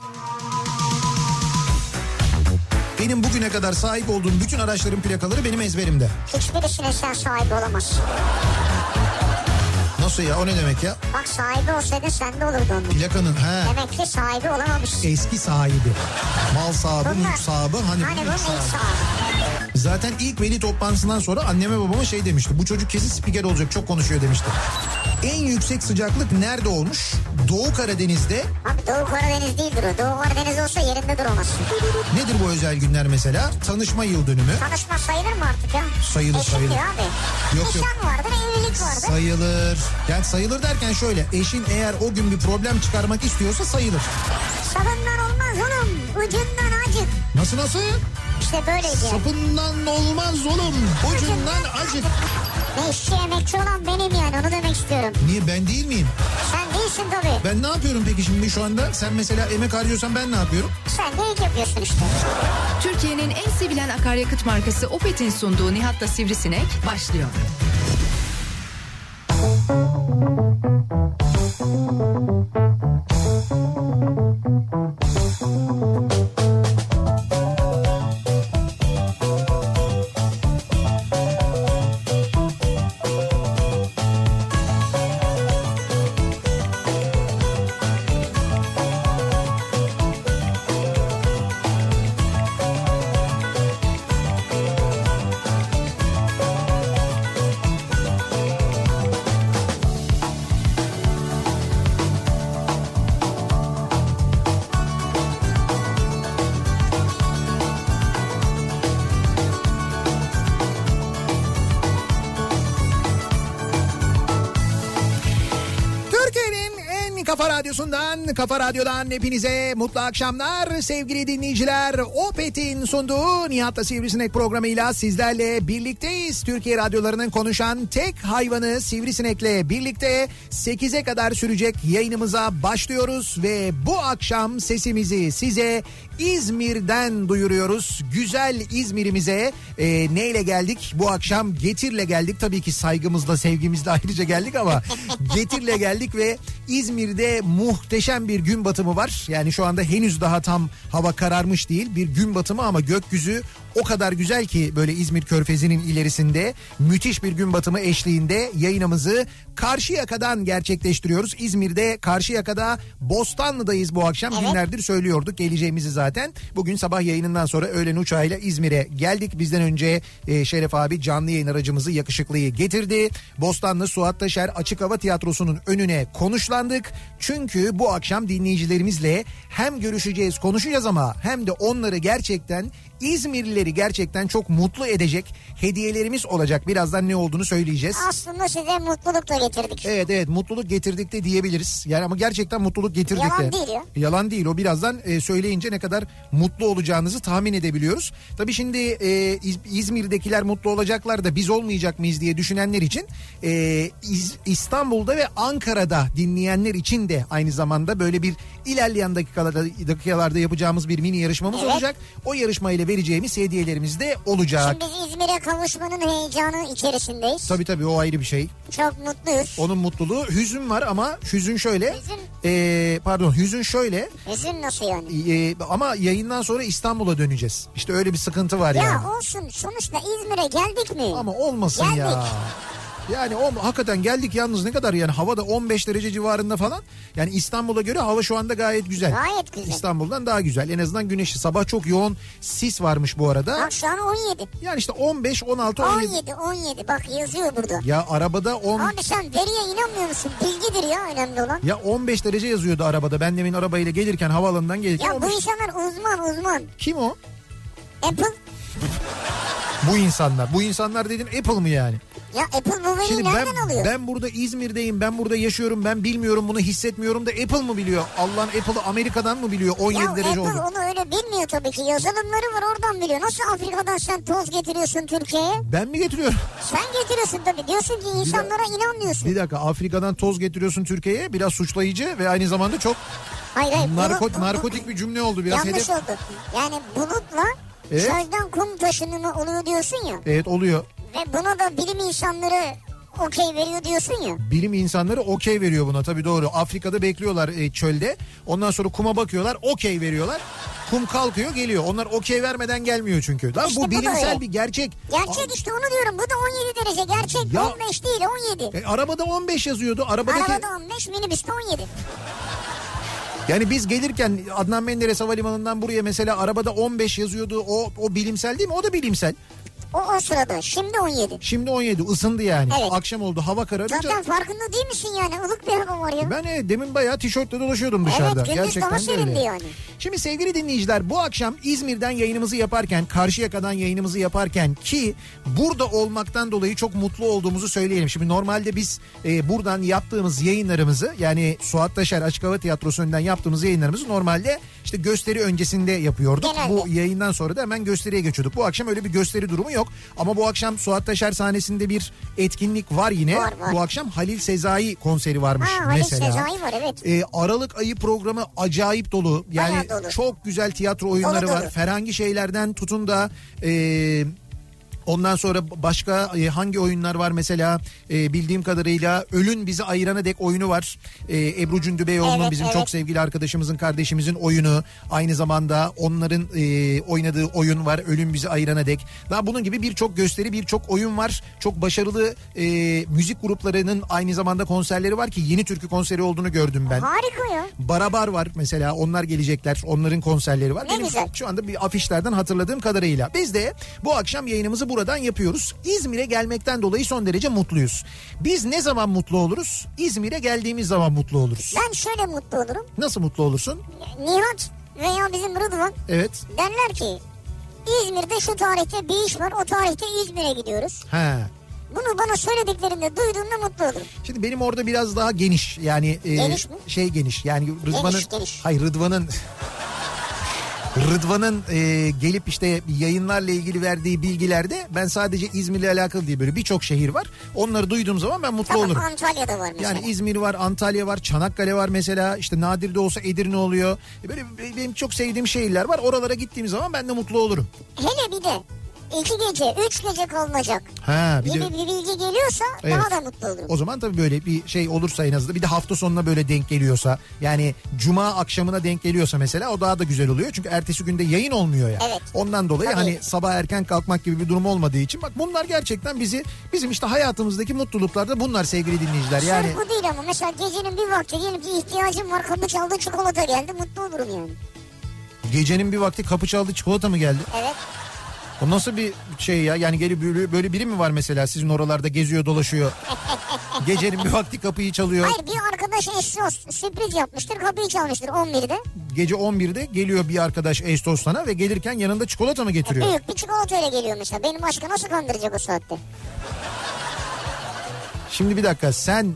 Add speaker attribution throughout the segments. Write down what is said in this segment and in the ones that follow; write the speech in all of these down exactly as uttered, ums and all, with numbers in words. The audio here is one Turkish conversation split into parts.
Speaker 1: Benim bugüne kadar sahip olduğum bütün araçların plakaları benim ezberimde.
Speaker 2: Hiçbirisine sen sahibi olamazsın.
Speaker 1: Nasıl ya, o ne demek ya?
Speaker 2: Bak sahibi olsaydın sende olurdu onun.
Speaker 1: Plakanın he.
Speaker 2: Demek ki sahibi olamamışsın.
Speaker 1: Eski sahibi. Mal sahibi,
Speaker 2: Bunlar,
Speaker 1: mülk sahibi. Hani,
Speaker 2: hani bu ilk sahibi.
Speaker 1: sahibi. Zaten ilk veli toplantısından sonra anneme babama şey demişti. Bu çocuk kesin spiker olacak, çok konuşuyor demişti. En yüksek sıcaklık nerede olmuş? Doğu Karadeniz'de.
Speaker 2: Abi Doğu Karadeniz değildir o. Doğu Karadeniz olsa yerinde duramazsın.
Speaker 1: Nedir bu özel günler mesela? Tanışma yıl dönümü.
Speaker 2: Tanışma sayılır mı artık ya?
Speaker 1: Sayılır
Speaker 2: Eşim
Speaker 1: sayılır.
Speaker 2: diyor abi.
Speaker 1: Yok,
Speaker 2: Nişan
Speaker 1: yok.
Speaker 2: vardır, evlilik vardır.
Speaker 1: Sayılır. Yani sayılır derken şöyle. Eşin eğer o gün bir problem çıkarmak istiyorsa sayılır.
Speaker 2: Sapından olmaz oğlum. Ucundan acık.
Speaker 1: Nasıl nasıl?
Speaker 2: İşte böyleydi.
Speaker 1: Sapından olmaz oğlum. Ucundan acık.
Speaker 2: Ne işçi emekçi olan benim yani, onu demek istiyorum.
Speaker 1: Niye, ben değil miyim?
Speaker 2: Sen değilsin tabii.
Speaker 1: Ben ne yapıyorum peki şimdi şu anda? Sen mesela emek harcıyorsan ben ne yapıyorum?
Speaker 2: Sen de ilk yapıyorsun işte.
Speaker 3: Türkiye'nin en sevilen akaryakıt markası Opet'in sunduğu Nihat'la Sivrisinek başlıyor.
Speaker 1: Kafa Radyo'dan hepinize mutlu akşamlar sevgili dinleyiciler. Opet'in sunduğu Nihat'la Sivrisinek programıyla sizlerle birlikteyiz. Türkiye radyolarının konuşan tek hayvanı Sivrisinek'le birlikte sekize kadar sürecek yayınımıza başlıyoruz. Ve bu akşam sesimizi size İzmir'den duyuruyoruz. Güzel İzmir'imize e, neyle geldik? Bu akşam Getir'le geldik. Tabii ki saygımızla, sevgimizle ayrıca geldik ama Getir'le geldik ve İzmir'de muhteşem bir gün batımı var. Yani şu anda henüz daha tam hava kararmış değil, bir gün batımı ama gökyüzü o kadar güzel ki böyle İzmir Körfezi'nin ilerisinde müthiş bir gün batımı eşliğinde yayınımızı Karşıyaka'dan gerçekleştiriyoruz. İzmir'de Karşıyaka'da Bostanlı'dayız bu akşam. Evet. Günlerdir söylüyorduk geleceğimizi zaten. Bugün sabah yayınından sonra öğlen uçağıyla İzmir'e geldik. Bizden önce e, Şeref abi canlı yayın aracımızı, yakışıklıyı getirdi. Bostanlı Suat Taşer Açık Hava Tiyatrosu'nun önüne konuşlandık. Çünkü bu akşam dinleyicilerimizle hem görüşeceğiz, konuşacağız ama hem de onları gerçekten, İzmirlileri gerçekten çok mutlu edecek hediyelerimiz olacak. Birazdan ne olduğunu söyleyeceğiz.
Speaker 2: Aslında size mutluluk da getirdik.
Speaker 1: Evet evet, mutluluk getirdik de diyebiliriz. Yani ama gerçekten mutluluk getirdik de.
Speaker 2: Yalan değil ya.
Speaker 1: Yalan değil, o birazdan e, söyleyince ne kadar mutlu olacağınızı tahmin edebiliyoruz. Tabii şimdi e, İz, İzmir'dekiler mutlu olacaklar da biz olmayacak mıyız diye düşünenler için e, İz, İstanbul'da ve Ankara'da dinleyenler için de aynı zamanda böyle bir ilerleyen dakikalarda, dakikalarda yapacağımız bir mini yarışmamız evet. olacak. O yarışmayla vereceğimiz hediyelerimiz de olacak.
Speaker 2: Şimdi biz İzmir'e kavuşmanın heyecanı içerisindeyiz.
Speaker 1: Tabii tabii, o ayrı bir şey.
Speaker 2: Çok mutluyuz.
Speaker 1: Onun mutluluğu, hüzün var ama hüzün şöyle.
Speaker 2: Hüzün?
Speaker 1: E, pardon hüzün şöyle.
Speaker 2: Hüzün nasıl yani?
Speaker 1: E, ama yayından sonra İstanbul'a döneceğiz. İşte öyle bir sıkıntı var
Speaker 2: ya
Speaker 1: yani.
Speaker 2: Ya olsun, sonuçta İzmir'e geldik mi?
Speaker 1: Ama olmasın
Speaker 2: geldik.
Speaker 1: ya. Yani o hakikaten geldik, yalnız ne kadar yani havada on beş derece civarında falan. Yani İstanbul'a göre hava şu anda gayet güzel.
Speaker 2: Gayet güzel.
Speaker 1: İstanbul'dan daha güzel. En azından güneşli. Sabah çok yoğun sis varmış bu arada.
Speaker 2: Bak şu an on yedi.
Speaker 1: Yani işte on beş, on altı, on yedi.
Speaker 2: on yedi, on yedi bak yazıyor burada.
Speaker 1: Ya arabada on...
Speaker 2: Abi sen veriye inanmıyor musun? Bilgidir ya önemli olan.
Speaker 1: Ya on beş derece yazıyordu arabada. Ben demin arabayla gelirken, havaalanından gelirken.
Speaker 2: Ya
Speaker 1: on
Speaker 2: bu
Speaker 1: beş...
Speaker 2: insanlar uzman uzman.
Speaker 1: Kim o?
Speaker 2: Apple.
Speaker 1: Bu insanlar. Bu insanlar dedin Apple mı yani?
Speaker 2: Ya Apple bu veriyi
Speaker 1: Şimdi
Speaker 2: nereden
Speaker 1: ben,
Speaker 2: alıyor?
Speaker 1: Ben burada İzmir'deyim, ben burada yaşıyorum, ben bilmiyorum, bunu hissetmiyorum da Apple mı biliyor? Allah'ın Apple'ı Amerika'dan mı biliyor? on yedi
Speaker 2: ya
Speaker 1: derece
Speaker 2: Apple
Speaker 1: oldu.
Speaker 2: onu öyle bilmiyor tabii ki. Yazılımları var, oradan biliyor. Nasıl Afrika'dan sen toz getiriyorsun Türkiye'ye?
Speaker 1: Ben mi getiriyorum?
Speaker 2: Sen getiriyorsun tabii. Diyorsun ki insanlara
Speaker 1: bir
Speaker 2: inanmıyorsun.
Speaker 1: Bir dakika, Afrika'dan toz getiriyorsun Türkiye'ye, biraz suçlayıcı ve aynı zamanda çok
Speaker 2: hayır, hayır,
Speaker 1: narko,
Speaker 2: bulut,
Speaker 1: narkotik bir cümle oldu. Biraz
Speaker 2: yanlış
Speaker 1: hedef...
Speaker 2: oldu. Yani bulutla evet. çölden kum taşınımı oluyor diyorsun ya.
Speaker 1: Evet oluyor.
Speaker 2: Ve buna da bilim insanları okey veriyor diyorsun ya.
Speaker 1: Bilim insanları okey veriyor buna, tabii doğru. Afrika'da bekliyorlar e, çölde. Ondan sonra kuma bakıyorlar, okey veriyorlar. Kum kalkıyor geliyor. Onlar okey vermeden gelmiyor çünkü. Lan
Speaker 2: İşte
Speaker 1: bu
Speaker 2: bu da
Speaker 1: bilimsel
Speaker 2: öyle.
Speaker 1: bir gerçek.
Speaker 2: Gerçek
Speaker 1: Aa,
Speaker 2: işte onu diyorum. Bu da on yedi derece gerçek.
Speaker 1: Ya-
Speaker 2: on beş değil on yedi.
Speaker 1: E, arabada on beş yazıyordu. Arabadaki...
Speaker 2: Arabada on beş, minibüste on yedi.
Speaker 1: Yani biz gelirken Adnan Menderes Havalimanı'ndan buraya mesela arabada on beş yazıyordu. O, o bilimsel değil mi? O da bilimsel.
Speaker 2: O o sırada. Şimdi on yedi.
Speaker 1: Şimdi on yedi, ısındı yani.
Speaker 2: Evet.
Speaker 1: Akşam oldu, hava kararınca.
Speaker 2: Zaten farkında değil misin yani? Ilık bir hava var ya.
Speaker 1: Ben e, demin bayağı tişörtle dolaşıyordum dışarıda.
Speaker 2: Evet, gündüz
Speaker 1: Gerçekten
Speaker 2: daha
Speaker 1: de öyle.
Speaker 2: serindi yani.
Speaker 1: Şimdi sevgili dinleyiciler, bu akşam İzmir'den yayınımızı yaparken, Karşıyaka'dan yayınımızı yaparken ki burada olmaktan dolayı çok mutlu olduğumuzu söyleyelim. Şimdi normalde biz e, buradan yaptığımız yayınlarımızı, yani Suat Taşer Açık Hava Tiyatrosu önünden yaptığımız yayınlarımızı normalde işte gösteri öncesinde yapıyorduk.
Speaker 2: Genelde.
Speaker 1: Bu yayından sonra da hemen gösteriye geçiyorduk. Bu akşam öyle bir gösteri durumu yok. Ama bu akşam Suat Taşer sahnesinde bir etkinlik var yine.
Speaker 2: Var, var.
Speaker 1: Bu akşam Halil Sezai konseri varmış
Speaker 2: Ha, Halil
Speaker 1: mesela.
Speaker 2: Sezai var, evet.
Speaker 1: Ee, Aralık ayı programı acayip dolu. Yani
Speaker 2: Bayağı dolu.
Speaker 1: çok güzel tiyatro oyunları
Speaker 2: Dolu
Speaker 1: var.
Speaker 2: dolu.
Speaker 1: Ferhangi şeylerden tutun da... E, Ondan sonra başka e, hangi oyunlar var mesela, e, bildiğim kadarıyla Ölün Bizi Ayırana Dek oyunu var. E, Ebru Cündübeyoğlu'nun
Speaker 2: Evet,
Speaker 1: bizim
Speaker 2: evet.
Speaker 1: çok sevgili arkadaşımızın, kardeşimizin oyunu. Aynı zamanda onların e, oynadığı oyun var, Ölün Bizi Ayırana Dek. Daha bunun gibi birçok gösteri, birçok oyun var. Çok başarılı e, müzik gruplarının aynı zamanda konserleri var ki Yeni Türkü konseri olduğunu gördüm ben.
Speaker 2: Harika ya.
Speaker 1: Barabar var mesela, onlar gelecekler, onların konserleri var.
Speaker 2: Ne
Speaker 1: Benim
Speaker 2: güzel.
Speaker 1: şu anda bir afişlerden hatırladığım kadarıyla. Biz de bu akşam yayınımızı buradan yapıyoruz. İzmir'e gelmekten dolayı son derece mutluyuz. Biz ne zaman mutlu oluruz? İzmir'e geldiğimiz zaman mutlu oluruz.
Speaker 2: Ben şöyle mutlu olurum.
Speaker 1: Nasıl mutlu olursun?
Speaker 2: Nihat veya bizim Rıdvan
Speaker 1: Evet.
Speaker 2: derler ki İzmir'de şu tarihte bir iş var, o tarihte İzmir'e gidiyoruz.
Speaker 1: Ha.
Speaker 2: Bunu bana söylediklerinde duyduğumda mutlu olurum.
Speaker 1: Şimdi benim orada biraz daha geniş yani e,
Speaker 2: Geniş mi?
Speaker 1: şey geniş yani Rıdvan'ın
Speaker 2: Geniş, geniş.
Speaker 1: hayır Rıdvan'ın Rıdvan'ın e, gelip işte yayınlarla ilgili verdiği bilgilerde ben sadece İzmir'le alakalı değil, böyle birçok şehir var. Onları duyduğum zaman ben mutlu
Speaker 2: Tamam,
Speaker 1: olurum.
Speaker 2: Antalya'da var mesela.
Speaker 1: Yani İzmir var, Antalya var, Çanakkale var mesela. İşte nadir de olsa Edirne oluyor. E, Böyle benim çok sevdiğim şehirler var. Oralara gittiğim zaman ben de mutlu olurum.
Speaker 2: Hele bir de iki gece, üç gece kalınacak
Speaker 1: Ha, bir
Speaker 2: gibi
Speaker 1: de
Speaker 2: bir bilgi geliyorsa
Speaker 1: Evet.
Speaker 2: daha da mutlu olurum.
Speaker 1: o zaman tabii böyle bir şey olursa en azından, bir de hafta sonuna böyle denk geliyorsa, yani cuma akşamına denk geliyorsa mesela, o daha da güzel oluyor. Çünkü ertesi günde yayın olmuyor ya.
Speaker 2: Evet.
Speaker 1: Ondan dolayı
Speaker 2: Tabii.
Speaker 1: hani sabah erken kalkmak gibi bir durum olmadığı için, bak bunlar gerçekten bizi, bizim işte hayatımızdaki mutluluklar da bunlar sevgili dinleyiciler. Yani
Speaker 2: Sırf bu değil ama mesela gecenin bir vakti diyelim ki ihtiyacım var, kapı çaldı, çikolata geldi, mutlu olurum yani.
Speaker 1: gecenin bir vakti kapı çaldı, çikolata mı geldi?
Speaker 2: Evet.
Speaker 1: O nasıl bir şey ya? Yani gelip böyle, böyle biri mi var mesela sizin oralarda geziyor dolaşıyor? Gecenin bir vakti kapıyı çalıyor.
Speaker 2: Hayır, bir arkadaş eşsiz sürpriz yapmıştır, kapıyı çalmıştır on birde.
Speaker 1: Gece on birde geliyor bir arkadaş Estos sana ve gelirken yanında çikolata mı getiriyor?
Speaker 2: Büyük bir çikolatayla geliyor mesela. Beni başka nasıl kandıracak o saatte?
Speaker 1: Şimdi bir dakika, sen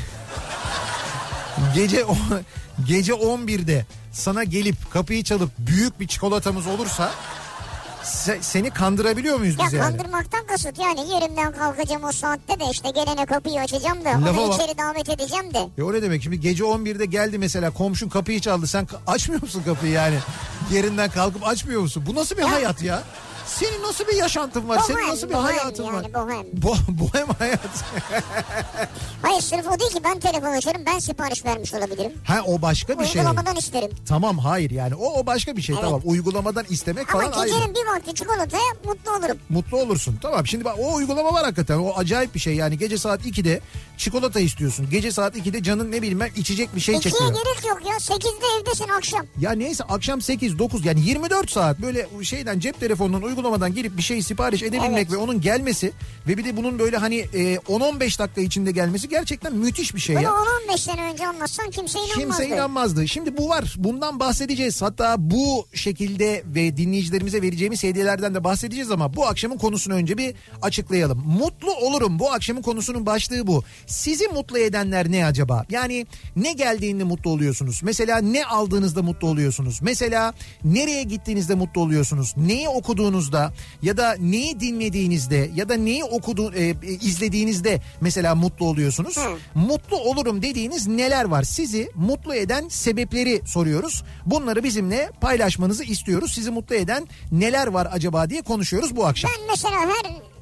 Speaker 1: gece o, gece on birde sana gelip kapıyı çalıp büyük bir çikolatamız olursa se, seni kandırabiliyor muyuz
Speaker 2: Ya
Speaker 1: biz yani?
Speaker 2: kandırmaktan kasıt yani yerimden kalkacağım o saatte de işte gelene kapıyı açacağım da
Speaker 1: Lafa
Speaker 2: onu
Speaker 1: bak.
Speaker 2: içeri davet edeceğim de.
Speaker 1: Ya öyle demek, şimdi gece on birde geldi mesela, komşun kapıyı çaldı, sen ka- açmıyor musun kapıyı yani? Yerinden kalkıp açmıyor musun? Bu nasıl bir hayat ya? Senin nasıl bir yaşantın var? Senin
Speaker 2: Bohem,
Speaker 1: nasıl bir
Speaker 2: bohem
Speaker 1: hayatın
Speaker 2: yani,
Speaker 1: var?
Speaker 2: bohem.
Speaker 1: Bo bohem hayat.
Speaker 2: Hayır, sırf o değil ki, ben telefon açarım, ben sipariş vermiş olabilirim.
Speaker 1: Ha, o başka bir şey.
Speaker 2: Uygulamadan isterim.
Speaker 1: Tamam, hayır yani o o başka bir şey,
Speaker 2: Evet.
Speaker 1: tamam. Uygulamadan istemek
Speaker 2: Ama
Speaker 1: falan ayrı.
Speaker 2: gecenin bir vakti çikolataya mutlu olurum.
Speaker 1: Mutlu olursun. Tamam, şimdi bak o uygulama var hakikaten. O acayip bir şey yani, gece saat ikide çikolata istiyorsun. Gece saat ikide canın ne bileyim ben içecek bir şey
Speaker 2: İkiye
Speaker 1: çekiyor.
Speaker 2: gerek yok ya, sekizde evdesin akşam.
Speaker 1: Ya neyse, akşam sekiz dokuz yani yirmi dört saat böyle şeyden, cep telefonunun uygulamadan girip bir şey sipariş edebilmek
Speaker 2: Evet.
Speaker 1: ve onun gelmesi ve bir de bunun böyle hani e, on on beş dakika içinde gelmesi gerçekten müthiş bir şey
Speaker 2: Bunu
Speaker 1: ya.
Speaker 2: on on beş sene önce anlatsan kimse inanmazdı.
Speaker 1: Kimse inanmazdı. Şimdi bu var. Bundan bahsedeceğiz. Hatta bu şekilde ve dinleyicilerimize vereceğimiz hediyelerden de bahsedeceğiz ama bu akşamın konusunu önce bir açıklayalım. Mutlu olurum. Bu akşamın konusunun başlığı bu. Sizi mutlu edenler ne acaba? Yani ne geldiğinde mutlu oluyorsunuz? Mesela ne aldığınızda mutlu oluyorsunuz? Mesela nereye gittiğinizde mutlu oluyorsunuz? Neyi okuduğunuzda ya da neyi dinlediğinizde ya da neyi okudu, e, izlediğinizde mesela mutlu oluyorsunuz?
Speaker 2: Hı.
Speaker 1: Mutlu olurum dediğiniz neler var? Sizi mutlu eden sebepleri soruyoruz. Bunları bizimle paylaşmanızı istiyoruz. Sizi mutlu eden neler var acaba diye konuşuyoruz bu akşam.
Speaker 2: Ben mesela her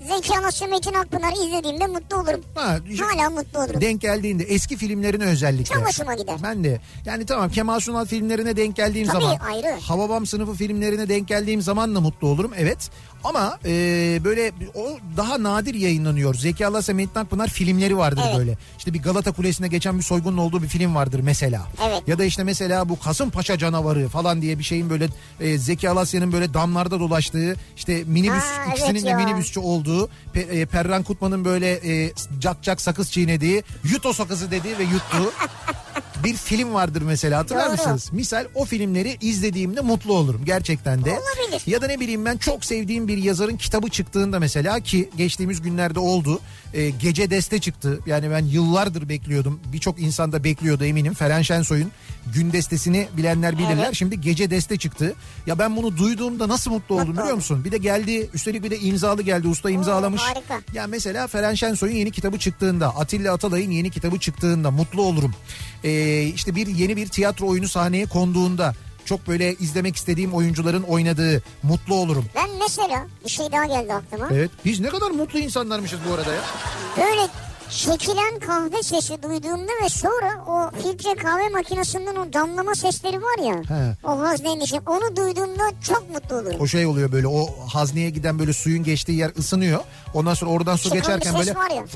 Speaker 2: Zeki Alasya, Metin Akpınar izlediğimde mutlu olurum.
Speaker 1: Ha,
Speaker 2: Hala mutlu olurum.
Speaker 1: Denk geldiğinde eski filmlerine özellikle.
Speaker 2: Çok hoşuma gider.
Speaker 1: Ben de. Yani tamam, Kemal Sunal filmlerine denk geldiğim
Speaker 2: Tabii,
Speaker 1: zaman.
Speaker 2: ayrı.
Speaker 1: Hababam sınıfı filmlerine denk geldiğim zaman da mutlu olurum. Evet. Ama e, böyle o daha nadir yayınlanıyor. Zeki Alasya, Metin Akpınar filmleri vardır
Speaker 2: evet.
Speaker 1: böyle. İşte bir Galata Kulesi'ne geçen bir soygunun olduğu bir film vardır mesela.
Speaker 2: Evet.
Speaker 1: Ya da işte mesela bu Kasımpaşa canavarı falan diye bir şeyin böyle e, Zeki Alasya'nın böyle damlarda dolaştığı, işte minibüs,
Speaker 2: ha,
Speaker 1: ikisinin
Speaker 2: evet
Speaker 1: de
Speaker 2: ya.
Speaker 1: minibüsçü olduğu, Pe, e, Perran Kutman'ın böyle e, cak cak sakız çiğnediği, yut o sakızı dediği ve yuttuğu bir film vardır mesela, hatırlar
Speaker 2: Doğru.
Speaker 1: mısınız? Misal o filmleri izlediğimde mutlu olurum gerçekten de.
Speaker 2: Olabilir.
Speaker 1: Ya da ne bileyim, ben çok sevdiğim bir yazarın kitabı çıktığında mesela, ki geçtiğimiz günlerde oldu. E, Gece Deste çıktı. Yani ben yıllardır bekliyordum. Birçok insan da bekliyordu eminim. Ferhan Şensoy'un Gün Destesi'ni bilenler bilirler.
Speaker 2: Evet.
Speaker 1: Şimdi Gece Deste çıktı. Ya ben bunu duyduğumda nasıl mutlu oldum
Speaker 2: Mutlu
Speaker 1: biliyor musun? Bir de geldi, üstelik bir de imzalı geldi. Usta imzalamış.
Speaker 2: harika.
Speaker 1: Ya mesela Ferhan Şensoy'un yeni kitabı çıktığında, Atilla Atalay'ın yeni kitabı çıktığında mutlu olurum. Ee, işte bir yeni bir tiyatro oyunu sahneye konduğunda, çok böyle izlemek istediğim oyuncuların oynadığı, mutlu olurum.
Speaker 2: Ben mesela bir şey daha geldi aklıma.
Speaker 1: Evet, biz ne kadar mutlu insanlarmışız bu arada ya.
Speaker 2: Böyle çekilen kahve sesi duyduğumda ve sonra o filtre kahve makinesinden o damlama sesleri var ya.
Speaker 1: He.
Speaker 2: O haznenin içi, onu duyduğumda çok mutlu olurum.
Speaker 1: O şey oluyor böyle, o hazneye giden böyle suyun geçtiği yer ısınıyor. Ondan sonra oradan su
Speaker 2: Çıkan
Speaker 1: geçerken
Speaker 2: bir ses
Speaker 1: böyle
Speaker 2: var ya.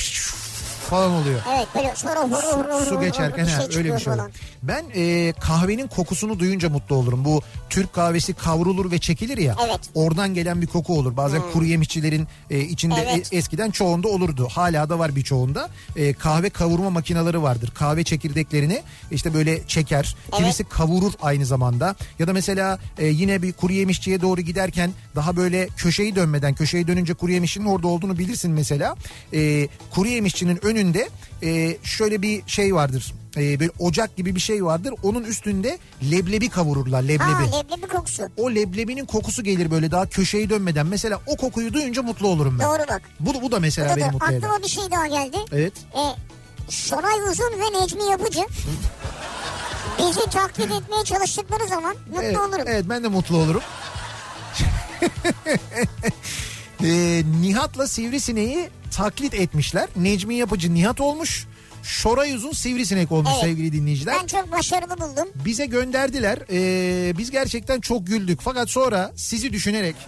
Speaker 1: falan oluyor.
Speaker 2: Evet, böyle sonra huru huru huru
Speaker 1: Su
Speaker 2: huru
Speaker 1: geçerken
Speaker 2: bir
Speaker 1: ha,
Speaker 2: şey
Speaker 1: öyle
Speaker 2: çıkıyor
Speaker 1: bir şey olur.
Speaker 2: falan.
Speaker 1: Ben e, kahvenin kokusunu duyunca mutlu olurum. Bu Türk kahvesi kavrulur ve çekilir ya.
Speaker 2: Evet.
Speaker 1: Oradan gelen bir koku olur. Bazen
Speaker 2: Hmm.
Speaker 1: kuru yemişçilerin e, içinde
Speaker 2: Evet.
Speaker 1: e, eskiden çoğunda olurdu. Hala da var birçoğunda. E, kahve kavurma makineleri vardır. Kahve çekirdeklerini işte böyle çeker.
Speaker 2: Evet.
Speaker 1: Kimisi kavurur aynı zamanda. Ya da mesela e, yine bir kuru yemişçiye doğru giderken daha böyle köşeyi dönmeden, köşeyi dönünce kuru yemişçinin orada olduğunu bilirsin mesela. E, kuru yemişçinin önünde e, şöyle bir şey vardır. E, böyle ocak gibi bir şey vardır. Onun üstünde leblebi kavururlar, leblebi.
Speaker 2: Ha, leblebi kokusu.
Speaker 1: O leblebinin kokusu gelir böyle daha köşeyi dönmeden. Mesela o kokuyu duyunca mutlu olurum ben.
Speaker 2: Doğru bak.
Speaker 1: Bu, bu da mesela
Speaker 2: Burada
Speaker 1: beni
Speaker 2: da
Speaker 1: mutlu eder.
Speaker 2: aklıma bir şey daha geldi.
Speaker 1: Evet.
Speaker 2: E, Şoray Uzun ve Necmi Yapıcı bizi taklit etmeye çalıştıkları zaman mutlu
Speaker 1: Evet,
Speaker 2: olurum.
Speaker 1: evet, ben de mutlu olurum. e, Nihat'la Sivrisineği taklit etmişler. Necmi Yapıcı Nihat olmuş. Şoray Uzun Sivrisinek olmuş,
Speaker 2: Evet.
Speaker 1: sevgili dinleyiciler.
Speaker 2: Ben çok başarılı buldum.
Speaker 1: Bize gönderdiler. Ee, biz gerçekten çok güldük. Fakat sonra sizi düşünerek,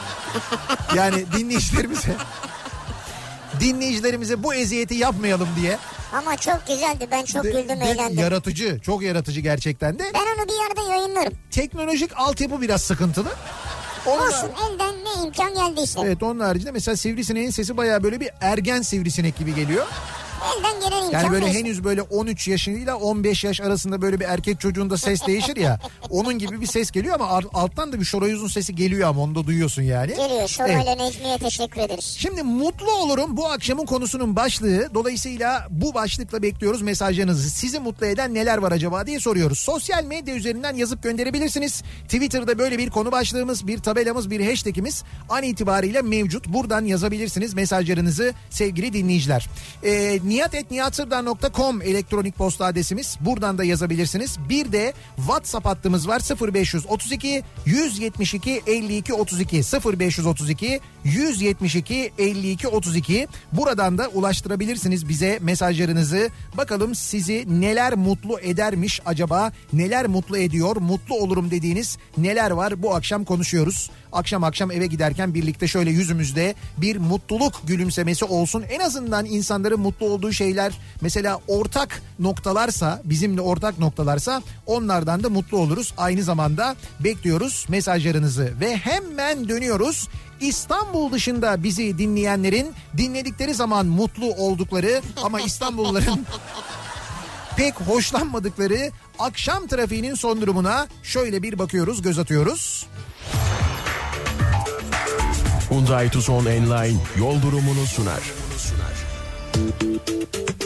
Speaker 1: yani dinleyicilerimize dinleyicilerimize bu eziyeti yapmayalım diye.
Speaker 2: Ama çok güzeldi. Ben çok
Speaker 1: De-
Speaker 2: güldüm,
Speaker 1: de-
Speaker 2: eğlendim.
Speaker 1: Yaratıcı, çok yaratıcı gerçekten de.
Speaker 2: Ben onu bir yerde yayınlarım.
Speaker 1: Teknolojik altyapı biraz sıkıntılı. Onu da-
Speaker 2: Olsun, elden ne imkan geldiyse.
Speaker 1: Evet, onun haricinde mesela Sivrisineğin sesi bayağı böyle bir ergen sivrisinek gibi geliyor.
Speaker 2: Elden gelen imkan
Speaker 1: Yani böyle
Speaker 2: neyse.
Speaker 1: henüz böyle on üç yaşıyla on beş yaş arasında böyle bir erkek çocuğunda ses değişir ya. Onun gibi bir ses geliyor ama ar- alttan da bir Şoray Uzun sesi geliyor, ama onu da duyuyorsun yani.
Speaker 2: Geliyor. Şoray'la Necmi'ye teşekkür ederiz.
Speaker 1: Şimdi mutlu olurum bu akşamın konusunun başlığı. Dolayısıyla bu başlıkla bekliyoruz mesajlarınızı. Sizi mutlu eden neler var acaba diye soruyoruz. Sosyal medya üzerinden yazıp gönderebilirsiniz. Twitter'da böyle bir konu başlığımız, bir tabelamız, bir hashtagimiz an itibariyle mevcut. Buradan yazabilirsiniz mesajlarınızı sevgili dinleyiciler. Ee, niyat et niyat sırdar nokta com elektronik posta adresimiz. Buradan da yazabilirsiniz. Bir de WhatsApp hattımız var. sıfır beş otuz iki yüz yetmiş iki elli iki otuz iki sıfır beş otuz iki yüz yetmiş iki elli iki otuz iki. Buradan da ulaştırabilirsiniz bize mesajlarınızı. Bakalım sizi neler mutlu edermiş acaba? Neler mutlu ediyor? Mutlu olurum dediğiniz neler var? Bu akşam konuşuyoruz. Akşam akşam eve giderken birlikte şöyle yüzümüzde bir mutluluk gülümsemesi olsun. En azından insanların mutlu olduğu şeyler mesela ortak noktalarsa, bizimle ortak noktalarsa onlardan da mutlu oluruz. Aynı zamanda bekliyoruz mesajlarınızı ve hemen dönüyoruz. İstanbul dışında bizi dinleyenlerin dinledikleri zaman mutlu oldukları ama İstanbulluların pek hoşlanmadıkları akşam trafiğinin son durumuna şöyle bir bakıyoruz, göz atıyoruz.
Speaker 4: Hyundai Tucson Enline yol durumunu sunar.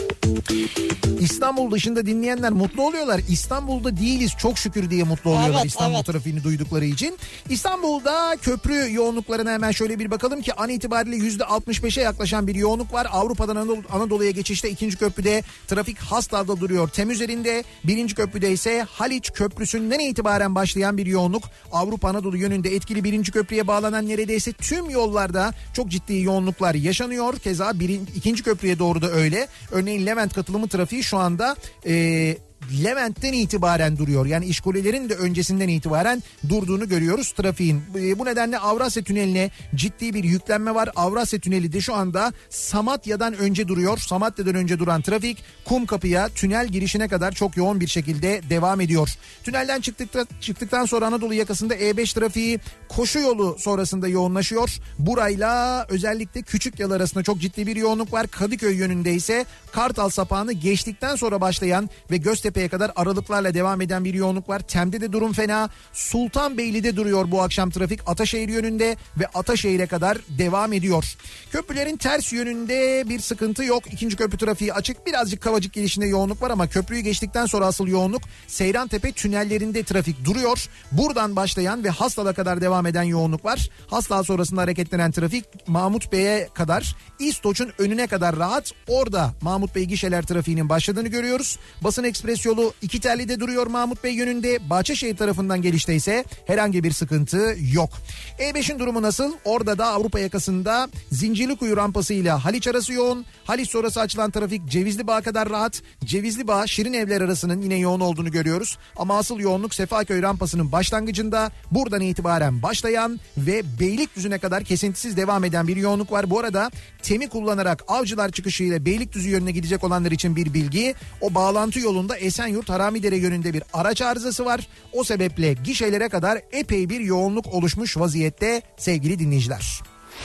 Speaker 1: İstanbul dışında dinleyenler mutlu oluyorlar. İstanbul'da değiliz çok şükür diye mutlu oluyorlar
Speaker 2: evet,
Speaker 1: İstanbul
Speaker 2: evet.
Speaker 1: trafiğini duydukları için. İstanbul'da köprü yoğunluklarına hemen şöyle bir bakalım ki an itibariyle yüzde altmış beşe yaklaşan bir yoğunluk var. Avrupa'dan Anadolu, Anadolu'ya geçişte ikinci köprüde trafik Hastal'da duruyor. Tem üzerinde, birinci köprüde ise Haliç Köprüsü'nden itibaren başlayan bir yoğunluk. Avrupa Anadolu yönünde etkili birinci köprüye bağlanan neredeyse tüm yollarda çok ciddi yoğunluklar yaşanıyor. Keza birin, ikinci köprüye doğru da öyle. Örneğin Levent katılımı trafiği şu anda e, Levent'ten itibaren duruyor. Yani işgulelerin de öncesinden itibaren durduğunu görüyoruz trafiğin. Bu nedenle Avrasya Tüneli'ne ciddi bir yüklenme var. Avrasya Tüneli de şu anda Samatya'dan önce duruyor. Samatya'dan önce duran trafik Kumkapı'ya tünel girişine kadar çok yoğun bir şekilde devam ediyor. Tünelden çıktıktan, çıktıktan sonra Anadolu yakasında E beş trafiği koşu yolu sonrasında yoğunlaşıyor. Burayla özellikle Küçükyalı arasında çok ciddi bir yoğunluk var. Kadıköy yönünde ise Kartal sapağını geçtikten sonra başlayan ve Göztepe'ye kadar aralıklarla devam eden bir yoğunluk var. Tem'de de durum fena. Sultanbeyli'de duruyor bu akşam trafik Ataşehir yönünde ve Ataşehir'e kadar devam ediyor. Köprülerin ters yönünde bir sıkıntı yok. İkinci köprü trafiği açık. Birazcık Kavacık girişinde yoğunluk var ama köprüyü geçtikten sonra asıl yoğunluk Seyrantepe tünellerinde trafik duruyor. Buradan başlayan ve Hastal'a kadar devam eden yoğunluk var. Hastal sonrasında hareketlenen trafik Mahmut Bey'e kadar, İstoç'un önüne kadar rahat. Orada Mahmut Bey gişeler trafiğinin başladığını görüyoruz. Basın Ekspres yolu İkitelli'de duruyor Mahmut Bey yönünde. Bahçeşehir tarafından gelişte ise herhangi bir sıkıntı yok. E beşin durumu nasıl? Orada da Avrupa yakasında Zincirlikuyu rampasıyla Haliç arası yoğun. Haliç sonrası açılan trafik Cevizlibağ'a kadar rahat. Cevizlibağ Şirinevler arasının yine yoğun olduğunu görüyoruz. Ama asıl yoğunluk Sefaköy rampasının başlangıcında, buradan itibaren başlayan ve Beylikdüzü'ne kadar kesintisiz devam eden bir yoğunluk var. Bu arada Tem'i kullanarak Avcılar çıkışıyla Beylikdüzü yönüne gidecek olanlar için bir bilgi. O bağlantı yolunda Esenyurt Haramidere yönünde bir araç arızası var. O sebeple gişelere kadar epey bir yoğunluk oluşmuş vaziyette sevgili dinleyiciler.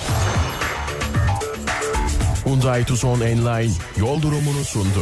Speaker 4: Hyundai Tucson Enline yol durumunu sundu.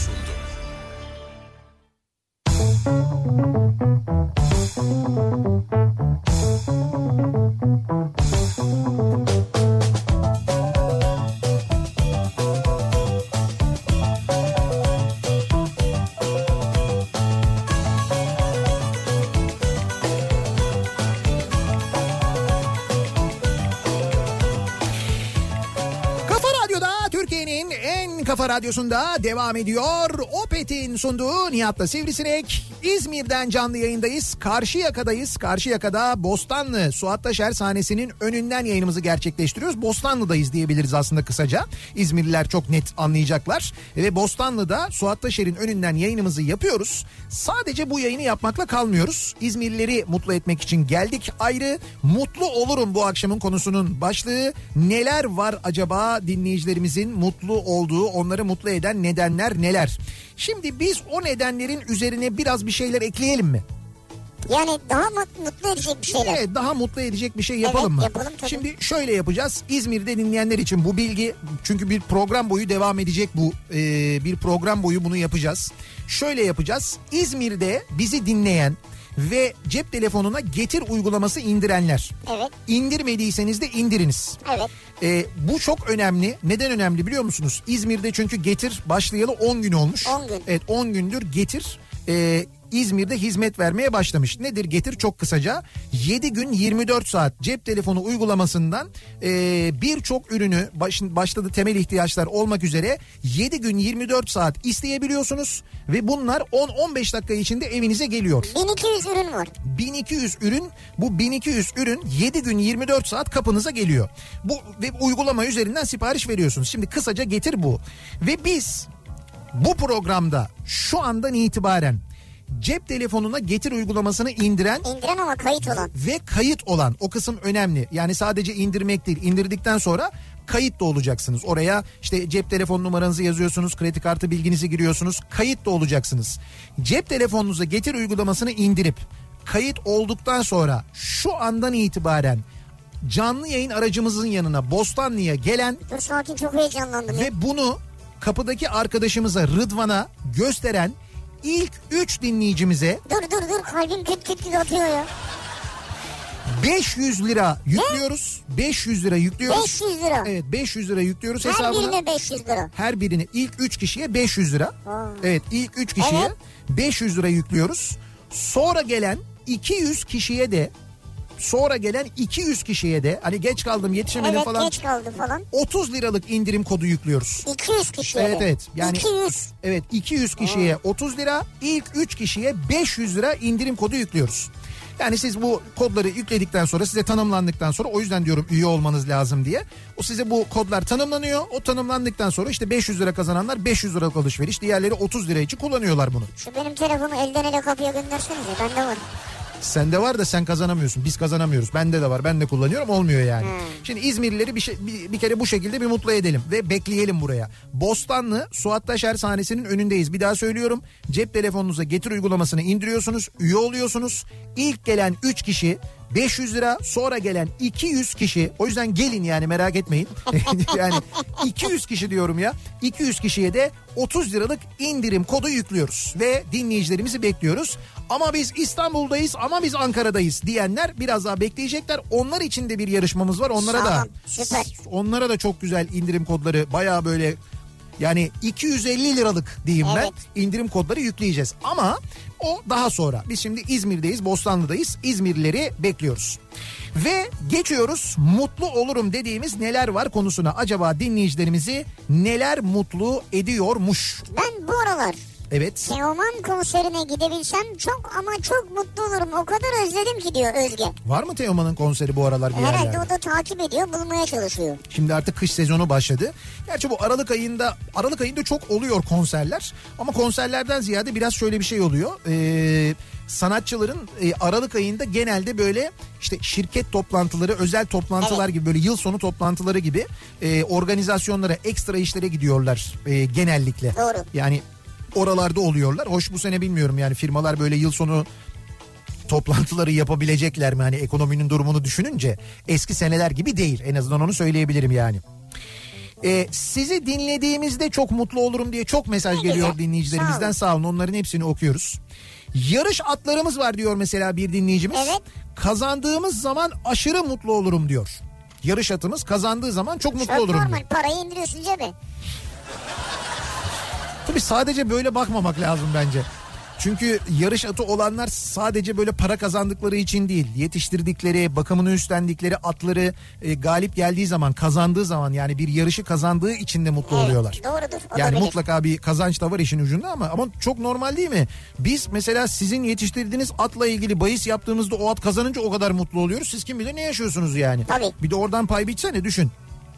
Speaker 1: Kafa Radyosu'nda devam ediyor. Opet'in sunduğu Nihat'la Sivrisinek. İzmir'den canlı yayındayız. Karşıyaka'dayız. Karşıyaka'da Bostanlı Suat Taşer sahnesinin önünden yayınımızı gerçekleştiriyoruz. Bostanlı'dayız diyebiliriz aslında kısaca. İzmirliler çok net anlayacaklar. Ve Bostanlı'da Suat Taşer'in önünden yayınımızı yapıyoruz. Sadece bu yayını yapmakla kalmıyoruz. İzmirlileri mutlu etmek için geldik. Ayrı mutlu olurum bu akşamın konusunun başlığı. Neler var acaba dinleyicilerimizin mutlu olduğu, onları mutlu eden nedenler neler? Şimdi biz o nedenlerin üzerine biraz bir şeyler ekleyelim mi?
Speaker 2: Yani daha mutlu edecek bir şeyler.
Speaker 1: Evet, daha mutlu edecek bir şey yapalım
Speaker 2: evet,
Speaker 1: mı?
Speaker 2: Yapalım tabii.
Speaker 1: Şimdi şöyle yapacağız. İzmir'de dinleyenler için bu bilgi, çünkü bir program boyu devam edecek bu. Ee, bir program boyu bunu yapacağız. Şöyle yapacağız. İzmir'de bizi dinleyen ve cep telefonuna Getir uygulaması indirenler.
Speaker 2: Evet.
Speaker 1: İndirmediyseniz de indiriniz.
Speaker 2: Evet.
Speaker 1: Ee, bu çok önemli. Neden önemli biliyor musunuz? İzmir'de çünkü Getir başlayalı on gün olmuş.
Speaker 2: on gün.
Speaker 1: Evet, on gündür Getir e, İzmir'de hizmet vermeye başlamış. Nedir Getir? Çok kısaca yedi gün yirmi dört saat cep telefonu uygulamasından e, birçok ürünü başın, başladı temel ihtiyaçlar olmak üzere yedi gün yirmi dört saat isteyebiliyorsunuz ve bunlar on on beş dakika içinde evinize geliyor.
Speaker 2: bin iki yüz ürün var.
Speaker 1: bin iki yüz ürün, bu bin iki yüz ürün yedi gün yirmi dört saat kapınıza geliyor. Bu ve uygulama üzerinden sipariş veriyorsunuz. Şimdi kısaca Getir bu. Ve biz bu programda şu andan itibaren cep telefonuna Getir uygulamasını indiren,
Speaker 2: indiren ama kayıt olan
Speaker 1: ve kayıt olan, o kısım önemli. Yani sadece indirmek değil, indirdikten sonra kayıt da olacaksınız. Oraya işte cep telefon numaranızı yazıyorsunuz, kredi kartı bilginizi giriyorsunuz, kayıt da olacaksınız. Cep telefonunuza Getir uygulamasını indirip kayıt olduktan sonra şu andan itibaren canlı yayın aracımızın yanına Bostanlı'ya gelen,
Speaker 2: dur sakin, çok heyecanlandım
Speaker 1: ve
Speaker 2: ya.
Speaker 1: bunu kapıdaki arkadaşımıza, Rıdvan'a gösteren ilk üç dinleyicimize,
Speaker 2: Dur dur dur kalbim küt küt küt atıyor ya.
Speaker 1: beş yüz lira yüklüyoruz. Ne? beş yüz lira yüklüyoruz.
Speaker 2: beş yüz lira.
Speaker 1: Evet, beş yüz lira yüklüyoruz
Speaker 2: her
Speaker 1: hesabına.
Speaker 2: Her birine beş yüz lira.
Speaker 1: Her birine ilk üç kişiye beş yüz lira.
Speaker 2: Aa.
Speaker 1: Evet, ilk üç kişiye evet. beş yüz lira yüklüyoruz. Sonra gelen iki yüz kişiye de Sonra gelen iki yüz kişiye de hani geç kaldım yetişemedim
Speaker 2: evet,
Speaker 1: falan.
Speaker 2: Evet geç kaldı falan.
Speaker 1: otuz liralık indirim kodu yüklüyoruz.
Speaker 2: iki yüz kişiye.
Speaker 1: Evet evet. Yani,
Speaker 2: iki yüz.
Speaker 1: Evet iki yüz kişiye Aa. otuz lira, ilk üç kişiye beş yüz lira indirim kodu yüklüyoruz. Yani siz bu kodları yükledikten sonra, size tanımlandıktan sonra, o yüzden diyorum üye olmanız lazım diye. O size bu kodlar tanımlanıyor. O tanımlandıktan sonra işte beş yüz lira kazananlar beş yüz liralık alışveriş, diğerleri otuz lira için kullanıyorlar bunu.
Speaker 2: Şu benim telefonu elden ele kapıya göndersenize, bende var.
Speaker 1: Sende var da sen kazanamıyorsun. Biz kazanamıyoruz. Bende de var. Ben de kullanıyorum. Olmuyor yani. Hmm. Şimdi İzmirlileri bir, şey, bir, bir kere bu şekilde bir mutlu edelim. Ve bekleyelim buraya. Bostanlı Suat Taşer sahnesinin önündeyiz. Bir daha söylüyorum. Cep telefonunuza Getir uygulamasını indiriyorsunuz. Üye oluyorsunuz. İlk gelen üç kişi beş yüz lira, sonra gelen iki yüz kişi, o yüzden gelin yani, merak etmeyin. Yani iki yüz kişi diyorum ya. iki yüz kişiye de otuz liralık indirim kodu yüklüyoruz. Ve dinleyicilerimizi bekliyoruz. Ama biz İstanbul'dayız, ama biz Ankara'dayız diyenler biraz daha bekleyecekler. Onlar için de bir yarışmamız var. Onlara
Speaker 2: tamam,
Speaker 1: da
Speaker 2: süper.
Speaker 1: Onlara da çok güzel indirim kodları, bayağı böyle yani iki yüz elli liralık diyeyim evet. ben indirim kodları yükleyeceğiz. Ama o daha sonra. Biz şimdi İzmir'deyiz, Bostanlı'dayız. İzmirlileri bekliyoruz. Ve geçiyoruz mutlu olurum dediğimiz neler var konusuna. Acaba dinleyicilerimizi neler mutlu ediyormuş?
Speaker 2: Ben bu aralar
Speaker 1: evet.
Speaker 2: Teoman konserine gidebilsem çok ama çok mutlu olurum. O kadar özledim ki diyor Özge.
Speaker 1: Var mı Teoman'ın konseri bu aralar bir
Speaker 2: Herhalde
Speaker 1: yerlerde?
Speaker 2: Herhalde o da takip ediyor, bulmaya çalışıyor.
Speaker 1: Şimdi artık kış sezonu başladı. Gerçi bu Aralık ayında Aralık ayında çok oluyor konserler. Ama konserlerden ziyade biraz şöyle bir şey oluyor. Ee, sanatçıların e, Aralık ayında genelde böyle işte şirket toplantıları, özel toplantılar evet. gibi, böyle yıl sonu toplantıları gibi e, organizasyonlara, ekstra işlere gidiyorlar e, genellikle.
Speaker 2: Doğru.
Speaker 1: Yani oralarda oluyorlar. Hoş, bu sene bilmiyorum yani firmalar böyle yıl sonu toplantıları yapabilecekler mi? Hani ekonominin durumunu düşününce eski seneler gibi değil. En azından onu söyleyebilirim yani. Ee, sizi dinlediğimizde çok mutlu olurum diye çok mesaj ne geliyor güzel. Dinleyicilerimizden. Sağ olun. Sağ olun. Onların hepsini okuyoruz. Yarış atlarımız var diyor mesela bir dinleyicimiz.
Speaker 2: Evet.
Speaker 1: Kazandığımız zaman aşırı mutlu olurum diyor. Yarış atımız kazandığı zaman çok mutlu çok olurum normal diyor.
Speaker 2: Parayı indiriyorsun cebe.
Speaker 1: Tabii sadece böyle bakmamak lazım bence. Çünkü yarış atı olanlar sadece böyle para kazandıkları için değil, yetiştirdikleri, bakımını üstlendikleri atları e, galip geldiği zaman, kazandığı zaman, yani bir yarışı kazandığı için de mutlu evet, oluyorlar.
Speaker 2: Doğrudur.
Speaker 1: Yani bilir. Mutlaka bir kazanç da var işin ucunda ama ama çok normal değil mi? Biz mesela sizin yetiştirdiğiniz atla ilgili bahis yaptığımızda o at kazanınca o kadar mutlu oluyoruz. Siz kim bilir ne yaşıyorsunuz yani.
Speaker 2: Tabii.
Speaker 1: Bir de oradan pay biçsene, düşün.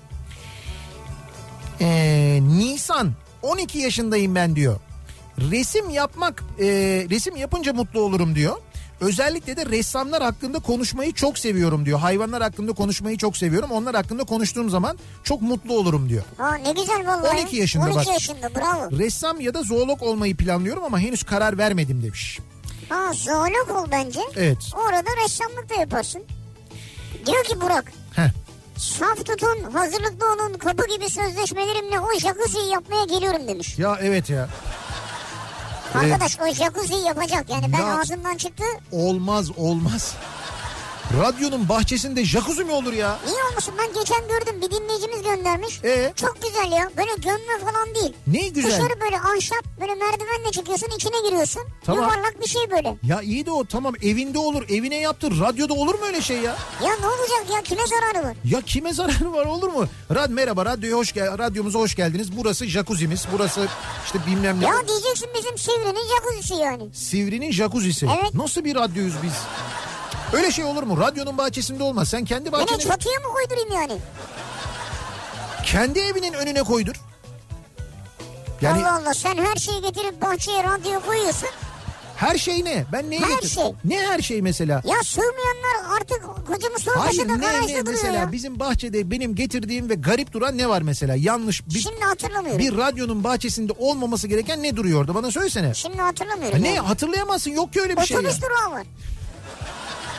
Speaker 1: Ee, Nisan on iki yaşındayım ben diyor. Resim yapmak, e, resim yapınca mutlu olurum diyor. Özellikle de ressamlar hakkında konuşmayı çok seviyorum diyor. Hayvanlar hakkında konuşmayı çok seviyorum. Onlar hakkında konuştuğum zaman çok mutlu olurum diyor.
Speaker 2: Ha ne güzel vallahi.
Speaker 1: on iki yaşında
Speaker 2: on iki
Speaker 1: bak.
Speaker 2: yaşında, bravo.
Speaker 1: Ressam ya da zoolog olmayı planlıyorum ama henüz karar vermedim demiş.
Speaker 2: Ha zoolog ol bence.
Speaker 1: Evet.
Speaker 2: Orada ressamlık da yaparsın. Diyor ki Burak.
Speaker 1: Heh.
Speaker 2: Saf tutun, hazırlıklı olun, kapı gibi sözleşmelerimle o jacuzziyi yapmaya geliyorum demiş.
Speaker 1: Ya evet ya.
Speaker 2: Arkadaş ee, o jacuzziyi yapacak yani, ben
Speaker 1: ya,
Speaker 2: ağzımdan çıktı.
Speaker 1: Olmaz olmaz. Radyonun bahçesinde jacuzzi mi olur ya?
Speaker 2: Niye olmasın, ben geçen gördüm, bir dinleyicimiz göndermiş.
Speaker 1: Ee?
Speaker 2: Çok güzel ya, böyle gömme falan değil.
Speaker 1: Ne güzel.
Speaker 2: Dışarı böyle ahşap, böyle merdivenle çıkıyorsun, içine giriyorsun. Tamam. Yuvarlak bir şey böyle.
Speaker 1: Ya iyi de o tamam, evinde olur, evine yaptır, radyoda olur mu öyle şey ya?
Speaker 2: Ya ne olacak ya, kime zararı var?
Speaker 1: Ya kime zararı var, olur mu? Rad merhaba, radyoya hoş gel radyomuza hoş geldiniz. Burası jacuzzi'miz, burası işte bilmem ne.
Speaker 2: Ya diyeceksin bizim Sivri'nin jacuzzi'si yani.
Speaker 1: Sivri'nin jacuzzi'si.
Speaker 2: Evet.
Speaker 1: Nasıl bir radyoyuz biz? Öyle şey olur mu? Radyonun bahçesinde olmaz. Sen kendi bahçene...
Speaker 2: Yani çatıya mı koydurayım yani?
Speaker 1: Kendi evinin önüne koydur.
Speaker 2: Yani... Allah Allah, sen her şeyi getirip bahçeye radyo koyuyorsun.
Speaker 1: Her şey ne? Ben neye
Speaker 2: Her
Speaker 1: getir?
Speaker 2: şey.
Speaker 1: Ne her şey mesela?
Speaker 2: Ya sığmayanlar artık kocamı
Speaker 1: Hayır
Speaker 2: da
Speaker 1: ne ne mesela
Speaker 2: ya.
Speaker 1: Bizim bahçede benim getirdiğim ve garip duran ne var mesela? Yanlış. Bir,
Speaker 2: Şimdi hatırlamıyorum.
Speaker 1: Bir radyonun bahçesinde olmaması gereken ne duruyor orada? Bana söylesene.
Speaker 2: Şimdi hatırlamıyorum.
Speaker 1: Ne
Speaker 2: yani.
Speaker 1: Hatırlayamazsın, yok ki öyle bir
Speaker 2: Otobüs
Speaker 1: şey ya.
Speaker 2: Otobüs durağı var.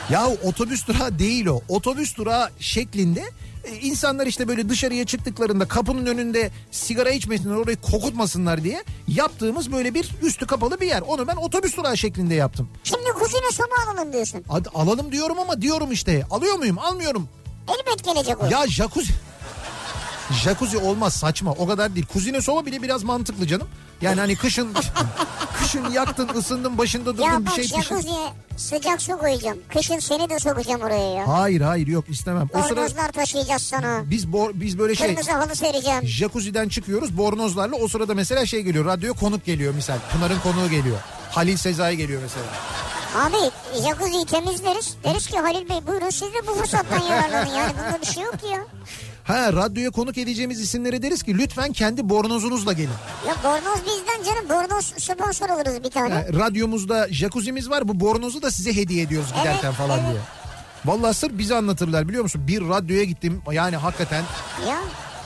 Speaker 1: Ya otobüs durağı değil o. Otobüs durağı şeklinde e, insanlar işte böyle dışarıya çıktıklarında kapının önünde sigara içmesinler, orayı kokutmasınlar diye yaptığımız böyle bir üstü kapalı bir yer. Onu ben otobüs durağı şeklinde yaptım.
Speaker 2: Şimdi kuzine soba alalım diyorsun.
Speaker 1: Hadi alalım diyorum ama diyorum işte. Alıyor muyum? Almıyorum.
Speaker 2: Elbet gelecek o.
Speaker 1: Ya jacuzzi... Jacuzzi olmaz, saçma, o kadar değil. Kuzine soba bile biraz mantıklı canım. Yani hani kışın kışın yaktın, ısındın, başında durdun,
Speaker 2: ya
Speaker 1: bir
Speaker 2: bak,
Speaker 1: şey pişir.
Speaker 2: jacuzziye sıcak su koyacağım. Kışın seni de sokacağım oraya ya.
Speaker 1: Hayır hayır yok, istemem. O sıra
Speaker 2: Bornozlar taşıyacağız sana.
Speaker 1: biz bo, biz böyle şey
Speaker 2: Kırmızı halı sereceğim.
Speaker 1: jacuzzi'den çıkıyoruz bornozlarla, o sırada mesela şey geliyor, radyoya konuk geliyor misal. Pınar'ın konuğu geliyor. Halil Sezai geliyor mesela.
Speaker 2: Abi jacuzziyi temizleriz. Deriz ki Halil Bey buyurun siz de bu fırsattan yararlanın. Yani bunda bir şey yok ki ya.
Speaker 1: Ha, radyoya konuk edeceğimiz isimlere deriz ki lütfen kendi bornozunuzla gelin.
Speaker 2: Ya bornoz bizden canım, bornoz sponsor oluruz bir tane.
Speaker 1: Ha, radyomuzda jacuzzi'miz var, bu bornozu da size hediye ediyoruz giderken
Speaker 2: Evet,
Speaker 1: falan
Speaker 2: evet.
Speaker 1: diye. Vallahi sırf bizi anlatırlar, biliyor musun? Bir radyoya gittim yani hakikaten.
Speaker 2: Ya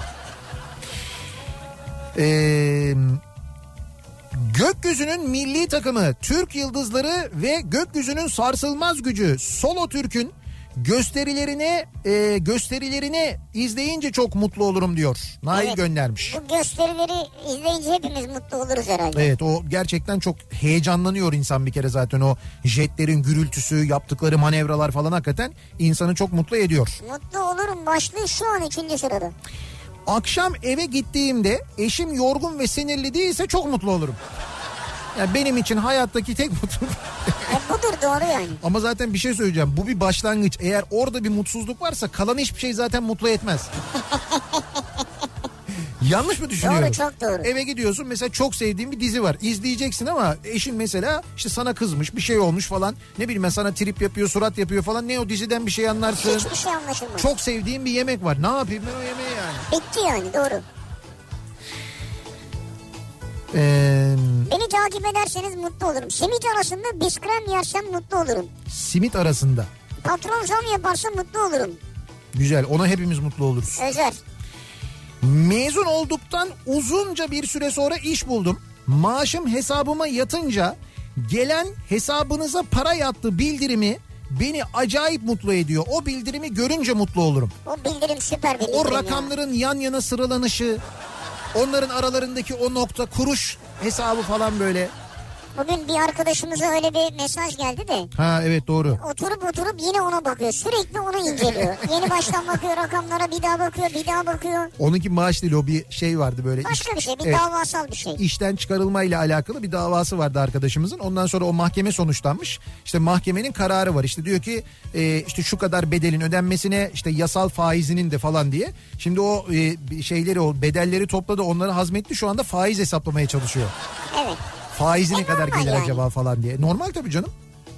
Speaker 1: Ee, gökyüzünün milli takımı Türk Yıldızları ve gökyüzünün sarsılmaz gücü Solo Türk'ün gösterilerini e, gösterilerini izleyince çok mutlu olurum diyor. Nail
Speaker 2: Evet.
Speaker 1: göndermiş.
Speaker 2: bu gösterileri izleyince hepimiz mutlu oluruz herhalde.
Speaker 1: Evet, o gerçekten çok heyecanlanıyor insan bir kere, zaten o jetlerin gürültüsü, yaptıkları manevralar falan hakikaten insanı çok mutlu ediyor.
Speaker 2: Mutlu olurum başlığı şu an ikinci sırada.
Speaker 1: Akşam eve gittiğimde eşim yorgun ve sinirli değilse çok mutlu olurum. Yani benim için hayattaki tek mutluluk.
Speaker 2: E, budur doğru yani.
Speaker 1: Ama zaten bir şey söyleyeceğim. Bu bir başlangıç. Eğer orada bir mutsuzluk varsa kalan hiçbir şey zaten mutlu etmez. Yanlış mı düşünüyorum?
Speaker 2: Doğru, çok doğru.
Speaker 1: Eve gidiyorsun mesela, çok sevdiğin bir dizi var. İzleyeceksin ama eşin mesela işte sana kızmış, bir şey olmuş falan. Ne bileyim ben, sana trip yapıyor, surat yapıyor falan. Ne o diziden bir şey anlarsın.
Speaker 2: Hiçbir şey anlaşılmaz.
Speaker 1: Çok sevdiğin bir yemek var. Ne yapayım ben o yemeği yani?
Speaker 2: Bitti yani, doğru.
Speaker 1: Ee,
Speaker 2: Beni takip ederseniz mutlu olurum. Simit arasında biskrem yersem mutlu olurum.
Speaker 1: simit arasında.
Speaker 2: Patron zam yaparsa mutlu olurum.
Speaker 1: Güzel, ona hepimiz mutlu oluruz.
Speaker 2: Özer.
Speaker 1: Mezun olduktan uzunca bir süre sonra iş buldum. Maaşım hesabıma yatınca gelen hesabınıza para yattı bildirimi beni acayip mutlu ediyor. O bildirimi görünce mutlu olurum.
Speaker 2: O bildirim süper bir bildirim
Speaker 1: O
Speaker 2: ya.
Speaker 1: rakamların yan yana sıralanışı, onların aralarındaki o nokta, kuruş hesabı falan böyle.
Speaker 2: Bugün bir arkadaşımıza öyle bir mesaj geldi de.
Speaker 1: Ha evet, doğru.
Speaker 2: Oturup oturup yine ona bakıyor. Sürekli onu inceliyor. Yeni baştan bakıyor rakamlara, bir daha bakıyor, bir daha bakıyor.
Speaker 1: Onunki maaş değil, o bir şey vardı böyle.
Speaker 2: Başka
Speaker 1: iş-
Speaker 2: bir şey, bir
Speaker 1: evet,
Speaker 2: davasal bir şey.
Speaker 1: işten çıkarılmayla alakalı bir davası vardı arkadaşımızın. Ondan sonra o mahkeme sonuçlanmış. İşte mahkemenin kararı var. İşte diyor ki e, işte şu kadar bedelin ödenmesine işte yasal faizinin de falan diye. Şimdi o e, şeyleri, o bedelleri topladı, onları hazmetti, şu anda faiz hesaplamaya çalışıyor.
Speaker 2: Evet.
Speaker 1: Faizi ne
Speaker 2: E,
Speaker 1: kadar
Speaker 2: normal
Speaker 1: gelir
Speaker 2: yani.
Speaker 1: acaba falan diye. Normal tabii canım.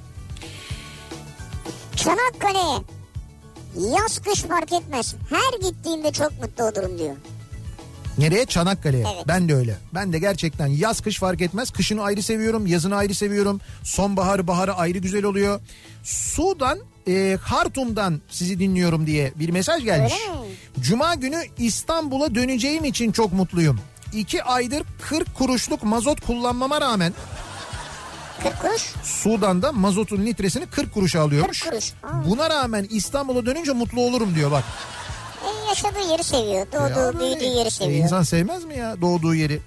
Speaker 2: Çanakkale'ye yaz kış fark etmez. Her gittiğimde çok mutlu olurum diyor.
Speaker 1: Nereye? Çanakkale'ye.
Speaker 2: Evet.
Speaker 1: Ben de öyle. Ben de gerçekten yaz kış fark etmez. Kışını ayrı seviyorum, yazını ayrı seviyorum. Sonbaharı, baharı ayrı güzel oluyor. Sudan, e, Hartum'dan sizi dinliyorum diye bir mesaj gelmiş.
Speaker 2: Öyle mi?
Speaker 1: Cuma günü İstanbul'a döneceğim için çok mutluyum. İki aydır kırk kuruşluk mazot kullanmama rağmen
Speaker 2: kırk kuruş.
Speaker 1: Sudan'da mazotun litresini kırk kuruşa alıyormuş.
Speaker 2: kırk kuruş. Aa.
Speaker 1: Buna rağmen İstanbul'a dönünce mutlu olurum diyor bak.
Speaker 2: E, yaşadığı yeri seviyor. Doğduğu,
Speaker 1: Ya böyle,
Speaker 2: büyüdüğü yeri
Speaker 1: e,
Speaker 2: seviyor.
Speaker 1: İnsan sevmez mi ya doğduğu yeri?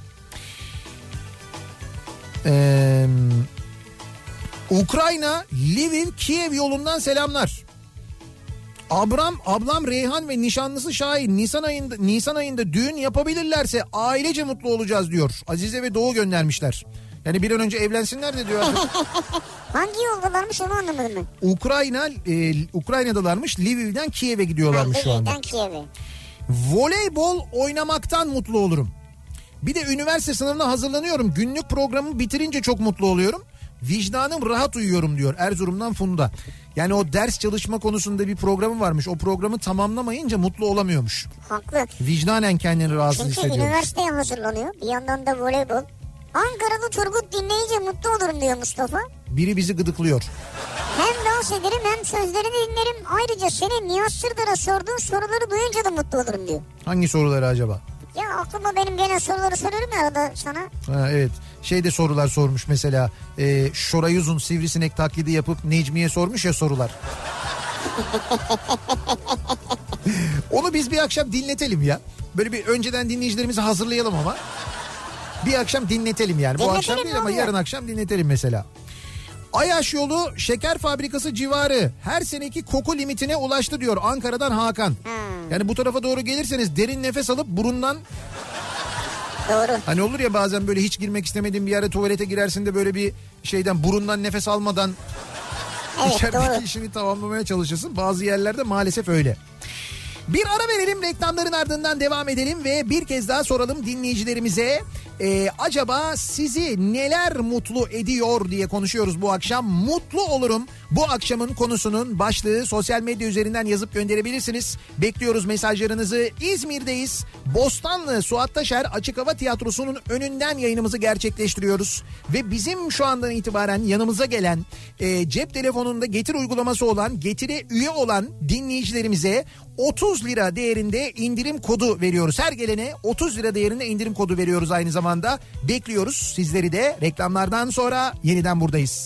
Speaker 1: Ee, Ukrayna, Lviv, Kiev yolundan selamlar. Abram, ablam Reyhan ve nişanlısı Şahin Nisan ayında Nisan ayında düğün yapabilirlerse ailece mutlu olacağız diyor. Azize ve Doğu göndermişler. Yani bir an önce evlensinler de diyor artık.
Speaker 2: Hangi yoldalarmış onu anlamadım ben.
Speaker 1: Ukrayna, e, Ukrayna'dalarmış, Lviv'den Kiev'e gidiyorlarmış şu anda.
Speaker 2: Lviv'den Kiev'e.
Speaker 1: Voleybol oynamaktan mutlu olurum. Bir de üniversite sınavına hazırlanıyorum. Günlük programı bitirince çok mutlu oluyorum. Vicdanım rahat uyuyorum diyor Erzurum'dan Funda. Yani o ders çalışma konusunda bir programı varmış. O programı tamamlamayınca mutlu olamıyormuş.
Speaker 2: Haklı.
Speaker 1: Vicdanen kendini rahatsız
Speaker 2: Çünkü
Speaker 1: hissediyormuş.
Speaker 2: üniversiteye hazırlanıyor. Bir yandan da voleybol. Ankara'da Turgut dinleyince mutlu olurum diyor Mustafa.
Speaker 1: Biri bizi gıdıklıyor.
Speaker 2: Hem dans ederim hem sözlerini dinlerim. Ayrıca senin Nihat Sırdar'a sorduğun soruları duyunca da mutlu olurum diyor.
Speaker 1: Hangi soruları acaba?
Speaker 2: Ya aklıma benim gene soruları soruyorum ya arada sana.
Speaker 1: Ha, evet. şeyde sorular sormuş mesela. E, Şoray Uzun sivrisinek taklidi yapıp Necmiye sormuş ya sorular. Onu biz bir akşam dinletelim ya. Böyle bir önceden dinleyicilerimizi hazırlayalım ama. Bir akşam dinletelim yani.
Speaker 2: Dinletelim,
Speaker 1: bu akşam değil ama yarın akşam dinletelim mesela. Ayaş yolu şeker fabrikası civarı her seneki koku limitine ulaştı diyor Ankara'dan Hakan.
Speaker 2: Hmm.
Speaker 1: Yani bu tarafa doğru gelirseniz derin nefes alıp burundan...
Speaker 2: Doğru.
Speaker 1: Hani olur ya bazen böyle hiç girmek istemediğin bir yere tuvalete girersin de böyle bir şeyden burundan nefes almadan
Speaker 2: evet,
Speaker 1: içerideki
Speaker 2: doğru.
Speaker 1: işini tamamlamaya çalışırsın. Bazı yerlerde maalesef öyle. Bir ara verelim, reklamların ardından devam edelim ve bir kez daha soralım dinleyicilerimize. Ee, acaba sizi neler mutlu ediyor diye konuşuyoruz bu akşam. Mutlu olurum. Bu akşamın konusunun başlığı, sosyal medya üzerinden yazıp gönderebilirsiniz. Bekliyoruz mesajlarınızı. İzmir'deyiz. Bostanlı Suat Taşer Açık Hava Tiyatrosu'nun önünden yayınımızı gerçekleştiriyoruz. Ve bizim şu andan itibaren yanımıza gelen e, cep telefonunda Getir uygulaması olan, Getir'e üye olan dinleyicilerimize otuz lira değerinde indirim kodu veriyoruz. Her gelene otuz lira değerinde indirim kodu veriyoruz aynı zamanda. Bekliyoruz sizleri de. Reklamlardan sonra yeniden buradayız.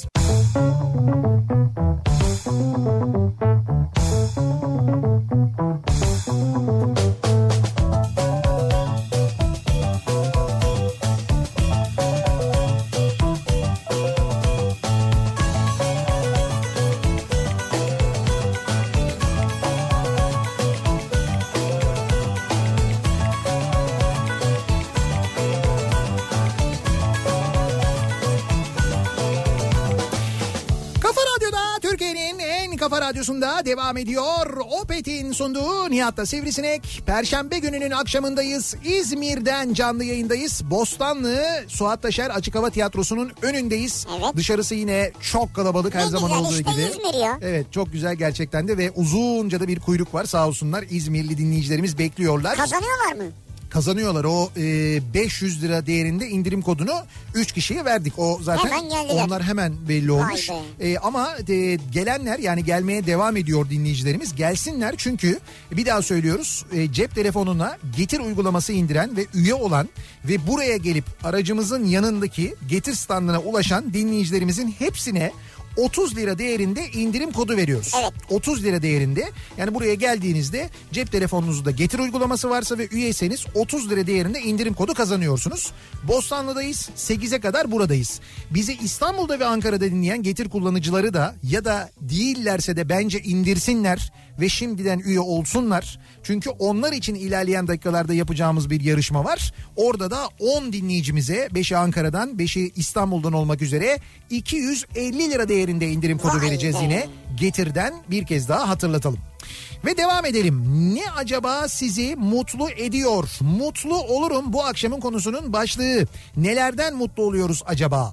Speaker 1: Kafa Radyosu'nda devam ediyor. Opet'in sunduğu Nihat'la Sivrisinek. Perşembe gününün akşamındayız. İzmir'den canlı yayındayız. Bostanlı Suat Taşer Açık Hava Tiyatrosu'nun önündeyiz.
Speaker 2: Evet.
Speaker 1: Dışarısı yine çok kalabalık her
Speaker 2: ne
Speaker 1: zaman
Speaker 2: güzel,
Speaker 1: olduğu
Speaker 2: işte
Speaker 1: gibi.
Speaker 2: İzmir ya.
Speaker 1: Evet, çok güzel gerçekten de ve uzunca da bir kuyruk var sağ olsunlar. İzmirli dinleyicilerimiz bekliyorlar.
Speaker 2: Kazanıyorlar mı?
Speaker 1: Kazanıyorlar. O e, beş yüz lira değerinde indirim kodunu üç kişiye verdik. O zaten onlar hemen belli olmuş. E, ama e, gelenler, yani gelmeye devam ediyor dinleyicilerimiz, gelsinler çünkü bir daha söylüyoruz, e, cep telefonuna Getir uygulaması indiren ve üye olan ve buraya gelip aracımızın yanındaki Getir standına ulaşan dinleyicilerimizin hepsine otuz lira değerinde indirim kodu veriyoruz.
Speaker 2: Evet.
Speaker 1: otuz lira değerinde. Yani buraya geldiğinizde cep telefonunuzda Getir uygulaması varsa ve üyeyseniz otuz lira değerinde indirim kodu kazanıyorsunuz. Bostanlı'dayız. sekize kadar buradayız. Bizi İstanbul'da ve Ankara'da dinleyen Getir kullanıcıları da ya da değillerse de bence indirsinler ve şimdiden üye olsunlar. Çünkü onlar için ilerleyen dakikalarda yapacağımız bir yarışma var. Orada da on dinleyicimize, beşi Ankara'dan, beşi İstanbul'dan olmak üzere iki yüz elli lira değerinde indirim kodu
Speaker 2: Vay
Speaker 1: vereceğiz
Speaker 2: be.
Speaker 1: yine. Getir'den bir kez daha hatırlatalım. Ve devam edelim. Ne acaba sizi mutlu ediyor? Mutlu olurum bu akşamın konusunun başlığı. Nelerden mutlu oluyoruz acaba?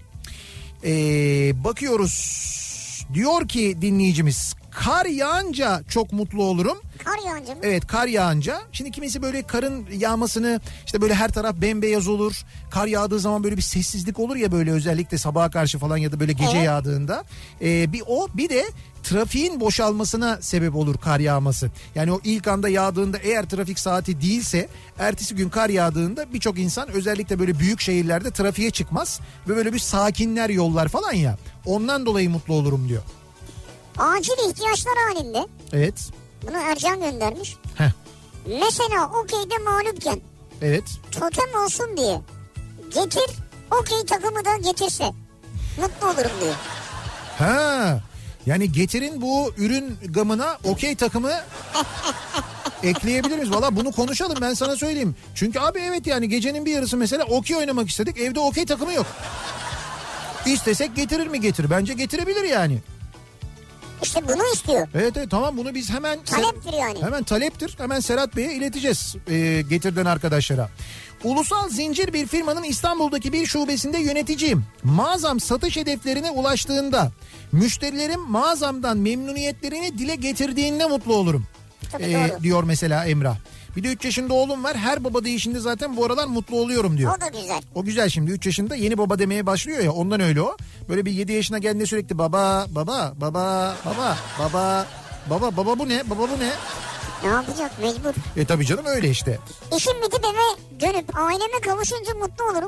Speaker 1: Ee, bakıyoruz. Diyor ki dinleyicimiz, kar yağınca çok mutlu olurum.
Speaker 2: Kar yağınca mı?
Speaker 1: Evet, kar yağınca. Şimdi kimisi böyle karın yağmasını, işte böyle her taraf bembeyaz olur. Kar yağdığı zaman böyle bir sessizlik olur ya, böyle özellikle sabaha karşı falan ya da böyle gece
Speaker 2: Evet.
Speaker 1: yağdığında. Ee, bir o bir de trafiğin boşalmasına sebep olur kar yağması. Yani o ilk anda yağdığında eğer trafik saati değilse, ertesi gün kar yağdığında birçok insan özellikle böyle büyük şehirlerde trafiğe çıkmaz. Ve böyle bir sakinler yollar falan ya. Ondan dolayı mutlu olurum diyor.
Speaker 2: Acil ihtiyaçlar halinde.
Speaker 1: Evet.
Speaker 2: Bunu Ercan göndermiş.
Speaker 1: Heh.
Speaker 2: Mesela okeyde mağlupken
Speaker 1: Evet.
Speaker 2: totem olsun diye Getir okey takımı da getirse mutlu olurum diyor.
Speaker 1: Ha. Yani Getir'in bu ürün gamına okey takımı ekleyebilir miyiz? Valla bunu konuşalım, ben sana söyleyeyim. Çünkü abi evet, yani gecenin bir yarısı mesela okey oynamak istedik. Evde okey takımı yok. İstesek getirir mi Getir? Bence getirebilir yani.
Speaker 2: İşte bunu istiyor.
Speaker 1: Evet evet, tamam, bunu biz hemen...
Speaker 2: Taleptir yani.
Speaker 1: Hemen taleptir. Hemen Serhat Bey'e ileteceğiz e, Getir'den arkadaşlara. Ulusal zincir bir firmanın İstanbul'daki bir şubesinde yöneticiyim. Mağazam satış hedeflerine ulaştığında müşterilerim mağazamdan memnuniyetlerini dile getirdiğinde mutlu olurum.
Speaker 2: Tabii,
Speaker 1: E,
Speaker 2: doğru.
Speaker 1: diyor mesela Emrah. Bir de üç yaşında oğlum var. Her baba deyişinde zaten bu aralar mutlu oluyorum diyor.
Speaker 2: O da güzel.
Speaker 1: O güzel, şimdi üç yaşında yeni baba demeye başlıyor ya, ondan öyle o. Böyle bir yedi yaşına geldiğinde sürekli baba baba baba baba baba baba baba bu ne baba bu ne?
Speaker 2: Ne yapacak, mecbur.
Speaker 1: E tabii canım, öyle işte.
Speaker 2: İşim bitip eve dönüp aileme kavuşunca mutlu olurum.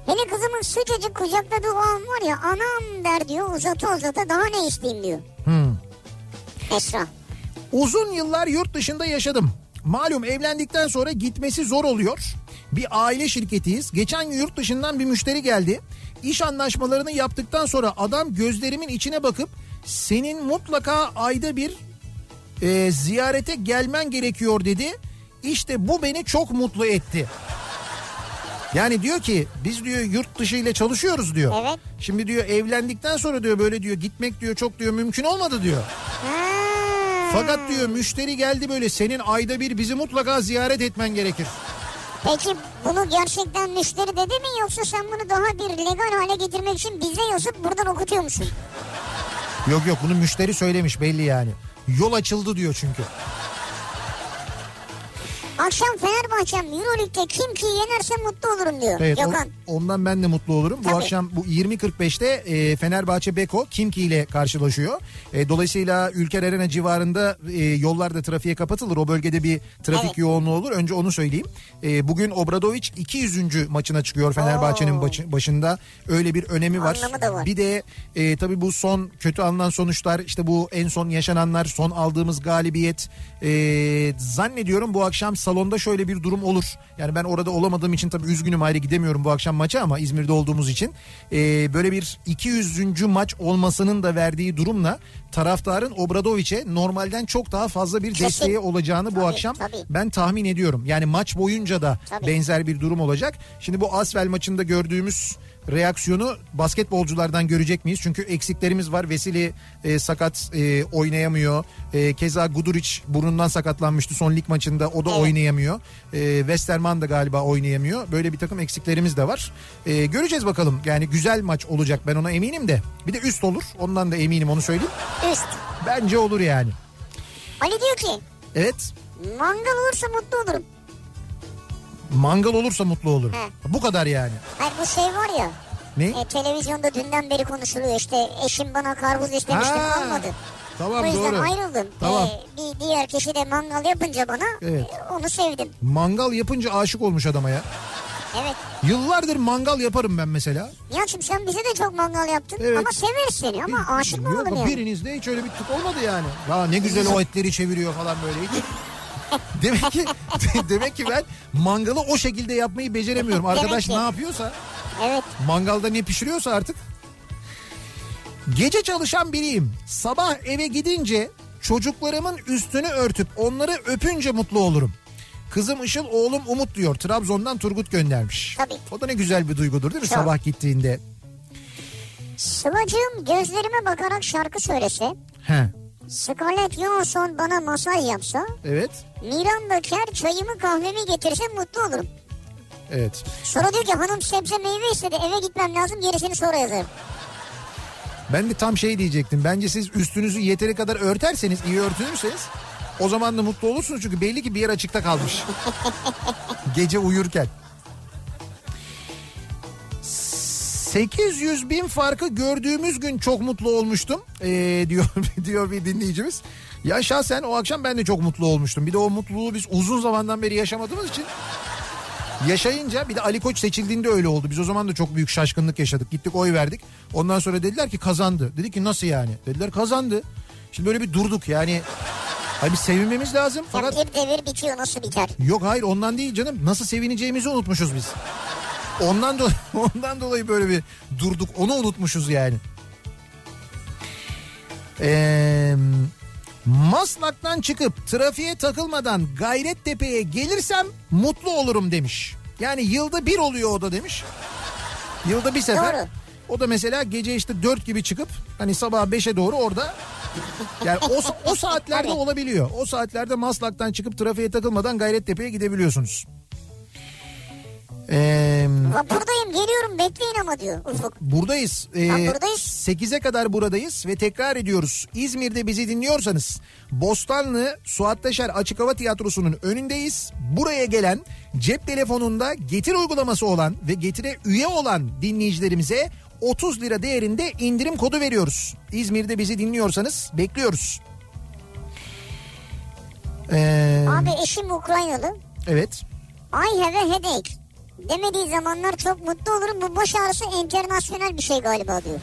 Speaker 2: Hele kızımın sıcacık kucakladığı o an var ya, anam der diyor, uzata uzata daha ne isteyeyim diyor.
Speaker 1: Hmm.
Speaker 2: Esra.
Speaker 1: Uzun yıllar yurt dışında yaşadım. Malum evlendikten sonra gitmesi zor oluyor. Bir aile şirketiyiz. Geçen gün yurt dışından bir müşteri geldi. İş anlaşmalarını yaptıktan sonra adam gözlerimin içine bakıp senin mutlaka ayda bir e, ziyarete gelmen gerekiyor dedi. İşte bu beni çok mutlu etti. Yani diyor ki biz diyor yurt dışı ile çalışıyoruz diyor.
Speaker 2: Evet.
Speaker 1: Şimdi diyor evlendikten sonra diyor böyle diyor gitmek diyor çok diyor mümkün olmadı diyor.
Speaker 2: Ha.
Speaker 1: Fakat diyor müşteri geldi böyle senin ayda bir bizi mutlaka ziyaret etmen gerekir.
Speaker 2: Peki bunu gerçekten müşteri dedi mi, yoksa sen bunu daha bir legal hale getirmek için bize yazıp buradan okutuyor musun?
Speaker 1: Yok yok bunu müşteri söylemiş belli yani. Yol açıldı diyor çünkü.
Speaker 2: Akşam Fenerbahçem Euroleague'de kim ki yenerse mutlu olurum diyor.
Speaker 1: Evet,
Speaker 2: Gökhan.
Speaker 1: O, ondan ben de mutlu olurum. Bu
Speaker 2: Tabii.
Speaker 1: akşam bu yirmi kırk beşte e, Fenerbahçe Beko Kimki ile karşılaşıyor. E, dolayısıyla Ülker Arena civarında e, yollar da trafiğe kapatılır. O bölgede bir trafik
Speaker 2: Evet.
Speaker 1: yoğunluğu olur. Önce onu söyleyeyim. E, bugün Obradoviç iki yüzüncü maçına çıkıyor Fenerbahçe'nin başı, başında. Öyle bir önemi var.
Speaker 2: Anlamı da var.
Speaker 1: Bir de e, tabii bu son kötü alınan sonuçlar, işte bu en son yaşananlar, son aldığımız galibiyet. E, zannediyorum bu akşam salonda şöyle bir durum olur. Yani ben orada olamadığım için tabii üzgünüm, ayrı gidemiyorum bu akşam maça, ama İzmir'de olduğumuz için e, böyle bir iki yüzüncü maç olmasının da verdiği durumla taraftarın Obradoviç'e normalden çok daha fazla bir
Speaker 2: Kesin.
Speaker 1: desteği olacağını bu
Speaker 2: Tabii,
Speaker 1: akşam
Speaker 2: tabii.
Speaker 1: ben tahmin ediyorum. Yani maç boyunca da
Speaker 2: Tabii.
Speaker 1: benzer bir durum olacak. Şimdi bu Asvel maçında gördüğümüz reaksiyonu basketbolculardan görecek miyiz? Çünkü eksiklerimiz var. Vesili e, sakat, e, oynayamıyor. E, keza Guduric burnundan sakatlanmıştı son lig maçında. O da
Speaker 2: Evet.
Speaker 1: oynayamıyor. E, Westerman da galiba oynayamıyor. Böyle bir takım eksiklerimiz de var. E, göreceğiz bakalım. Yani güzel maç olacak, ben ona eminim de. Bir de üst olur. Ondan da eminim, onu söyleyeyim.
Speaker 2: Üst.
Speaker 1: Bence olur yani.
Speaker 2: Ali diyor ki
Speaker 1: Evet.
Speaker 2: mangal olursa mutlu olurum.
Speaker 1: Mangal olursa mutlu olurum.
Speaker 2: He.
Speaker 1: Bu kadar yani.
Speaker 2: Hayır, bu şey var ya.
Speaker 1: Ne?
Speaker 2: E, televizyonda dünden beri konuşuluyor, işte eşim bana karpuz istemişti,
Speaker 1: Ha,
Speaker 2: kalmadı.
Speaker 1: Tamam,
Speaker 2: o yüzden
Speaker 1: doğru.
Speaker 2: ayrıldım.
Speaker 1: Tamam.
Speaker 2: E, bir diğer kişi de mangal yapınca bana
Speaker 1: Evet.
Speaker 2: e, onu sevdim.
Speaker 1: Mangal yapınca aşık olmuş adama ya.
Speaker 2: Evet.
Speaker 1: Yıllardır mangal yaparım ben mesela.
Speaker 2: Nihat'cığım sen bize de çok mangal yaptın
Speaker 1: Evet.
Speaker 2: ama severiz seni, ama aşık mı
Speaker 1: Yok,
Speaker 2: oldun yani?
Speaker 1: birinizde hiç öyle bir tık olmadı yani. Ya ne güzel o etleri çeviriyor falan böyle hiç. Demek ki demek ki ben mangalı o şekilde yapmayı beceremiyorum.
Speaker 2: Demek
Speaker 1: Arkadaş
Speaker 2: ki.
Speaker 1: ne yapıyorsa,
Speaker 2: Evet.
Speaker 1: mangalda ne pişiriyorsa artık. Gece çalışan biriyim. Sabah eve gidince çocuklarımın üstünü örtüp onları öpünce mutlu olurum. Kızım Işıl, oğlum Umut diyor. Trabzon'dan Turgut göndermiş.
Speaker 2: Tabii.
Speaker 1: O da ne güzel bir duygudur değil mi?
Speaker 2: Çok.
Speaker 1: Sabah gittiğinde.
Speaker 2: Sıvacığım gözlerime bakarak şarkı söylese,
Speaker 1: He.
Speaker 2: Scarlett Johansson bana masaj yapsa,
Speaker 1: Evet.
Speaker 2: Miranda Kerr çayımı kahvemi getirse mutlu olurum.
Speaker 1: Evet.
Speaker 2: Sonra diyor ki hanım sebze meyve istedi, eve gitmem lazım, gerisini sonra yazarım.
Speaker 1: Ben de tam şey diyecektim. Bence siz üstünüzü yeteri kadar örterseniz, iyi örtünürseniz o zaman da mutlu olursunuz. Çünkü belli ki bir yer açıkta kalmış. Gece uyurken. sekiz yüz bin farkı gördüğümüz gün çok mutlu olmuştum ee, diyor diyor bir dinleyicimiz. Ya şahsen o akşam ben de çok mutlu olmuştum. Bir de o mutluluğu biz uzun zamandan beri yaşamadığımız için yaşayınca, bir de Ali Koç seçildiğinde öyle oldu. Biz o zaman da çok büyük şaşkınlık yaşadık. Gittik oy verdik. Ondan sonra dediler ki kazandı. Dedik ki nasıl yani? Dediler kazandı. Şimdi böyle bir durduk yani. Hayır, bir sevinmemiz lazım. Fakat
Speaker 2: Ya bir devir bitiyor, nasıl biter?
Speaker 1: yok hayır, ondan değil canım. Nasıl sevineceğimizi unutmuşuz biz. Ondan dolayı, ondan dolayı böyle bir durduk. Onu unutmuşuz yani. Eee... Maslak'tan çıkıp trafiğe takılmadan Gayrettepe'ye gelirsem mutlu olurum demiş. Yani yılda bir oluyor o da demiş. Yılda bir sefer.
Speaker 2: Doğru.
Speaker 1: O da mesela gece işte dört gibi çıkıp hani sabah beşe doğru orada. Yani o, o saatlerde
Speaker 2: Tabii.
Speaker 1: olabiliyor. O saatlerde Maslak'tan çıkıp trafiğe takılmadan Gayrettepe'ye gidebiliyorsunuz. Eee...
Speaker 2: Vapurdayım, geliyorum, bekleyin ama diyor Ufuk.
Speaker 1: Buradayız. Ee,
Speaker 2: Ha, buradayız.
Speaker 1: sekize kadar buradayız ve tekrar ediyoruz. İzmir'de bizi dinliyorsanız Bostanlı Suat Taşer Açık Hava Tiyatrosu'nun önündeyiz. Buraya gelen, cep telefonunda Getir uygulaması olan ve Getir'e üye olan dinleyicilerimize otuz lira değerinde indirim kodu veriyoruz. İzmir'de bizi dinliyorsanız bekliyoruz. Ee,
Speaker 2: Abi eşim Ukraynalı.
Speaker 1: evet.
Speaker 2: I have a headache. demediği zamanlar çok mutlu olurum. Bu baş ağrısı internasyonel bir şey galiba diyor.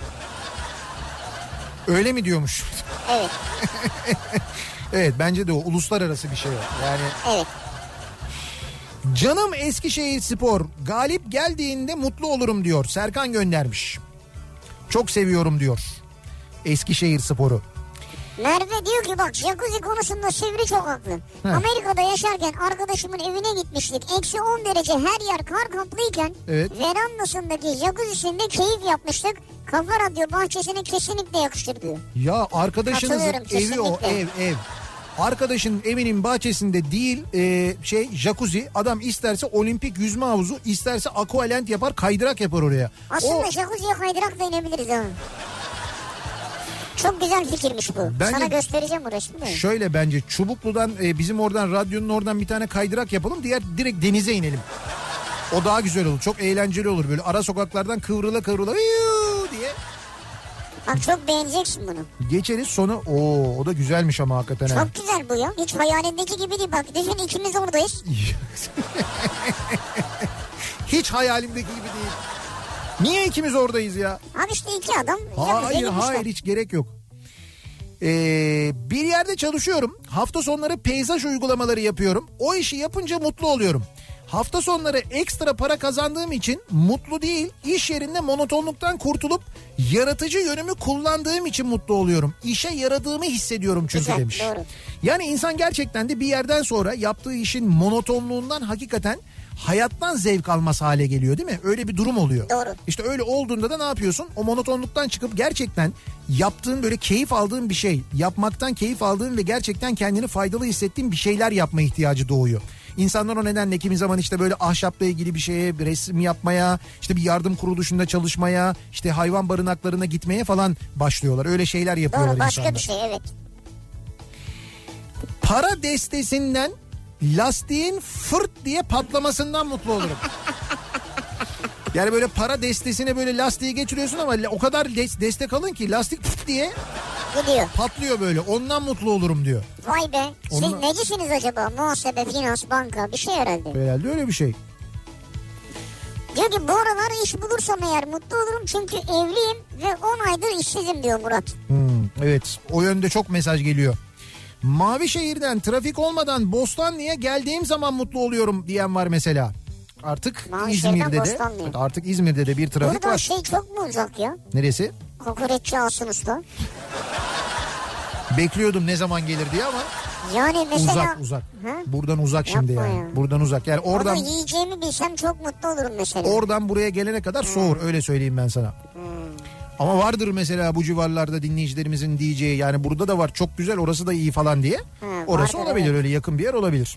Speaker 1: Öyle mi diyormuş?
Speaker 2: Evet.
Speaker 1: Evet, bence de o uluslararası bir şey o. Yani.
Speaker 2: Evet.
Speaker 1: Canım Eskişehirspor galip geldiğinde mutlu olurum diyor. Serkan göndermiş. Çok seviyorum diyor Eskişehirspor'u.
Speaker 2: Merve diyor ki bak jacuzzi konusunda Sivri çok haklı.
Speaker 1: He.
Speaker 2: Amerika'da yaşarken arkadaşımın evine gitmiştik. Eksi on derece her yer kar kaplıyken
Speaker 1: evet.
Speaker 2: verandasındaki jacuzzisinde keyif yapmıştık. Kafa Radyo bahçesine kesinlikle yakışır diyor.
Speaker 1: Ya arkadaşınızın evi o ev ev. Arkadaşın evinin bahçesinde değil e, şey jacuzzi, adam isterse olimpik yüzme havuzu, isterse aqualand yapar, kaydırak yapar oraya.
Speaker 2: Aslında
Speaker 1: o...
Speaker 2: jacuzziye kaydırak da inebiliriz ha. Çok güzel fikirmiş bu.
Speaker 1: Bence,
Speaker 2: sana göstereceğim o resmi de.
Speaker 1: Şöyle bence Çubuklu'dan e, bizim oradan radyonun oradan bir tane kaydırak yapalım, diğer direkt denize inelim. O daha güzel olur, çok eğlenceli olur, böyle ara sokaklardan kıvrıla kıvrıla diye.
Speaker 2: Bak çok beğeneceksin bunu.
Speaker 1: Geçeriz sonra. Oo, o da güzelmiş ama hakikaten.
Speaker 2: Çok
Speaker 1: ha.
Speaker 2: güzel bu ya. Hiç hayalindeki gibi değil. Bak düşün ikimiz oradayız.
Speaker 1: Hiç hayalimdeki gibi değil. Niye ikimiz oradayız ya?
Speaker 2: Abi işte iki adam.
Speaker 1: Hayır hayır hiç gerek yok. Ee, bir yerde çalışıyorum. Hafta sonları peyzaj uygulamaları yapıyorum. O işi yapınca mutlu oluyorum. Hafta sonları ekstra para kazandığım için mutlu değil, iş yerinde monotonluktan kurtulup yaratıcı yönümü kullandığım için mutlu oluyorum. İşe yaradığımı hissediyorum çünkü
Speaker 2: güzel,
Speaker 1: demiş.
Speaker 2: Doğru.
Speaker 1: Yani insan gerçekten de bir yerden sonra yaptığı işin monotonluğundan hakikaten hayattan zevk alması hale geliyor, değil mi? Öyle bir durum oluyor.
Speaker 2: Doğru.
Speaker 1: İşte öyle olduğunda da ne yapıyorsun? O monotonluktan çıkıp gerçekten yaptığın, böyle keyif aldığın bir şey, yapmaktan keyif aldığın ve gerçekten kendini faydalı hissettiğin bir şeyler yapma ihtiyacı doğuyor. İnsanlar o nedenle kimi zaman işte böyle ahşapla ilgili bir şeye, bir resim yapmaya, işte bir yardım kuruluşunda çalışmaya, işte hayvan barınaklarına gitmeye falan başlıyorlar. Öyle şeyler yapıyorlar
Speaker 2: insanlar. Doğru, başka
Speaker 1: insanlar.
Speaker 2: bir şey, evet.
Speaker 1: Para destesinden lastiğin fırt diye patlamasından mutlu olurum. Yani böyle para destesine böyle lastiği geçiriyorsun ama o kadar destek alın ki lastik fırt diye
Speaker 2: gidiyor.
Speaker 1: Patlıyor böyle. Ondan mutlu olurum diyor.
Speaker 2: Vay be. Siz
Speaker 1: Ondan...
Speaker 2: necisiniz acaba? Muhasebe, finans, banka bir şey herhalde.
Speaker 1: Herhalde öyle bir şey.
Speaker 2: Diyor ki bu aralar iş bulursam eğer mutlu olurum çünkü evliyim ve on aydır işsizim diyor Murat.
Speaker 1: Hmm, evet, o yönde çok mesaj geliyor. Mavişehir'den trafik olmadan Bostanlı'ya geldiğim zaman mutlu oluyorum diyen var mesela. Artık İzmir'de de artık İzmir'de de bir trafik
Speaker 2: Burada
Speaker 1: var.
Speaker 2: Burada şey çok mu uzak ya?
Speaker 1: Neresi?
Speaker 2: Kokoreççi Asım Usta.
Speaker 1: Bekliyordum ne zaman gelir diye ama.
Speaker 2: Yani mesela.
Speaker 1: Uzak uzak.
Speaker 2: Ha?
Speaker 1: Buradan uzak şimdi
Speaker 2: Yapma
Speaker 1: yani.
Speaker 2: Ya.
Speaker 1: Buradan uzak. Yani oradan.
Speaker 2: Orada yiyeceğimi bilsem çok mutlu olurum mesela.
Speaker 1: Oradan buraya gelene kadar hmm. soğur, öyle söyleyeyim ben sana. Hmm. Ama vardır mesela bu civarlarda dinleyicilerimizin diyeceği, yani burada da var çok güzel, orası da iyi falan diye. Hmm, orası vardır, olabilir, evet. Öyle yakın bir yer olabilir.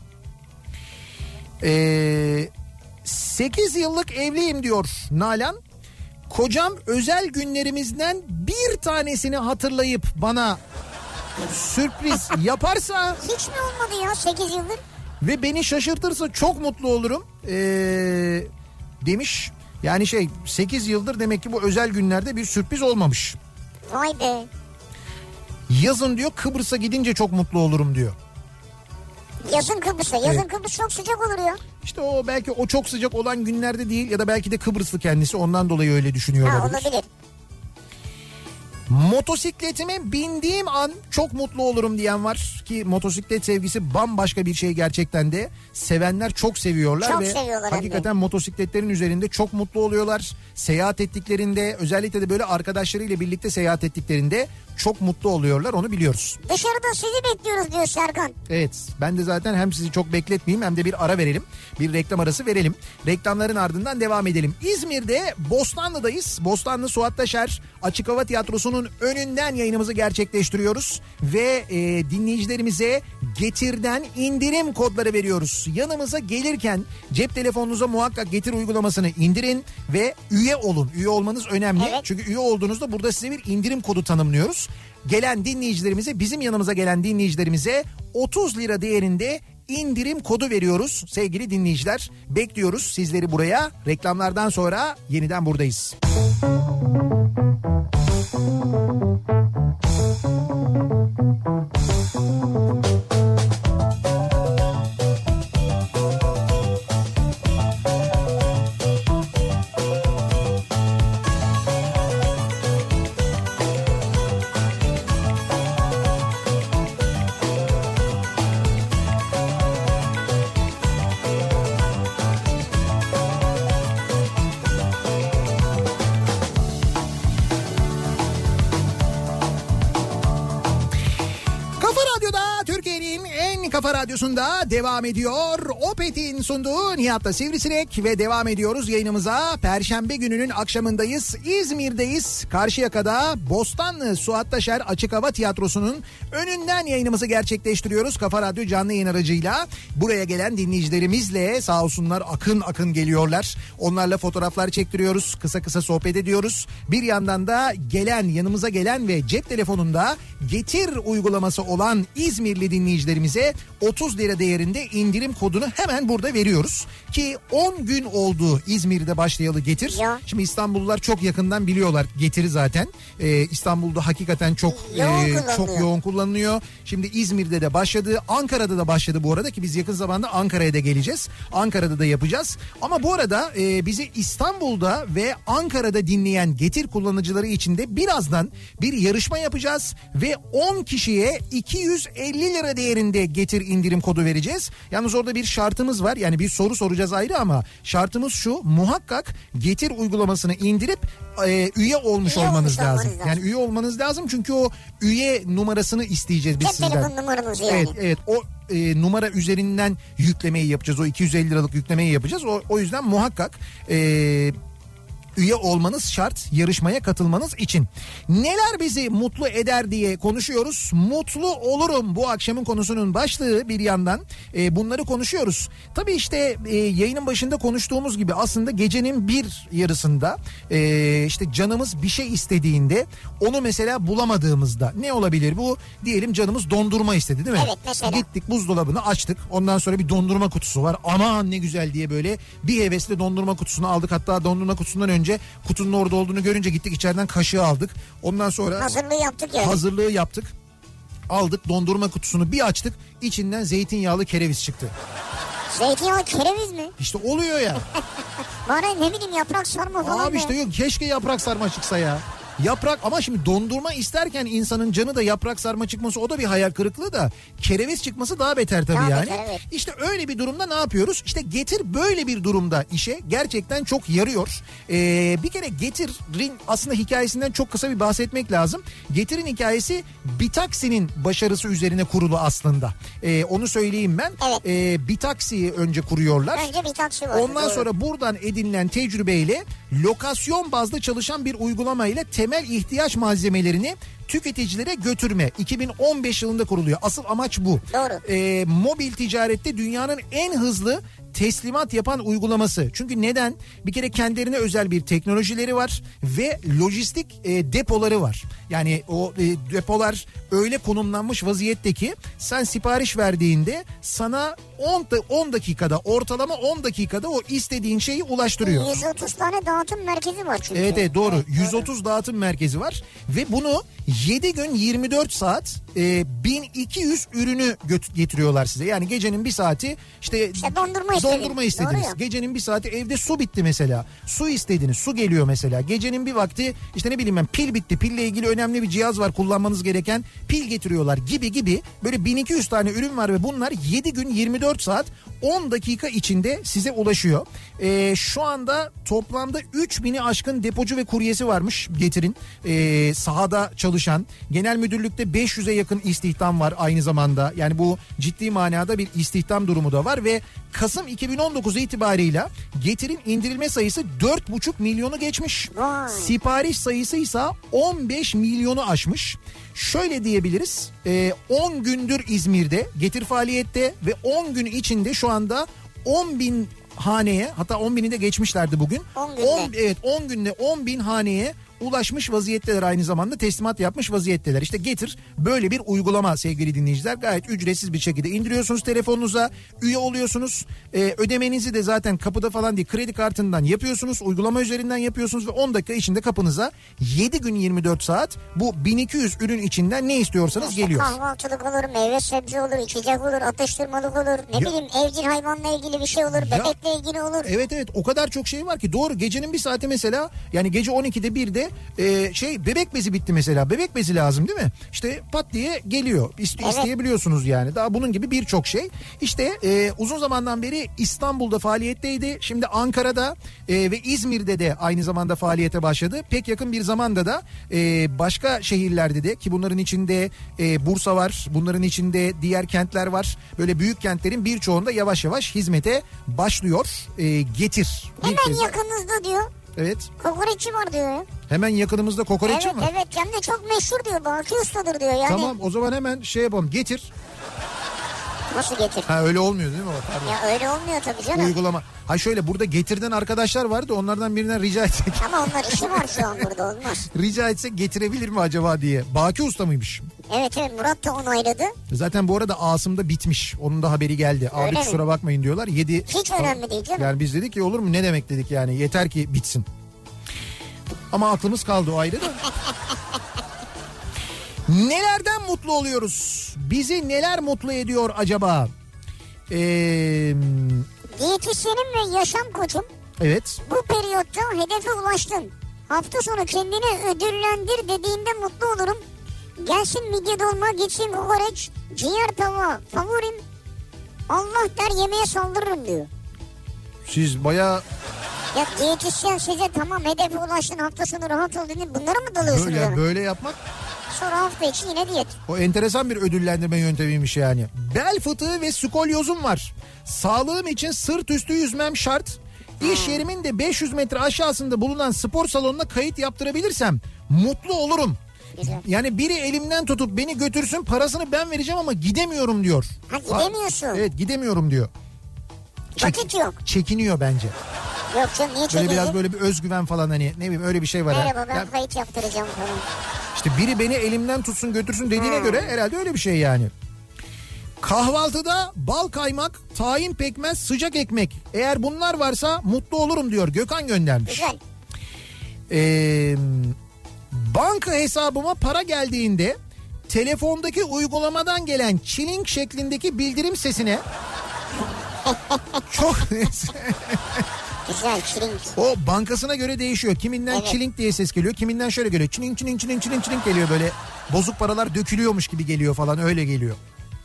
Speaker 1: Ee, sekiz yıllık evliyim diyor Nalan. Kocam özel günlerimizden bir tanesini hatırlayıp bana sürpriz yaparsa.
Speaker 2: Hiç mi olmadı ya sekiz yıldır?
Speaker 1: Ve beni şaşırtırsa çok mutlu olurum ee, demiş. Yani şey, sekiz yıldır demek ki bu özel günlerde bir sürpriz olmamış.
Speaker 2: Vay be.
Speaker 1: Yazın diyor Kıbrıs'a gidince çok mutlu olurum diyor.
Speaker 2: Yazın Kıbrıs'a. Yazın evet. Kıbrıs çok sıcak olur ya.
Speaker 1: İşte o belki o çok sıcak olan günlerde değil ya da belki de Kıbrıslı kendisi, ondan dolayı öyle düşünüyor
Speaker 2: ha,
Speaker 1: olabilir.
Speaker 2: olabilir.
Speaker 1: Motosikletime bindiğim an çok mutlu olurum diyen var ki motosiklet sevgisi bambaşka bir şey gerçekten de. Sevenler çok seviyorlar
Speaker 2: çok
Speaker 1: ve
Speaker 2: seviyorlar
Speaker 1: hakikaten
Speaker 2: anne.
Speaker 1: Motosikletlerin üzerinde çok mutlu oluyorlar. Seyahat ettiklerinde, özellikle de böyle arkadaşlarıyla birlikte seyahat ettiklerinde çok mutlu oluyorlar, onu biliyoruz.
Speaker 2: Dışarıda sizi bekliyoruz diyor Serkan.
Speaker 1: Evet, ben de zaten hem sizi çok bekletmeyeyim hem de bir ara verelim. Bir reklam arası verelim. Reklamların ardından devam edelim. İzmir'de Bostanlı'dayız. Bostanlı Suat Taşer Açık Hava Tiyatrosu'nun önünden yayınımızı gerçekleştiriyoruz. Ve e, dinleyicilerimize Getir'den indirim kodları veriyoruz. Yanımıza gelirken cep telefonunuza muhakkak Getir uygulamasını indirin ve üye olun. Üye olmanız önemli. Evet. Çünkü üye olduğunuzda burada size bir indirim kodu tanımlıyoruz. Gelen dinleyicilerimize, bizim yanımıza gelen dinleyicilerimize otuz lira değerinde indirim kodu veriyoruz sevgili dinleyiciler. Bekliyoruz sizleri buraya. Reklamlardan sonra yeniden buradayız. Kafa Radyo'da, Türkiye'nin en kafa radyosunda devam ediyor. Opet'in sunduğu Nihat'la Sivrisinek ve devam ediyoruz yayınımıza. Perşembe gününün akşamındayız. İzmir'deyiz. Karşıyaka'da Bostanlı Suat Taşer Açık Hava Tiyatrosu'nun önünden yayınımızı gerçekleştiriyoruz. Kafa Radyo canlı yayın aracıyla. Buraya gelen dinleyicilerimizle sağ olsunlar akın akın geliyorlar. Onlarla fotoğraflar çektiriyoruz. Kısa kısa sohbet ediyoruz. Bir yandan da gelen, yanımıza gelen ve cep telefonunda Getir uygulaması olan İzmirli dinleyicilerimize otuz lira değerinde indirim kodunu hemen burada veriyoruz. Ki on gün oldu İzmir'de başlayalı Getir.
Speaker 2: Ya.
Speaker 1: Şimdi İstanbullular çok yakından biliyorlar Getir'i zaten. Ee, İstanbul'da hakikaten çok
Speaker 2: yoğun
Speaker 1: e, çok yoğun kullanılıyor. Şimdi İzmir'de de başladı. Ankara'da da başladı bu arada ki biz yakın zamanda Ankara'ya da geleceğiz. Ankara'da da yapacağız. Ama bu arada e, bizi İstanbul'da ve Ankara'da dinleyen Getir kullanıcıları için de birazdan bir yarışma yapacağız ve on kişiye iki yüz elli lira değerinde Getir indirim kodu vereceğiz. Yalnız orada bir şartımız var. Yani bir soru soracağız ayrı ama şartımız şu: muhakkak Getir uygulamasını indirip e, üye olmuş
Speaker 2: üye
Speaker 1: olmanız lazım.
Speaker 2: lazım.
Speaker 1: Yani üye olmanız lazım çünkü o üye numarasını isteyeceğiz biz
Speaker 2: Cep
Speaker 1: sizden.
Speaker 2: telefon numaranızı yani.
Speaker 1: Evet evet o e, numara üzerinden yüklemeyi yapacağız. O iki yüz elli liralık yüklemeyi yapacağız. O, o yüzden muhakkak e, üye olmanız şart yarışmaya katılmanız için. Neler bizi mutlu eder diye konuşuyoruz. Mutlu olurum bu akşamın konusunun başlığı bir yandan. E, bunları konuşuyoruz. Tabii işte e, yayının başında konuştuğumuz gibi aslında gecenin bir yarısında e, işte canımız bir şey istediğinde onu mesela bulamadığımızda ne olabilir bu? Diyelim canımız dondurma istedi değil mi?
Speaker 2: Evet mesela.
Speaker 1: Gittik buzdolabını açtık. Ondan sonra bir dondurma kutusu var. Aman ne güzel diye böyle bir hevesle dondurma kutusunu aldık. Hatta dondurma kutusundan önce Önce kutunun orada olduğunu görünce gittik içeriden kaşığı aldık. Ondan sonra
Speaker 2: hazırlığı yaptık yani.
Speaker 1: Hazırlığı yaptık. Aldık dondurma kutusunu bir açtık. İçinden zeytinyağlı kereviz çıktı.
Speaker 2: Zeytinyağlı kereviz mi?
Speaker 1: İşte oluyor ya.
Speaker 2: Bana ne bileyim yaprak sarma falan.
Speaker 1: Abi işte yok keşke yaprak sarma çıksa ya. Yaprak ama şimdi dondurma isterken insanın canı da yaprak sarma çıkması o da bir hayal kırıklığı da kereviz çıkması daha beter tabii
Speaker 2: daha
Speaker 1: yani.
Speaker 2: Beter, evet.
Speaker 1: İşte öyle bir durumda ne yapıyoruz? İşte Getir böyle bir durumda işe gerçekten çok yarıyor. Ee, bir kere Getir'in aslında hikayesinden çok kısa bir bahsetmek lazım. Getir'in hikayesi Bitaksi'nin başarısı üzerine kurulu aslında. Ee, onu söyleyeyim ben.
Speaker 2: Evet.
Speaker 1: Ee, Bitaksi'yi önce kuruyorlar.
Speaker 2: Önce Bitaksi var.
Speaker 1: Ondan doğru. Sonra buradan edinilen tecrübeyle lokasyon bazlı çalışan bir uygulamayla temel ihtiyaç malzemelerini tüketicilere götürme. iki bin on beş yılında kuruluyor. Asıl amaç bu.
Speaker 2: Doğru.
Speaker 1: Ee, mobil ticarette dünyanın en hızlı teslimat yapan uygulaması. Çünkü neden? Bir kere kendilerine özel bir teknolojileri var ve lojistik e, depoları var. Yani o e, depolar öyle konumlanmış vaziyette ki sen sipariş verdiğinde sana on dakikada ortalama on dakikada o istediğin şeyi ulaştırıyor.
Speaker 2: yüz otuz tane dağıtım merkezi var çünkü.
Speaker 1: Evet evet doğru.
Speaker 2: Evet,
Speaker 1: yüz otuz doğru. Dağıtım merkezi var ve bunu yedi gün yirmi dört saat e, bin iki yüz ürünü göt- getiriyorlar size. Yani gecenin bir saati işte,
Speaker 2: işte dondurma,
Speaker 1: dondurma istediniz. Gecenin bir saati evde su bitti mesela. Su istediniz. Su geliyor mesela. Gecenin bir vakti işte ne bileyim ben pil bitti. Pille ilgili önemli bir cihaz var kullanmanız gereken. Pil getiriyorlar gibi gibi. Böyle bin iki yüz tane ürün var ve bunlar yedi gün yirmi dört saat on dakika içinde size ulaşıyor. Ee, şu anda toplamda üç bini aşkın depocu ve kuryesi varmış Getir'in. Ee, sahada çalışan. Genel müdürlükte beş yüze yakın istihdam var aynı zamanda. Yani bu ciddi manada bir istihdam durumu da var ve Kasım iki bin on dokuz itibarıyla Getir'in indirilme sayısı dört buçuk milyonu geçmiş.
Speaker 2: Vay.
Speaker 1: Sipariş sayısı ise on beş milyonu aşmış. Şöyle diyebiliriz, on gündür İzmir'de Getir faaliyette ve on gün içinde şu anda on bin haneye, hatta on bini de geçmişlerdi bugün.
Speaker 2: on günde.
Speaker 1: on, evet on günde on bin haneye ulaşmış vaziyetteler, aynı zamanda teslimat yapmış vaziyetteler. İşte Getir böyle bir uygulama sevgili dinleyiciler. Gayet ücretsiz bir şekilde indiriyorsunuz telefonunuza, üye oluyorsunuz. Ee, ödemenizi de zaten kapıda falan değil kredi kartından yapıyorsunuz. Uygulama üzerinden yapıyorsunuz ve on dakika içinde kapınıza yedi gün yirmi dört saat bu bin iki yüz ürün içinden ne istiyorsanız
Speaker 2: işte
Speaker 1: geliyor.
Speaker 2: Kahvaltılık olur, meyve sebze olur, içecek olur, atıştırmalık olur. Ne
Speaker 1: Ya,
Speaker 2: bileyim evcil hayvanla ilgili bir şey olur, bebekle ilgili olur.
Speaker 1: Evet evet o kadar çok şey var ki doğru, gecenin bir saati mesela, yani gece on ikide birde e, şey bebek bezi bitti mesela. Bebek bezi lazım değil mi? İşte pat diye geliyor. İste,
Speaker 2: Evet.
Speaker 1: isteyebiliyorsunuz yani. Daha bunun gibi birçok şey. İşte e, uzun zamandan beri İstanbul'da faaliyetteydi. Şimdi Ankara'da e, ve İzmir'de de aynı zamanda faaliyete başladı. Pek yakın bir zamanda da e, başka şehirlerde de, ki bunların içinde e, Bursa var. Bunların içinde diğer kentler var. Böyle büyük kentlerin birçoğunda yavaş yavaş hizmete başlıyor. E, getir. Bir
Speaker 2: Hemen
Speaker 1: kez daha-
Speaker 2: yakınızda diyor.
Speaker 1: Evet.
Speaker 2: Kokoreççi var diyor ya.
Speaker 1: Hemen yakınımızda kokoreççi
Speaker 2: Evet
Speaker 1: mi var?
Speaker 2: evet, hem de çok meşhur diyor. Baki ustadır diyor yani.
Speaker 1: Tamam, o zaman hemen şey yapalım. Getir.
Speaker 2: Nasıl getir?
Speaker 1: Ha, öyle olmuyor değil mi o? Pardon.
Speaker 2: Ya öyle olmuyor tabii canım.
Speaker 1: Uygulama. Ha şöyle, burada getirden arkadaşlar vardı, onlardan birinden rica etsek.
Speaker 2: Ama onlar işi var şu an, burada olmaz.
Speaker 1: rica etsek getirebilir mi acaba diye. Baki Usta mıymış?
Speaker 2: Evet evet, Murat da onayladı.
Speaker 1: Zaten bu arada Asım'da bitmiş. Onun da haberi geldi. Abi
Speaker 2: Öyle
Speaker 1: kusura
Speaker 2: mi?
Speaker 1: bakmayın diyorlar. Yedi.
Speaker 2: Hiç önemli değil canım.
Speaker 1: Yani biz dedik ki olur mu, ne demek dedik yani, yeter ki bitsin. Ama aklımız kaldı, o ayrı da. Nelerden mutlu oluyoruz? Bizi neler mutlu ediyor acaba? Eee...
Speaker 2: Diyetisyenim ve yaşam koçum.
Speaker 1: Evet.
Speaker 2: Bu periyotta hedefe ulaştın. Hafta sonu kendini ödüllendir dediğinde mutlu olurum. Gelsin midye dolma, gitsin kokoreç, ciğer tava, favorim. Allah der, yemeğe saldırırım diyor.
Speaker 1: Siz bayağı
Speaker 2: Ya diyetisyen size tamam hedefe ulaştın, hafta sonu rahat ol dedi. Bunlara mı dalıyorsunuz?
Speaker 1: böyle,
Speaker 2: yani?
Speaker 1: böyle yapmak,
Speaker 2: Sonra hafta içi yine diyet.
Speaker 1: o enteresan bir ödüllendirme yöntemiymiş yani. Bel fıtığı ve skolyozum var. Sağlığım için sırt üstü yüzmem şart. İş yerimin de beş yüz metre aşağısında bulunan spor salonuna kayıt yaptırabilirsem mutlu olurum.
Speaker 2: Güzel.
Speaker 1: Yani biri elimden tutup beni götürsün, parasını ben vereceğim ama gidemiyorum diyor.
Speaker 2: Ha, gidemiyorsun.
Speaker 1: Evet, gidemiyorum diyor.
Speaker 2: Vakit yok.
Speaker 1: Çekiniyor bence.
Speaker 2: Yok canım, niye
Speaker 1: Böyle
Speaker 2: çekiyorsun?
Speaker 1: biraz böyle bir özgüven falan, hani ne bileyim, öyle bir şey var. ya.
Speaker 2: Merhaba ben
Speaker 1: Ya
Speaker 2: kayıt yaptıracağım falan.
Speaker 1: İşte biri beni elimden tutsun götürsün dediğine
Speaker 2: Hmm.
Speaker 1: göre herhalde öyle bir şey yani. Kahvaltıda bal kaymak, tahin pekmez, sıcak ekmek. Eğer bunlar varsa mutlu olurum diyor. Gökhan göndermiş.
Speaker 2: Güzel.
Speaker 1: Ee, banka hesabıma para geldiğinde telefondaki uygulamadan gelen çiling şeklindeki bildirim sesine çok
Speaker 2: Güzel, çilink.
Speaker 1: o bankasına göre değişiyor. Kiminden
Speaker 2: Evet.
Speaker 1: çiling diye ses geliyor, kiminden şöyle geliyor. Çiling çiling çiling çiling çiling geliyor, böyle bozuk paralar dökülüyormuş gibi geliyor falan, öyle geliyor.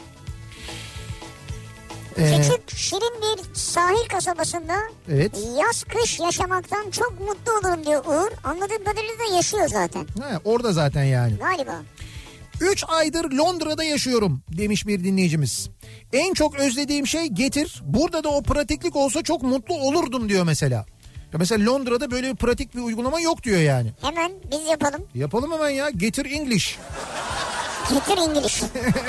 Speaker 1: Ee,
Speaker 2: Küçük şirin bir sahil kasabasında
Speaker 1: Evet.
Speaker 2: yaz kış yaşamaktan çok mutlu olurum diyor Uğur. Anladığım kadarıyla da yaşıyor zaten
Speaker 1: ha, orada zaten yani.
Speaker 2: galiba.
Speaker 1: üç aydır Londra'da yaşıyorum demiş bir dinleyicimiz. En çok özlediğim şey getir. Burada da o pratiklik olsa çok mutlu olurdum diyor mesela. Ya mesela Londra'da böyle bir pratik bir uygulama yok diyor yani.
Speaker 2: Hemen biz yapalım.
Speaker 1: Yapalım hemen ya. Getir English.
Speaker 2: Getir İngiliz.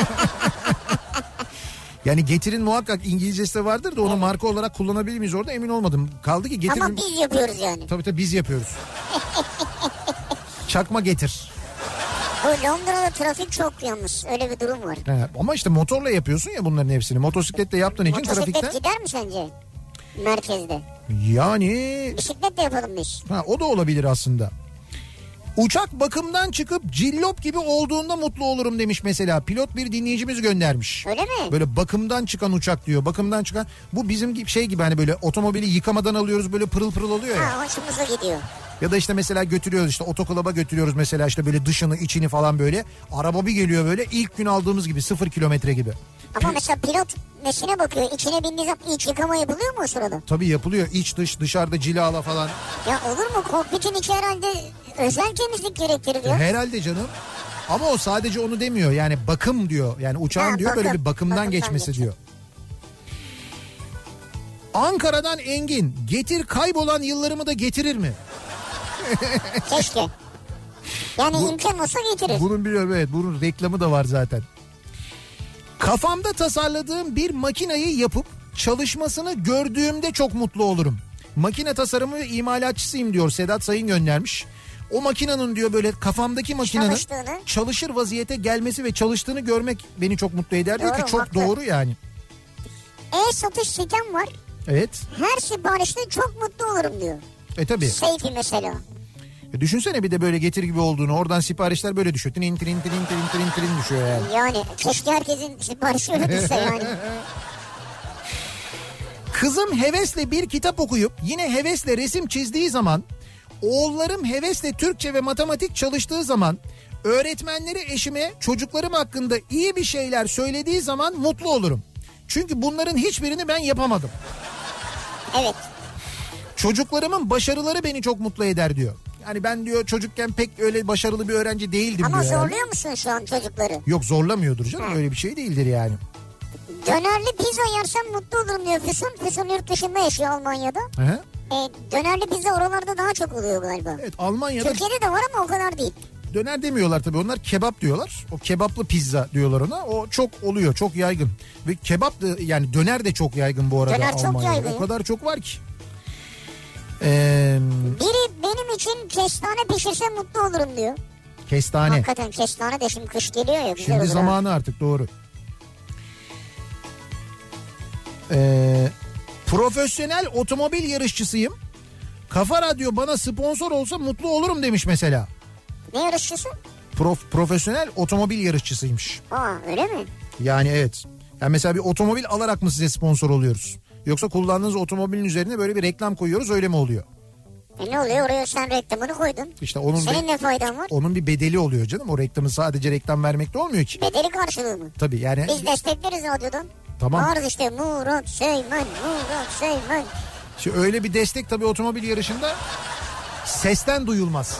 Speaker 1: Yani getirin muhakkak İngilizcesi de vardır da onu marka olarak kullanabilir miyiz orada, emin olmadım. Kaldı ki getir.
Speaker 2: Ama biz yapıyoruz yani.
Speaker 1: Tabii tabii biz yapıyoruz. Çakma getir.
Speaker 2: Bu Londra'da trafik çok yalnız. Öyle bir durum var.
Speaker 1: He, ama işte motorla yapıyorsun ya bunların hepsini. Motosikletle yaptığın için
Speaker 2: Motosiklet
Speaker 1: trafikte.
Speaker 2: gider mi sence? Merkezde.
Speaker 1: Yani
Speaker 2: Bisiklet de yapalım biz.
Speaker 1: ha, o da olabilir aslında. Uçak bakımdan çıkıp cillop gibi olduğunda mutlu olurum demiş mesela. Pilot bir dinleyicimiz göndermiş.
Speaker 2: Öyle mi?
Speaker 1: Böyle bakımdan çıkan uçak diyor. Bakımdan çıkan. Bu bizim gibi şey gibi, hani böyle otomobili yıkamadan alıyoruz, böyle pırıl pırıl oluyor ya.
Speaker 2: Ha, hoşumuza gidiyor.
Speaker 1: Ya da işte mesela götürüyoruz, işte otoklaba götürüyoruz mesela, işte böyle dışını içini falan böyle. Araba bir geliyor böyle ilk gün aldığımız gibi, sıfır kilometre gibi.
Speaker 2: Ama mesela pilot nesine bakıyor? İçine bindiği zaman iç yıkama yapılıyor mu o sırada?
Speaker 1: Tabii yapılıyor, iç dış, dışarıda cilala falan.
Speaker 2: Ya olur mu? Kokpitin içi herhalde özel temizlik gerektirir diyor.
Speaker 1: Herhalde canım. Ama o sadece onu demiyor, yani bakım diyor. Yani uçağın
Speaker 2: Ha,
Speaker 1: diyor böyle
Speaker 2: bakım.
Speaker 1: bir bakımdan,
Speaker 2: Bakımdan
Speaker 1: geçmesi
Speaker 2: geçiyor.
Speaker 1: diyor. Ankara'dan Engin, getir kaybolan yıllarımı da getirir mi?
Speaker 2: Keşke. Yani imkan olsa getirir.
Speaker 1: Bunun biliyorum, evet, bunun reklamı da var zaten. Kafamda tasarladığım bir makinayı yapıp çalışmasını gördüğümde çok mutlu olurum. Makine tasarımı ve imalatçısıyım diyor, Sedat Sayın göndermiş. O makinenin diyor, böyle kafamdaki makinenin
Speaker 2: Çalıştığını.
Speaker 1: çalışır vaziyete gelmesi ve çalıştığını görmek beni çok mutlu eder diyor
Speaker 2: Doğru,
Speaker 1: ki çok
Speaker 2: haklı.
Speaker 1: doğru yani.
Speaker 2: E-satış sitem var.
Speaker 1: Evet.
Speaker 2: Her siparişte çok mutlu olurum diyor.
Speaker 1: E tabi.
Speaker 2: Seyfi mesela.
Speaker 1: E düşünsene bir de böyle getir gibi olduğunu, oradan siparişler böyle düşüyor. Trin trin trin trin trin trin düşüyor yani.
Speaker 2: Yani keşke herkesin siparişi öyle düşse yani.
Speaker 1: Kızım hevesle bir kitap okuyup yine hevesle resim çizdiği zaman Oğullarım hevesle Türkçe ve matematik çalıştığı zaman, öğretmenleri eşime çocuklarım hakkında iyi bir şeyler söylediği zaman mutlu olurum. Çünkü bunların hiçbirini ben yapamadım.
Speaker 2: Evet.
Speaker 1: Çocuklarımın başarıları beni çok mutlu eder diyor. Yani ben diyor çocukken pek öyle başarılı bir öğrenci değildim
Speaker 2: Ama
Speaker 1: diyor.
Speaker 2: Ama zorluyor
Speaker 1: yani.
Speaker 2: musun şu an çocukları?
Speaker 1: Yok, zorlamıyordur canım, öyle bir şey değildir yani.
Speaker 2: Dönerli pizza yersem mutlu olurum diyor Füsun. Füsun yurt dışında yaşıyor, Almanya'da.
Speaker 1: Hı?
Speaker 2: E, dönerli pizza oralarda daha çok oluyor galiba.
Speaker 1: Evet, Almanya'da
Speaker 2: Türkiye'de de var ama o kadar değil.
Speaker 1: döner demiyorlar tabii, onlar kebap diyorlar. O kebaplı pizza diyorlar ona. O çok oluyor, çok yaygın. Ve kebap da, yani döner de çok yaygın bu arada.
Speaker 2: Döner çok
Speaker 1: Almanya'da.
Speaker 2: yaygın.
Speaker 1: O kadar çok var ki. Ee,
Speaker 2: Biri benim için kestane pişirse mutlu olurum diyor.
Speaker 1: Kestane.
Speaker 2: Hakikaten kestane de şimdi kış geliyor ya. Güzel
Speaker 1: Şimdi
Speaker 2: olur
Speaker 1: zamanı ha. Artık doğru. Ee, profesyonel otomobil yarışçısıyım. Kafa Radyo bana sponsor olsa mutlu olurum demiş mesela.
Speaker 2: Ne yarışçısı?
Speaker 1: Prof, profesyonel otomobil yarışçısıymış.
Speaker 2: Aa, öyle mi?
Speaker 1: Yani evet. Yani mesela bir otomobil alarak mı size sponsor oluyoruz? Yoksa kullandığınız otomobilin üzerine böyle bir reklam koyuyoruz, öyle mi oluyor?
Speaker 2: E ne oluyor, oraya sen reklamını koydun.
Speaker 1: İşte onun
Speaker 2: Senin
Speaker 1: be-
Speaker 2: ne faydan var?
Speaker 1: Onun bir bedeli oluyor canım. O reklamın sadece reklam vermekle olmuyor ki.
Speaker 2: Bedeli karşılığı mı?
Speaker 1: Tabii yani.
Speaker 2: Biz destekleriz radyodan.
Speaker 1: Tamam.
Speaker 2: Varız işte Murat Seymen, Murat Seymen.
Speaker 1: Şimdi öyle bir destek tabii otomobil yarışında sesten duyulmaz.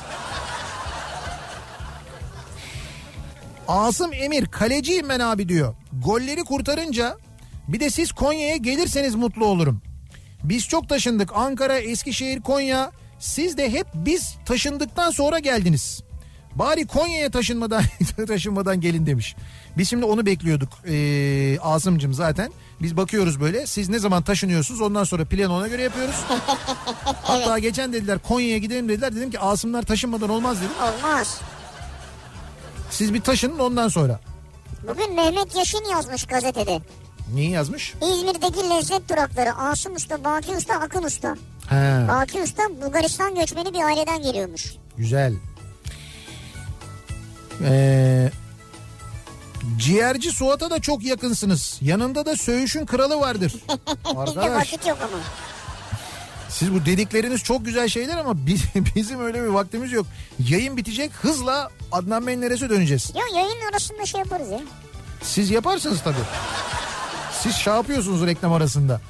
Speaker 1: Asım Emir, kaleciyim ben abi diyor. Golleri kurtarınca bir de siz Konya'ya gelirseniz mutlu olurum. Biz çok taşındık, Ankara, Eskişehir, Konya. Siz de hep biz taşındıktan sonra geldiniz. Bari Konya'ya taşınmadan taşınmadan gelin demiş. Biz şimdi onu bekliyorduk ee, Asım'cığım zaten. Biz bakıyoruz böyle, siz ne zaman taşınıyorsunuz, ondan sonra planı ona göre yapıyoruz. Hatta evet. Geçen dediler Konya'ya gidelim dediler. Dedim ki Asımlar taşınmadan olmaz dedim.
Speaker 2: Olmaz.
Speaker 1: Siz bir taşının ondan sonra.
Speaker 2: Bugün Mehmet Yaşin yazmış gazetede.
Speaker 1: Neyi yazmış?
Speaker 2: İzmir'deki lezzet durakları Asım Usta, Baki Usta, Akın Usta.
Speaker 1: He.
Speaker 2: Baki Usta Bulgaristan göçmeni bir aileden geliyormuş.
Speaker 1: Güzel. Ee, ciğerci Suat'a da çok yakınsınız. Yanında da Söğüş'ün kralı vardır.
Speaker 2: Bizde vakit yok ama.
Speaker 1: Siz bu dedikleriniz çok güzel şeyler ama biz, bizim öyle bir vaktimiz yok. Yayın bitecek, hızla Adnan Menderes'e döneceğiz.
Speaker 2: Yok, yayın arasında şey yaparız ya.
Speaker 1: Siz yaparsınız tabii. Siz şey yapıyorsunuz reklam arasında.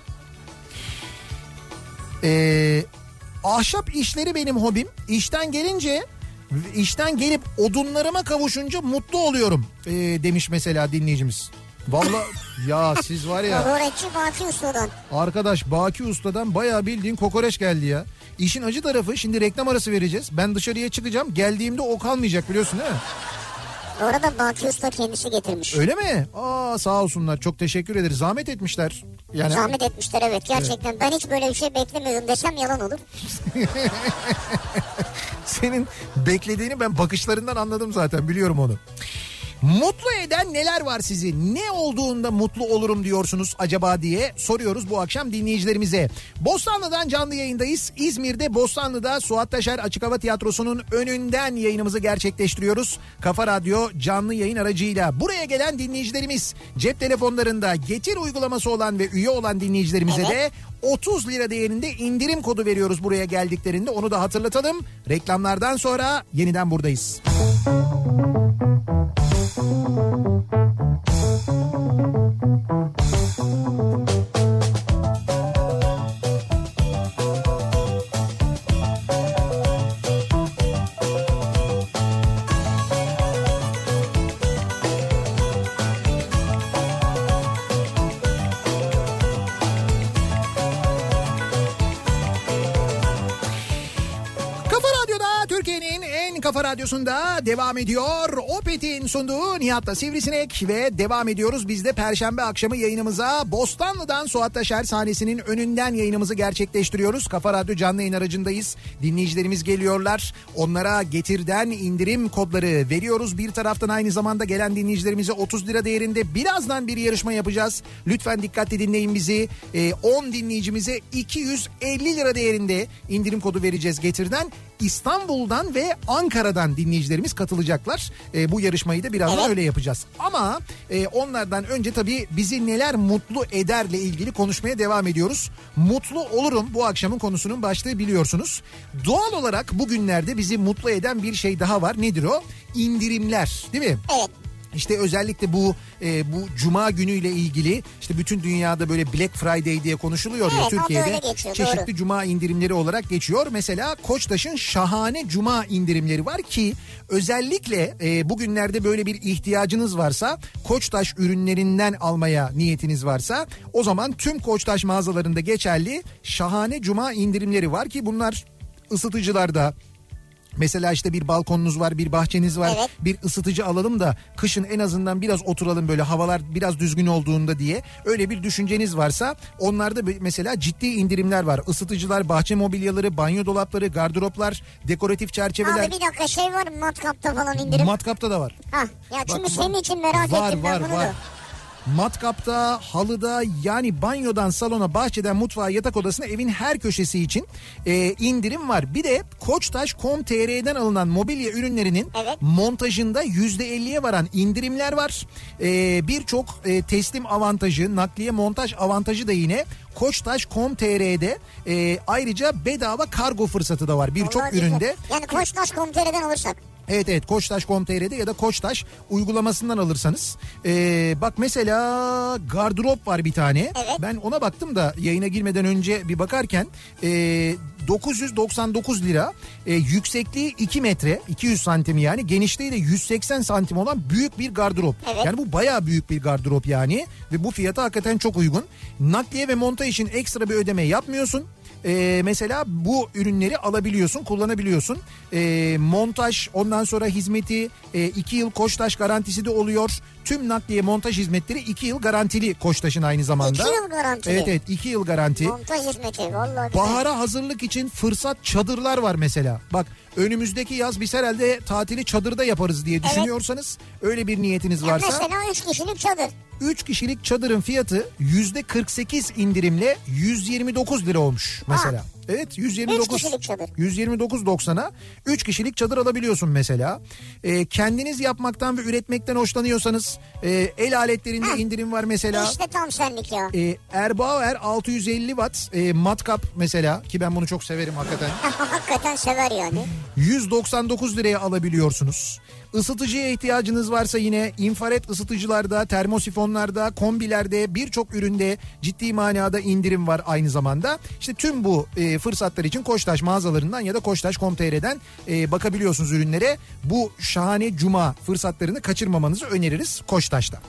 Speaker 1: Ee, ahşap işleri benim hobim. İşten gelince, işten gelip odunlarıma kavuşunca mutlu oluyorum ee, demiş mesela dinleyicimiz. Vallahi ya siz var ya.
Speaker 2: Kokoreççi Baki Usta'dan.
Speaker 1: Arkadaş Baki Usta'dan bayağı bildiğin kokoreç geldi ya. İşin acı tarafı, şimdi reklam arası vereceğiz. Ben dışarıya çıkacağım. Geldiğimde o kalmayacak, biliyorsun değil mi?
Speaker 2: Bu arada Baki Usta kendisi getirmiş.
Speaker 1: Öyle mi? Aa, sağ olsunlar. Çok teşekkür ederiz. Zahmet etmişler. Yani...
Speaker 2: Zahmet etmişler evet gerçekten. Evet. Ben hiç böyle bir şey beklemiyordum desem yalan olur.
Speaker 1: Senin beklediğini ben bakışlarından anladım zaten, biliyorum onu. Mutlu eden neler var sizi? Ne olduğunda mutlu olurum diyorsunuz acaba diye soruyoruz bu akşam dinleyicilerimize. Bostanlı'dan canlı yayındayız. İzmir'de Bostanlı'da Suat Taşer Açık Hava Tiyatrosu'nun önünden yayınımızı gerçekleştiriyoruz. Kafa Radyo canlı yayın aracıyla. Buraya gelen dinleyicilerimiz, cep telefonlarında Getir uygulaması olan ve üye olan dinleyicilerimize evet. de otuz lira değerinde indirim kodu veriyoruz buraya geldiklerinde. Onu da hatırlatalım. Reklamlardan sonra yeniden buradayız. Kafa Radyosu'nda devam ediyor. Opet'in sunduğu Nihat'la Sivrisinek ve devam ediyoruz. Biz de Perşembe akşamı yayınımıza Bostanlı'dan Suat Taşer sahnesinin önünden yayınımızı gerçekleştiriyoruz. Kafa Radyo canlı yayın aracındayız. Dinleyicilerimiz geliyorlar. Onlara Getir'den indirim kodları veriyoruz. Bir taraftan aynı zamanda gelen dinleyicilerimize otuz lira değerinde birazdan bir yarışma yapacağız. Lütfen dikkatli dinleyin bizi. on dinleyicimize iki yüz elli lira değerinde indirim kodu vereceğiz Getir'den. İstanbul'dan ve Ankara'dan dinleyicilerimiz katılacaklar. E, bu yarışmayı da birazdan
Speaker 2: Evet.
Speaker 1: öyle yapacağız. Ama e, onlardan önce tabii bizi neler mutlu ederle ilgili konuşmaya devam ediyoruz. Mutlu olurum bu akşamın konusunun başlığı, biliyorsunuz. Doğal olarak bugünlerde bizi mutlu eden bir şey daha var. Nedir o? İndirimler, değil mi?
Speaker 2: Evet.
Speaker 1: İşte özellikle bu e, bu Cuma günüyle ilgili işte bütün dünyada böyle Black Friday diye konuşuluyor ya,
Speaker 2: Evet,
Speaker 1: Türkiye'de
Speaker 2: adı öyle geçiyor,
Speaker 1: çeşitli
Speaker 2: doğru.
Speaker 1: Cuma indirimleri olarak geçiyor. Mesela Koçtaş'ın şahane Cuma indirimleri var ki özellikle e, bugünlerde böyle bir ihtiyacınız varsa, Koçtaş ürünlerinden almaya niyetiniz varsa, o zaman tüm Koçtaş mağazalarında geçerli şahane Cuma indirimleri var ki bunlar ısıtıcılarda. Mesela işte bir balkonunuz var, bir bahçeniz var,
Speaker 2: Evet.
Speaker 1: bir ısıtıcı alalım da kışın en azından biraz oturalım böyle havalar biraz düzgün olduğunda diye, öyle bir düşünceniz varsa onlarda mesela ciddi indirimler var. Isıtıcılar, bahçe mobilyaları, banyo dolapları, gardıroplar, dekoratif çerçeveler.
Speaker 2: Abi bir dakika, şey var mı Matkap'ta falan indirim?
Speaker 1: Matkap'ta da var.
Speaker 2: Hah, ya çünkü
Speaker 1: Bak,
Speaker 2: senin için merak
Speaker 1: var,
Speaker 2: ettim
Speaker 1: var,
Speaker 2: ben bunu
Speaker 1: var.
Speaker 2: da.
Speaker 1: Matkapta, halıda, yani banyodan salona, bahçeden mutfağa, yatak odasına, evin her köşesi için e, indirim var. Bir de Koçtaş nokta com nokta tr'den alınan mobilya ürünlerinin
Speaker 2: Evet.
Speaker 1: montajında yüzde elliye varan indirimler var. E, Birçok e, teslim avantajı, nakliye montaj avantajı da yine Koçtaş nokta com nokta tr'de e, ayrıca bedava kargo fırsatı da var birçok
Speaker 2: Vallahi güzel.
Speaker 1: üründe.
Speaker 2: Yani Koçtaş nokta com nokta tr'den alırsak.
Speaker 1: Evet evet Koçtaş nokta com nokta tr'de ya da Koçtaş uygulamasından alırsanız. Ee, bak mesela gardırop var bir tane.
Speaker 2: Evet.
Speaker 1: Ben ona baktım da yayına girmeden önce bir bakarken e, dokuz yüz doksan dokuz lira, e, yüksekliği iki metre iki yüz santim, yani genişliği de yüz seksen santim olan büyük bir gardırop.
Speaker 2: Evet.
Speaker 1: Yani bu bayağı büyük bir gardırop yani ve bu fiyata hakikaten çok uygun. Nakliye ve montaj için ekstra bir ödeme yapmıyorsun. Ee, mesela bu ürünleri alabiliyorsun, kullanabiliyorsun. Ee, montaj, ondan sonra hizmeti, e, iki yıl Koçtaş garantisi de oluyor. Tüm nakliye montaj hizmetleri iki yıl garantili Koçtaş'ın aynı zamanda.
Speaker 2: iki yıl garantili.
Speaker 1: Evet evet iki yıl garanti.
Speaker 2: Montaj hizmeti vallahi güzel.
Speaker 1: Bahara hazırlık için fırsat çadırlar var mesela. Bak önümüzdeki yaz biz herhalde tatili çadırda yaparız diye düşünüyorsanız, öyle bir niyetiniz
Speaker 2: Ya
Speaker 1: varsa.
Speaker 2: mesela üç kişilik çadır.
Speaker 1: üç kişilik çadırın fiyatı yüzde kırk sekiz indirimle yüz yirmi dokuz lira olmuş mesela.
Speaker 2: Ha.
Speaker 1: Evet yüz yirmi dokuz.
Speaker 2: üç kişilik çadır.
Speaker 1: yüz yirmi dokuz doksana üç kişilik çadır alabiliyorsun mesela. Ee, kendiniz yapmaktan ve üretmekten hoşlanıyorsanız e, el aletlerinde
Speaker 2: Ha.
Speaker 1: indirim var mesela.
Speaker 2: İşte tam senlik ya.
Speaker 1: E, Erbauer altı yüz elli watt e, matkap mesela, ki ben bunu çok severim hakikaten.
Speaker 2: Hakikaten sever yani.
Speaker 1: yüz doksan dokuz liraya alabiliyorsunuz. Isıtıcıya ihtiyacınız varsa yine infrared ısıtıcılarda, termosifonlarda, kombilerde, birçok üründe ciddi manada indirim var aynı zamanda. İşte tüm bu e, fırsatlar için Koçtaş mağazalarından ya da Koçtaş nokta com nokta tr'den e, bakabiliyorsunuz ürünlere. Bu şahane Cuma fırsatlarını kaçırmamanızı öneririz Koçtaş'ta.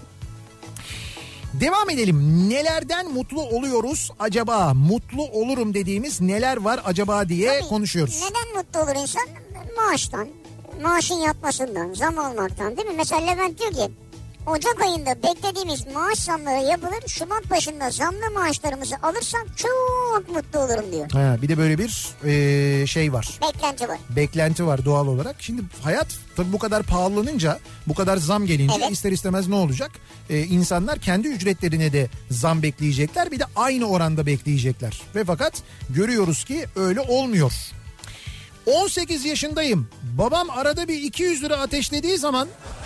Speaker 1: Devam edelim. Nelerden mutlu oluyoruz acaba? Mutlu olurum dediğimiz neler var acaba diye
Speaker 2: Tabii,
Speaker 1: konuşuyoruz.
Speaker 2: Neden mutlu olur insan? Maaştan, maaşın yatmasından, zam almaktan, değil mi? Mesela Levent diyor ki Ocak ayında beklediğimiz maaş zamları yapılır. Şubat başında zamlı maaşlarımızı alırsak çok mutlu olurum diyor.
Speaker 1: Ha, bir de böyle bir e, şey var.
Speaker 2: Beklenti var.
Speaker 1: Beklenti var doğal olarak. Şimdi hayat tabii bu kadar pahalanınca, bu kadar zam gelince
Speaker 2: Evet.
Speaker 1: ister istemez ne olacak? Ee, insanlar kendi ücretlerine de zam bekleyecekler, bir de aynı oranda bekleyecekler. Ve fakat görüyoruz ki öyle olmuyor. on sekiz yaşındayım. Babam arada bir iki yüz lira ateşlediği zaman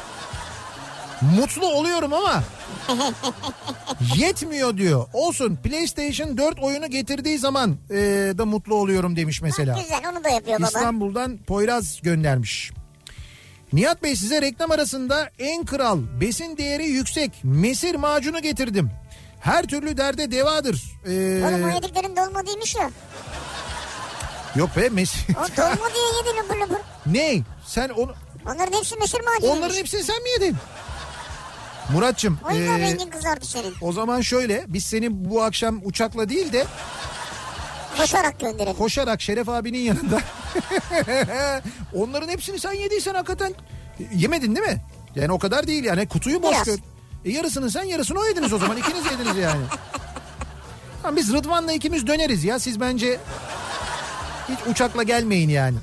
Speaker 1: mutlu oluyorum ama yetmiyor diyor. Olsun, PlayStation dört oyunu getirdiği zaman e, da mutlu oluyorum demiş mesela.
Speaker 2: Ha, güzel, onu da yapıyor baba.
Speaker 1: İstanbul'dan Poyraz göndermiş. Nihat Bey, size reklam arasında en kral, besin değeri yüksek mesir macunu getirdim. Her türlü derde devadır. Ee,
Speaker 2: Oğlum o yediklerin dolma değilmiş ya.
Speaker 1: Yok be mesir.
Speaker 2: O dolma diye yedi lübür lübür.
Speaker 1: Ne? Sen onu...
Speaker 2: Onların hepsi mesir macunuymuş.
Speaker 1: Onların hepsini sen mi yedin? Muratçım.
Speaker 2: O yüzden
Speaker 1: ee,
Speaker 2: rengin kızardı senin.
Speaker 1: o zaman şöyle, biz seni bu akşam uçakla değil de
Speaker 2: Koşarak gönderelim.
Speaker 1: koşarak Şeref abinin yanında. Onların hepsini sen yediysen hakikaten yemedin değil mi? Yani o kadar değil yani, kutuyu boş
Speaker 2: Biraz.
Speaker 1: gör. E yarısını sen, yarısını o yediniz o zaman. İkiniz yediniz yani. Tamam, biz Rıdvan'la ikimiz döneriz ya. Siz bence hiç uçakla gelmeyin yani.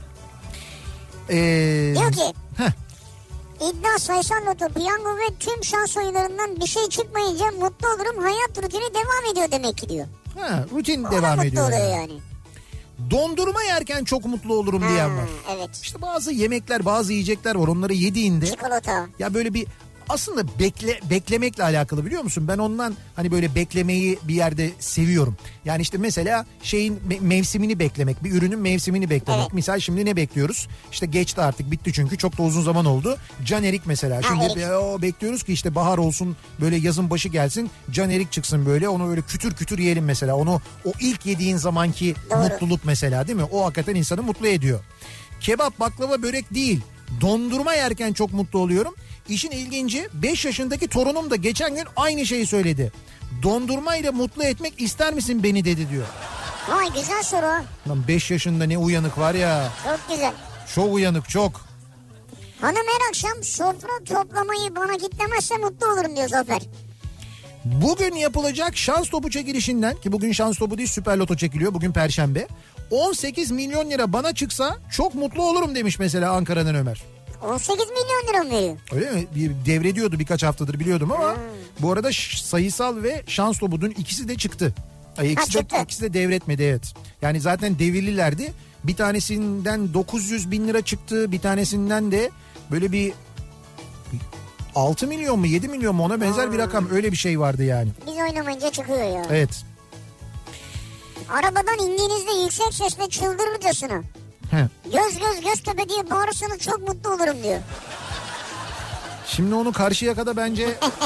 Speaker 1: Ee,
Speaker 2: Diyor ki
Speaker 1: heh,
Speaker 2: iddia, sayısal loto, piyango ve tüm şans oyunlarından bir şey çıkmayınca mutlu olurum. Hayat rutini devam ediyor demek ki diyor.
Speaker 1: ha, rutin
Speaker 2: Ona
Speaker 1: devam
Speaker 2: mutlu
Speaker 1: ediyor.
Speaker 2: oluyor
Speaker 1: Yani.
Speaker 2: yani.
Speaker 1: Dondurma yerken çok mutlu olurum diyen
Speaker 2: Ha,
Speaker 1: var.
Speaker 2: evet.
Speaker 1: İşte bazı yemekler, bazı yiyecekler var. Onları yediğinde
Speaker 2: Çikolata.
Speaker 1: ya böyle bir aslında bekle beklemekle alakalı, biliyor musun? Ben ondan hani böyle beklemeyi bir yerde seviyorum. Yani işte mesela şeyin me- mevsimini beklemek, bir ürünün mevsimini beklemek.
Speaker 2: Evet.
Speaker 1: Misal şimdi ne bekliyoruz? İşte geçti artık, bitti çünkü çok da uzun zaman oldu. Can erik mesela. Şimdi
Speaker 2: erik.
Speaker 1: be- o bekliyoruz ki işte bahar olsun, böyle yazın başı gelsin. Can erik çıksın böyle. Onu böyle kütür kütür yiyelim mesela. Onu o ilk yediğin zamanki
Speaker 2: Doğru.
Speaker 1: mutluluk mesela, değil mi? O hakikaten insanı mutlu ediyor. Kebap, baklava, börek değil. Dondurma yerken çok mutlu oluyorum. İşin ilginci, beş yaşındaki torunum da geçen gün aynı şeyi söyledi. Dondurma ile mutlu etmek ister misin beni dedi diyor.
Speaker 2: Vay, güzel soru.
Speaker 1: Lan beş yaşında ne uyanık var ya.
Speaker 2: Çok güzel.
Speaker 1: Çok uyanık, çok.
Speaker 2: Hanım her akşam sofra toplamayı bana kitlemezse mutlu olurum diyor Zafer.
Speaker 1: Bugün yapılacak şans topu çekilişinden, ki bugün şans topu değil Süper Loto çekiliyor, bugün Perşembe. on sekiz milyon lira bana çıksa çok mutlu olurum demiş mesela Ankara'dan Ömer.
Speaker 2: on sekiz milyon lira mı veriyor?
Speaker 1: Öyle mi? Bir devrediyordu birkaç haftadır, biliyordum ama hmm. bu arada ş- sayısal ve şans topu dün ikisi de çıktı. Ay, ikisi,
Speaker 2: Ha,
Speaker 1: de, ikisi de devretmedi, evet. Yani zaten devirlilerdi. Bir tanesinden dokuz yüz bin lira çıktı, bir tanesinden de böyle bir altı milyon mu yedi milyon mu, ona benzer hmm. bir rakam, öyle bir şey vardı yani.
Speaker 2: Biz oynamayınca çıkıyor ya.
Speaker 1: Evet.
Speaker 2: Arabadan indiğinizde yüksek sesle çıldırırcasına
Speaker 1: He.
Speaker 2: göz göz Göztepe diye bağırırsanız çok mutlu olurum diyor.
Speaker 1: Şimdi onu Karşıyaka'da bence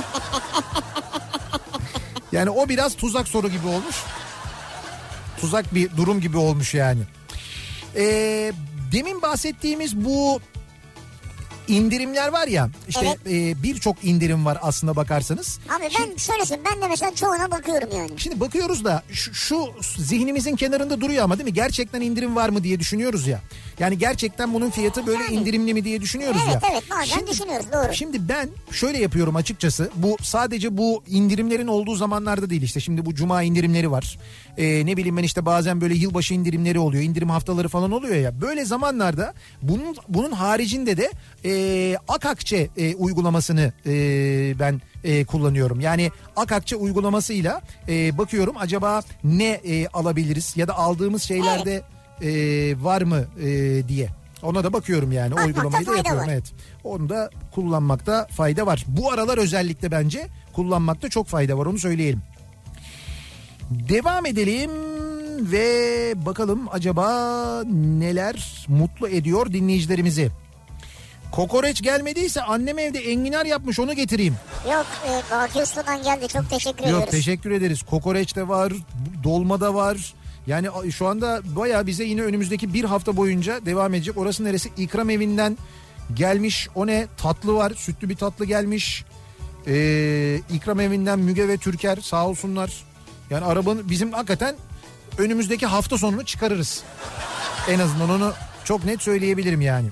Speaker 1: yani o biraz tuzak soru gibi olmuş. Tuzak bir durum gibi olmuş yani. Ee, demin bahsettiğimiz bu indirimler var ya, işte
Speaker 2: evet.
Speaker 1: e, birçok indirim var aslında bakarsanız.
Speaker 2: Abi ben
Speaker 1: şimdi,
Speaker 2: şöylesin, ben de mesela çoğuna bakıyorum yani.
Speaker 1: Şimdi bakıyoruz da şu, şu zihnimizin kenarında duruyor ama, değil mi? Gerçekten indirim var mı diye düşünüyoruz ya. Yani gerçekten bunun fiyatı böyle yani indirimli mi diye düşünüyoruz
Speaker 2: evet,
Speaker 1: ya.
Speaker 2: Evet evet bazen
Speaker 1: şimdi,
Speaker 2: düşünüyoruz, doğru.
Speaker 1: Şimdi ben şöyle yapıyorum açıkçası. Bu sadece bu indirimlerin olduğu zamanlarda değil, işte şimdi bu cuma indirimleri var. Ee, ne bileyim ben işte bazen böyle yılbaşı indirimleri oluyor. İndirim haftaları falan oluyor ya. Böyle zamanlarda bunun bunun haricinde de e, Akakçe e, uygulamasını e, ben e, kullanıyorum. Yani Akakçe uygulamasıyla e, bakıyorum acaba ne e, alabiliriz ya da aldığımız şeylerde evet. e, var mı e, diye. Ona da bakıyorum yani. O uygulamayı da yapıyorum. Var. Evet. Onu da kullanmakta fayda var. Bu aralar özellikle bence kullanmakta çok fayda var, onu söyleyelim. Devam edelim ve bakalım acaba neler mutlu ediyor dinleyicilerimizi. Kokoreç gelmediyse annem evde enginar yapmış, onu getireyim.
Speaker 2: Yok e, Baki Usta'dan geldi, çok teşekkür
Speaker 1: Yok,
Speaker 2: ediyoruz.
Speaker 1: Yok teşekkür ederiz. Kokoreç de var, dolma da var. Yani şu anda bayağı bize yine önümüzdeki bir hafta boyunca devam edecek. Orası neresi? İkram Evi'nden gelmiş. O ne? Tatlı var. Sütlü bir tatlı gelmiş. Ee, İkram Evi'nden Müge ve Türker sağ olsunlar. Yani arabanın bizim hakikaten önümüzdeki hafta sonunu çıkarırız. En azından onu çok net söyleyebilirim yani.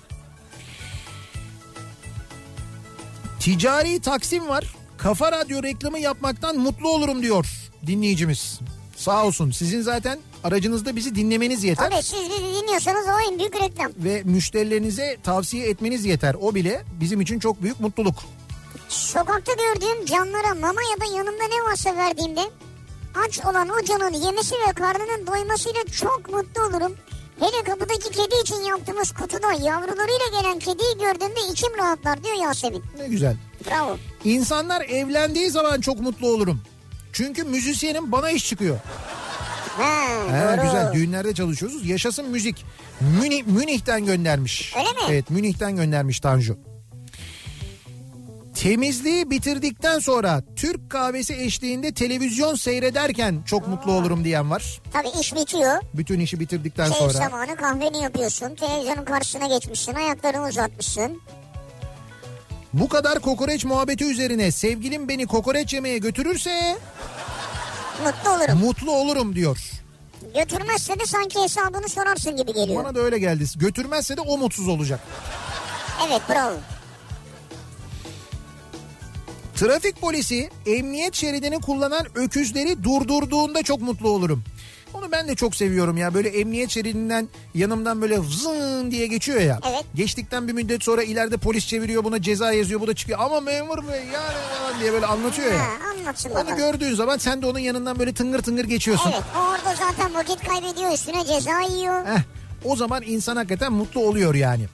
Speaker 1: Ticari Taksim var. Kafa Radyo reklamı yapmaktan mutlu olurum diyor dinleyicimiz. Sağ olsun. Sizin zaten aracınızda bizi dinlemeniz yeter.
Speaker 2: Tabii siz bizi dinliyorsanız o en büyük reklam.
Speaker 1: Ve müşterilerinize tavsiye etmeniz yeter. O bile bizim için çok büyük mutluluk.
Speaker 2: Sokakta gördüğüm canlara mama ya da yanımda ne varsa verdiğimde aç olan o canın yemesi ve karnının doymasıyla çok mutlu olurum. Hele kapıdaki kedi için yaptığımız kutuda yavrularıyla gelen kediyi gördüğümde içim rahatlar diyor Yasemin.
Speaker 1: Ne güzel.
Speaker 2: Bravo.
Speaker 1: İnsanlar evlendiği zaman çok mutlu olurum. Çünkü müzisyenim, bana iş çıkıyor.
Speaker 2: Ha,
Speaker 1: He,
Speaker 2: doğru.
Speaker 1: güzel, düğünlerde çalışıyoruz. Yaşasın müzik. Münih, Münih'ten göndermiş.
Speaker 2: Öyle mi?
Speaker 1: Evet, Münih'ten göndermiş Tanju. Temizliği bitirdikten sonra Türk kahvesi eşliğinde televizyon seyrederken çok mutlu olurum diyen var.
Speaker 2: Tabii iş bitiyor.
Speaker 1: Bütün işi bitirdikten
Speaker 2: Keyif
Speaker 1: sonra.
Speaker 2: zamanı, kahveni yapıyorsun. Televizyonun karşısına geçmişsin. Ayaklarını uzatmışsın.
Speaker 1: Bu kadar kokoreç muhabbeti üzerine sevgilim beni kokoreç yemeye götürürse
Speaker 2: mutlu olurum.
Speaker 1: Mutlu olurum diyor.
Speaker 2: Götürmezse de sanki hesabını sorarsın gibi geliyor.
Speaker 1: Bana da öyle geldi. Götürmezse de o mutsuz olacak.
Speaker 2: Evet, bravo.
Speaker 1: Trafik polisi emniyet şeridini kullanan öküzleri durdurduğunda çok mutlu olurum. Onu ben de çok seviyorum ya. Böyle emniyet şeridinden yanımdan böyle zın diye geçiyor ya.
Speaker 2: Evet.
Speaker 1: Geçtikten bir müddet sonra ileride polis çeviriyor, buna ceza yazıyor, bu da çıkıyor. Ama memur bey yani diye böyle anlatıyor ya.
Speaker 2: Ha, anlatsın
Speaker 1: Onu
Speaker 2: bakalım.
Speaker 1: gördüğün zaman sen de onun yanından böyle tıngır tıngır geçiyorsun.
Speaker 2: Evet, o orada zaten vakit kaybediyor, üstüne ceza yiyor.
Speaker 1: Heh, o zaman insan hakikaten mutlu oluyor yani.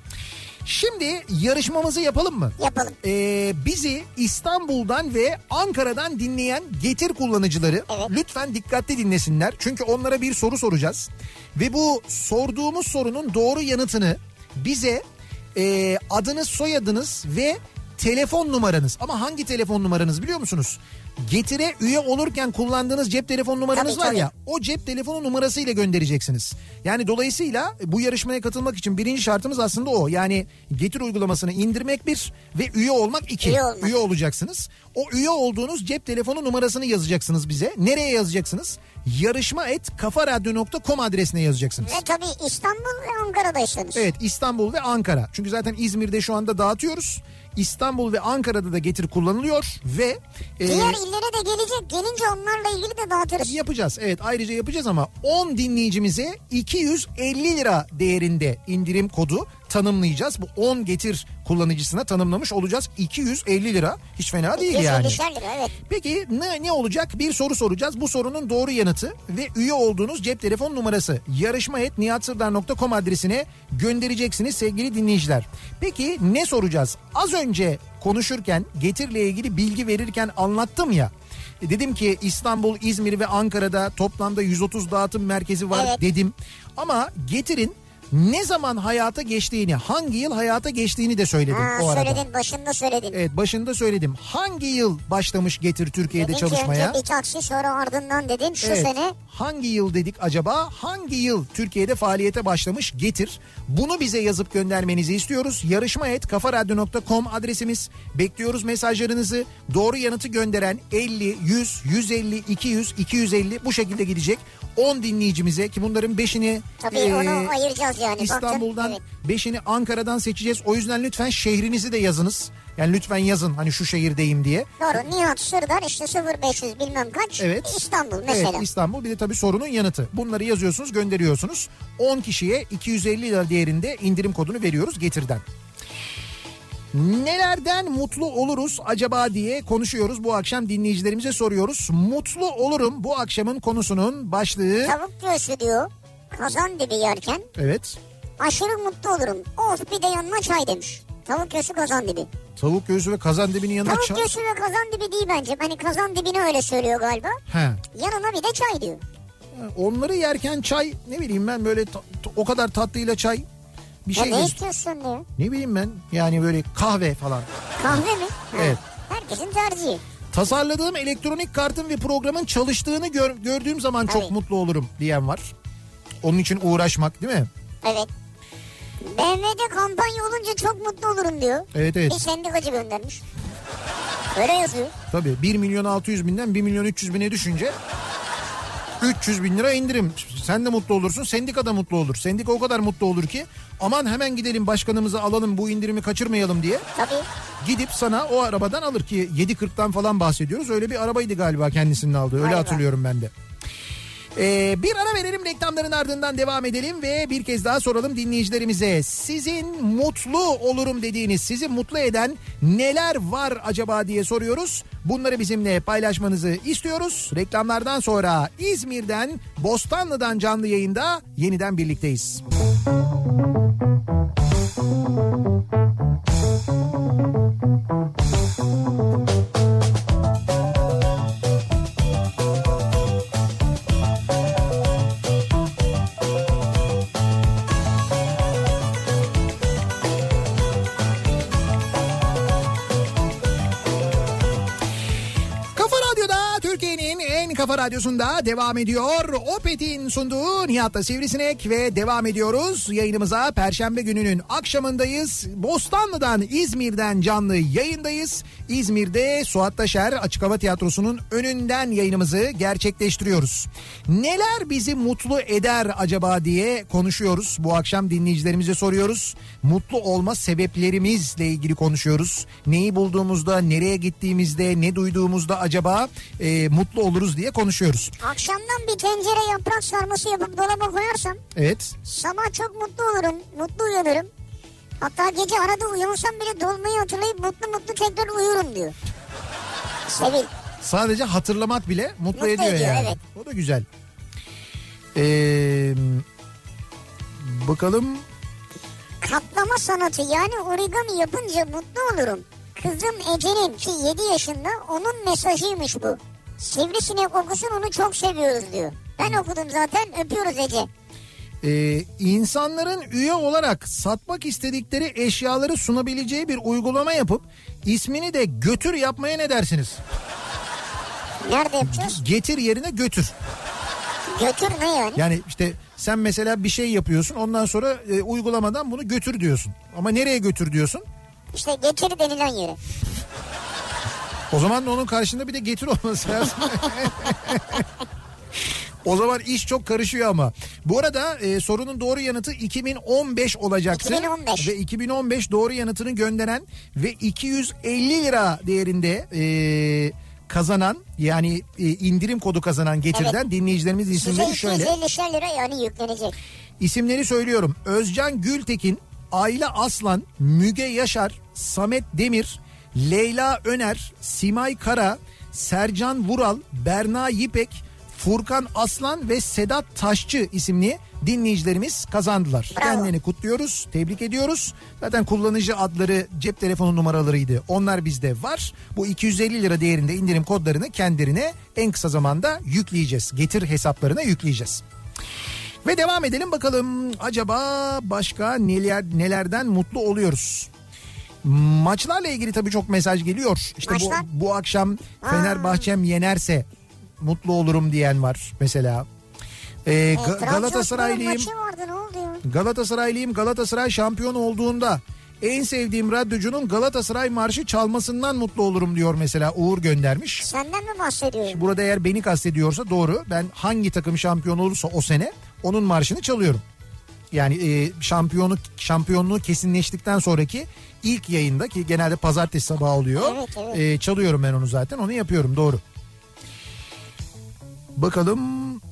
Speaker 1: Şimdi yarışmamızı yapalım mı?
Speaker 2: Yapalım.
Speaker 1: Ee, bizi İstanbul'dan ve Ankara'dan dinleyen Getir kullanıcıları
Speaker 2: Evet.
Speaker 1: lütfen dikkatli dinlesinler. Çünkü onlara bir soru soracağız. Ve bu sorduğumuz sorunun doğru yanıtını bize e, adınız, soyadınız ve telefon numaranız. Ama hangi telefon numaranız biliyor musunuz? Getir'e üye olurken kullandığınız cep telefon numaranız
Speaker 2: Tabii,
Speaker 1: var
Speaker 2: tabii.
Speaker 1: ya, o cep telefonu numarasıyla göndereceksiniz. Yani dolayısıyla bu yarışmaya katılmak için birinci şartımız aslında o. Yani Getir uygulamasını indirmek bir ve üye olmak iki.
Speaker 2: Üye olmak.
Speaker 1: Üye olacaksınız. O üye olduğunuz cep telefonu numarasını yazacaksınız bize. Nereye yazacaksınız? yarışma et kafaradyo nokta com adresine yazacaksınız.
Speaker 2: Ve tabii İstanbul ve Ankara'daysınız.
Speaker 1: Evet, İstanbul ve Ankara. Çünkü zaten İzmir'de şu anda dağıtıyoruz. İstanbul ve Ankara'da da Getir kullanılıyor ve e,
Speaker 2: Diğer illere de gelecek. Gelince onlarla ilgili de dağıtırız.
Speaker 1: yapacağız. Evet, ayrıca yapacağız ama on dinleyicimize iki yüz elli lira değerinde indirim kodu tanımlayacağız. Bu on Getir kullanıcısına tanımlamış olacağız. iki yüz elli lira hiç fena değil yani.
Speaker 2: iki yüz elli lira, evet.
Speaker 1: Peki ne, ne olacak? Bir soru soracağız. Bu sorunun doğru yanıtı ve üye olduğunuz cep telefon numarası yarışma et nihatsırdar nokta com adresine göndereceksiniz sevgili dinleyiciler. Peki ne soracağız? Az önce konuşurken Getir'le ilgili bilgi verirken anlattım ya. E, Dedim ki İstanbul, İzmir ve Ankara'da toplamda yüz otuz dağıtım merkezi var
Speaker 2: Evet.
Speaker 1: dedim. Ama Getir'in ne zaman hayata geçtiğini, hangi yıl hayata geçtiğini de söyledim
Speaker 2: Ha,
Speaker 1: o arada.
Speaker 2: söyledin, başında söyledin.
Speaker 1: Evet, başında söyledim. Hangi yıl başlamış Getir Türkiye'de
Speaker 2: Dedin
Speaker 1: çalışmaya?
Speaker 2: ki önce bir taksi, sonra ardından dedin şu
Speaker 1: Evet.
Speaker 2: sene.
Speaker 1: Hangi yıl dedik acaba? Hangi yıl Türkiye'de faaliyete başlamış Getir? Bunu bize yazıp göndermenizi istiyoruz. yarışma et kafaradyo nokta com adresimiz. Bekliyoruz mesajlarınızı. Doğru yanıtı gönderen elli, yüz, yüz elli, iki yüz, iki yüz elli bu şekilde gidecek. on dinleyicimize, ki bunların beşini
Speaker 2: Tabii
Speaker 1: e,
Speaker 2: onu ayıracağız yani.
Speaker 1: İstanbul'dan,
Speaker 2: Baktın,
Speaker 1: beşini Ankara'dan seçeceğiz. O yüzden lütfen şehrinizi de yazınız. Yani lütfen yazın hani şu şehirdeyim diye.
Speaker 2: evet. Doğru, Nihat Sırdar işte sıfır beş yüz bilmem kaç.
Speaker 1: Evet.
Speaker 2: İstanbul mesela.
Speaker 1: Evet, İstanbul, bir de tabii sorunun yanıtı. Bunları yazıyorsunuz, gönderiyorsunuz. on kişiye iki yüz elli lira değerinde indirim kodunu veriyoruz Getir'den. Nelerden mutlu oluruz acaba diye konuşuyoruz. Bu akşam dinleyicilerimize soruyoruz. Mutlu olurum bu akşamın konusunun başlığı.
Speaker 2: Tavuk göğsü diyor. Kazan dibi yerken
Speaker 1: Evet.
Speaker 2: aşırı mutlu olurum. Of, bir de yanına çay demiş. Tavuk göğsü kazan dibi.
Speaker 1: Tavuk göğsü ve kazan dibinin yanına
Speaker 2: Tavuk
Speaker 1: çay.
Speaker 2: göğsü ve kazan dibi değil bence. Hani kazan dibini öyle söylüyor galiba.
Speaker 1: He.
Speaker 2: Yanına bir de çay diyor.
Speaker 1: Onları yerken çay, ne bileyim ben, böyle ta- ta- o kadar tatlıyla çay bir
Speaker 2: Ya
Speaker 1: şey.
Speaker 2: ne
Speaker 1: değil.
Speaker 2: istiyorsun diyor.
Speaker 1: Ne bileyim ben, yani böyle kahve falan.
Speaker 2: Kahve mi? Ha.
Speaker 1: Evet.
Speaker 2: Herkesin tercihi.
Speaker 1: Tasarladığım elektronik kartın ve programın çalıştığını gör- gördüğüm zaman çok
Speaker 2: Evet.
Speaker 1: mutlu olurum diyen var. Onun için uğraşmak değil mi?
Speaker 2: Evet. B M W'de kampanya olunca çok mutlu olurum diyor.
Speaker 1: Evet, evet.
Speaker 2: Bir sendikacı göndermiş. Öyle yazıyor.
Speaker 1: Tabii bir milyon altı yüz binden bir milyon üç yüz bine düşünce üç yüz bin lira indirim. Sen de mutlu olursun, sendika da mutlu olur. Sendika o kadar mutlu olur ki aman hemen gidelim başkanımızı alalım, bu indirimi kaçırmayalım diye.
Speaker 2: Tabii.
Speaker 1: Gidip sana o arabadan alır, ki yedi kırktan falan bahsediyoruz. Öyle bir arabaydı galiba kendisinin aldığı. Öyle
Speaker 2: Galiba.
Speaker 1: hatırlıyorum ben de. Ee, bir ara verelim, reklamların ardından devam edelim ve bir kez daha soralım dinleyicilerimize. Sizin mutlu olurum dediğiniz, sizi mutlu eden neler var acaba diye soruyoruz. Bunları bizimle paylaşmanızı istiyoruz. Reklamlardan sonra İzmir'den, Bostanlı'dan canlı yayında yeniden birlikteyiz. Kafa Radyosu'nda devam ediyor. Opet'in sunduğu Nihat'la Sivrisinek ve devam ediyoruz. Yayınımıza Perşembe gününün akşamındayız. Bostanlı'dan, İzmir'den canlı yayındayız. İzmir'de Suat Taşer Açık Hava Tiyatrosu'nun önünden yayınımızı gerçekleştiriyoruz. Neler bizi mutlu eder acaba diye konuşuyoruz. Bu akşam dinleyicilerimize soruyoruz. Mutlu olma sebeplerimizle ilgili konuşuyoruz. Neyi bulduğumuzda, nereye gittiğimizde, ne duyduğumuzda acaba e, mutlu oluruz diye konuşuyoruz.
Speaker 2: Akşamdan bir tencere yaprak sarması yapıp dolaba koyarsam
Speaker 1: Evet.
Speaker 2: sabah çok mutlu olurum, mutlu uyanırım. Hatta gece arada uyanırsam bile dolmayı hatırlayıp mutlu mutlu tekrar uyurum diyor. Sevil.
Speaker 1: Sadece hatırlamak bile mutlu,
Speaker 2: Mutlu
Speaker 1: ediyor,
Speaker 2: ediyor,
Speaker 1: yani.
Speaker 2: evet.
Speaker 1: O da güzel. Ee, bakalım.
Speaker 2: Katlama sanatı yani origami yapınca mutlu olurum. Kızım Ece'nin ki yedi yaşında, onun mesajıymış bu. Sivrisinek okusun, onu çok seviyoruz diyor. Ben okudum zaten, öpüyoruz Ece.
Speaker 1: Ee, insanların üye olarak satmak istedikleri eşyaları sunabileceği bir uygulama yapıp ismini de götür yapmaya ne dersiniz?
Speaker 2: Nerede yapacağız?
Speaker 1: Getir yerine götür.
Speaker 2: Götür ne yani?
Speaker 1: Yani işte sen mesela bir şey yapıyorsun, ondan sonra e, uygulamadan bunu götür diyorsun. Ama nereye götür diyorsun?
Speaker 2: İşte getir denilen yere.
Speaker 1: O zaman da onun karşında bir de getir olması lazım. O zaman iş çok karışıyor ama. Bu arada e, sorunun doğru yanıtı iki bin on beş olacaktı.
Speaker 2: iki bin on beş.
Speaker 1: Ve iki bin on beş doğru yanıtını gönderen ve iki yüz elli lira değerinde e, kazanan, yani e, indirim kodu kazanan Getir'den evet. dinleyicilerimiz isimleri
Speaker 2: Size
Speaker 1: şöyle.
Speaker 2: iki yüz elli lira yani yüklenecek.
Speaker 1: İsimleri söylüyorum. Özcan Gültekin, Ayla Aslan, Müge Yaşar, Samet Demir, Leyla Öner, Simay Kara, Sercan Vural, Berna Yipek, Furkan Aslan ve Sedat Taşçı isimli dinleyicilerimiz kazandılar.
Speaker 2: Bravo.
Speaker 1: Kendilerini kutluyoruz, tebrik ediyoruz. Zaten kullanıcı adları, cep telefonu numaralarıydı. Onlar bizde var. Bu iki yüz elli lira değerinde indirim kodlarını kendilerine en kısa zamanda yükleyeceğiz. Getir hesaplarına yükleyeceğiz. Ve devam edelim bakalım. Acaba başka neler nelerden mutlu oluyoruz? Maçlarla ilgili tabii çok mesaj geliyor. İşte bu, bu akşam Fenerbahçe'm yenerse mutlu olurum diyen var mesela. Ee,
Speaker 2: e,
Speaker 1: Galatasaraylıyım. Galatasaraylıyım. Galatasaray şampiyon olduğunda en sevdiğim radyocunun Galatasaray marşı çalmasından mutlu olurum diyor mesela, Uğur göndermiş.
Speaker 2: Senden mi bahsediyorsun?
Speaker 1: Burada eğer beni kastediyorsa doğru. Ben hangi takım şampiyon olursa o sene onun marşını çalıyorum. Yani e, şampiyonluk şampiyonluğu kesinleştikten sonraki ilk yayında, ki genelde pazartesi sabahı oluyor.
Speaker 2: Evet, evet.
Speaker 1: E, çalıyorum ben onu zaten. Onu yapıyorum, doğru. Bakalım.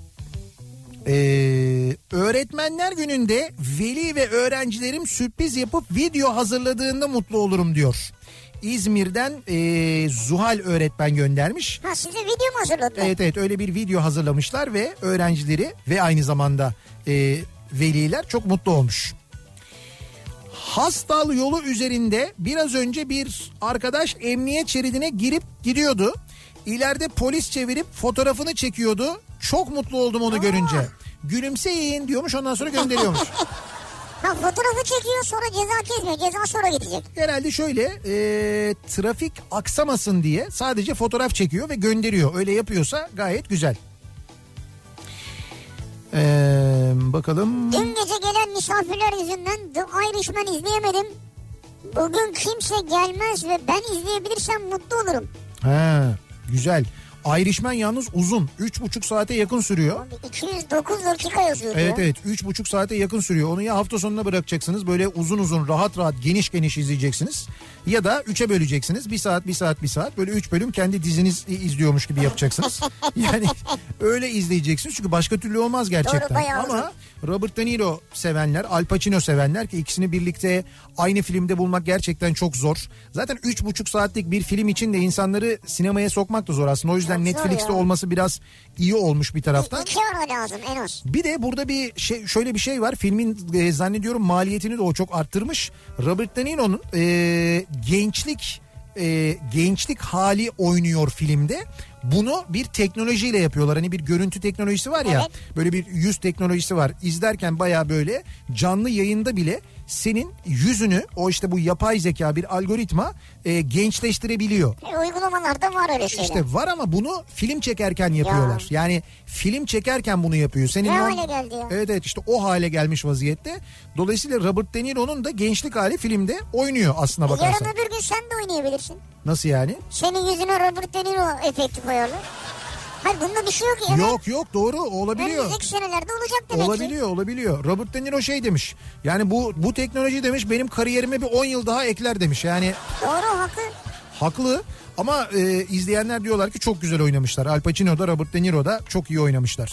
Speaker 1: Ee, öğretmenler gününde veli ve öğrencilerim sürpriz yapıp video hazırladığında mutlu olurum diyor. İzmir'den e, Zuhal öğretmen göndermiş.
Speaker 2: Ha, size video mu hazırladılar?
Speaker 1: Evet evet, öyle bir video hazırlamışlar ve öğrencileri ve aynı zamanda e, veliler çok mutlu olmuş. Hastal yolu üzerinde biraz önce bir arkadaş emniyet şeridine girip gidiyordu. İleride polis çevirip fotoğrafını çekiyordu. Çok mutlu oldum onu Aa. görünce. Gülümseyin diyormuş, ondan sonra gönderiyormuş.
Speaker 2: Ha, fotoğrafı çekiyor, sonra ceza kesmiyor. Ceza sonra gidecek.
Speaker 1: Herhalde şöyle e, trafik aksamasın diye sadece fotoğraf çekiyor ve gönderiyor. Öyle yapıyorsa gayet güzel. Ee, bakalım.
Speaker 2: Dün gece gelen misafirler yüzünden The Irishman izleyemedim. Bugün kimse gelmez ve ben izleyebilirsem mutlu olurum.
Speaker 1: He, güzel. Irishman yalnız uzun. üç buçuk saate yakın sürüyor.
Speaker 2: Abi iki yüz dokuz dakika yazıyor.
Speaker 1: Evet
Speaker 2: ya.
Speaker 1: evet, üç buçuk saate yakın sürüyor. Onu ya hafta sonuna bırakacaksınız. Böyle uzun uzun, rahat rahat, geniş geniş izleyeceksiniz. Ya da üçe böleceksiniz. Bir saat bir saat bir saat. Böyle üç bölüm kendi diziniz izliyormuş gibi yapacaksınız. Yani öyle izleyeceksiniz. Çünkü başka türlü olmaz gerçekten.
Speaker 2: Doğru,
Speaker 1: ama Robert De Niro sevenler, Al Pacino sevenler, ki ikisini birlikte aynı filmde bulmak gerçekten çok zor. Zaten üç buçuk saatlik bir film için de insanları sinemaya sokmak da zor aslında. O yüzden Netflix'te olması biraz iyi olmuş bir taraftan.
Speaker 2: İki ara lazım en az.
Speaker 1: Bir de burada bir şey, şöyle bir şey var. Filmin e, zannediyorum maliyetini de o çok arttırmış. Robert De Niro'nun e, gençlik e, gençlik hali oynuyor filmde. Bunu bir teknolojiyle yapıyorlar. Hani bir görüntü teknolojisi var ya. Evet. Böyle bir yüz teknolojisi var. İzlerken baya böyle canlı yayında bile senin yüzünü, o işte bu yapay zeka bir algoritma e, gençleştirebiliyor.
Speaker 2: E, uygulamalarda var öyle şeyler.
Speaker 1: İşte var ama bunu film çekerken yapıyorlar. Ya. Yani film çekerken bunu yapıyor. Senin
Speaker 2: ne
Speaker 1: o,
Speaker 2: hale geldi ya?
Speaker 1: Evet evet, işte o hale gelmiş vaziyette. Dolayısıyla Robert De Niro'nun da gençlik hali filmde oynuyor aslına bakarsan.
Speaker 2: Yarın öbür gün sen de oynayabilirsin.
Speaker 1: Nasıl yani?
Speaker 2: Senin yüzüne Robert De Niro efekti koyarlar. Hayır, bunda bir şey yok ya. Evet.
Speaker 1: Yok yok, doğru, olabiliyor.
Speaker 2: Önümüzdeki senelerde olacak demek
Speaker 1: olabiliyor,
Speaker 2: ki.
Speaker 1: Olabiliyor. Robert De Niro şey demiş. Yani bu bu teknoloji demiş benim kariyerime bir on yıl daha ekler demiş. Yani
Speaker 2: doğru, haklı.
Speaker 1: Haklı ama e, izleyenler diyorlar ki çok güzel oynamışlar. Al Pacino da Robert De Niro da çok iyi oynamışlar.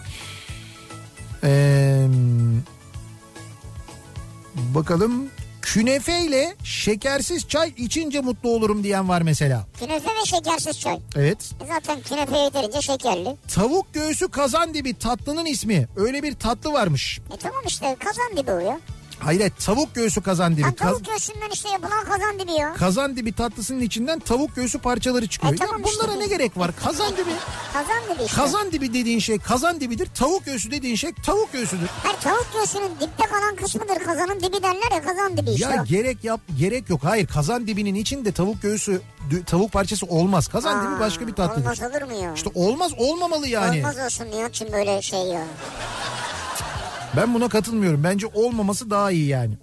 Speaker 1: Eee... Bakalım, Künefeyle şekersiz çay içince mutlu olurum diyen var mesela.
Speaker 2: Künefe ve şekersiz çay.
Speaker 1: Evet.
Speaker 2: E zaten künefe yeterince şekerli.
Speaker 1: Tavuk göğsü kazandibi tatlının ismi. Öyle bir tatlı varmış.
Speaker 2: E tamam işte kazandibi o ya.
Speaker 1: Hayır, tavuk göğsü kazandibi.
Speaker 2: Ha, tavuk göğsünden işte yapılan kazandibi ya.
Speaker 1: Kazandibi tatlısının içinden tavuk göğsü parçaları çıkıyor.
Speaker 2: E, tamam
Speaker 1: ya bunlara
Speaker 2: işte.
Speaker 1: ne gerek var? Kazandibi.
Speaker 2: Kazandibi işte.
Speaker 1: Kazandibi dediğin şey kazandibidir. Tavuk göğsü dediğin şey tavuk göğsüdür.
Speaker 2: Hayır, tavuk göğsünün dipte kalan kısmıdır. Kazanın dibi derler ya, kazandibi işte.
Speaker 1: Ya
Speaker 2: o.
Speaker 1: gerek yap gerek yok. Hayır, kazandibinin içinde tavuk göğsü tavuk parçası olmaz. Kazandibi
Speaker 2: Aa,
Speaker 1: başka bir tatlıdır.
Speaker 2: Olmaz olur mu ya?
Speaker 1: İşte olmaz, olmamalı yani.
Speaker 2: Olmaz olsun Nihat'cığım böyle şey ya.
Speaker 1: Ben buna katılmıyorum. Bence olmaması daha iyi yani.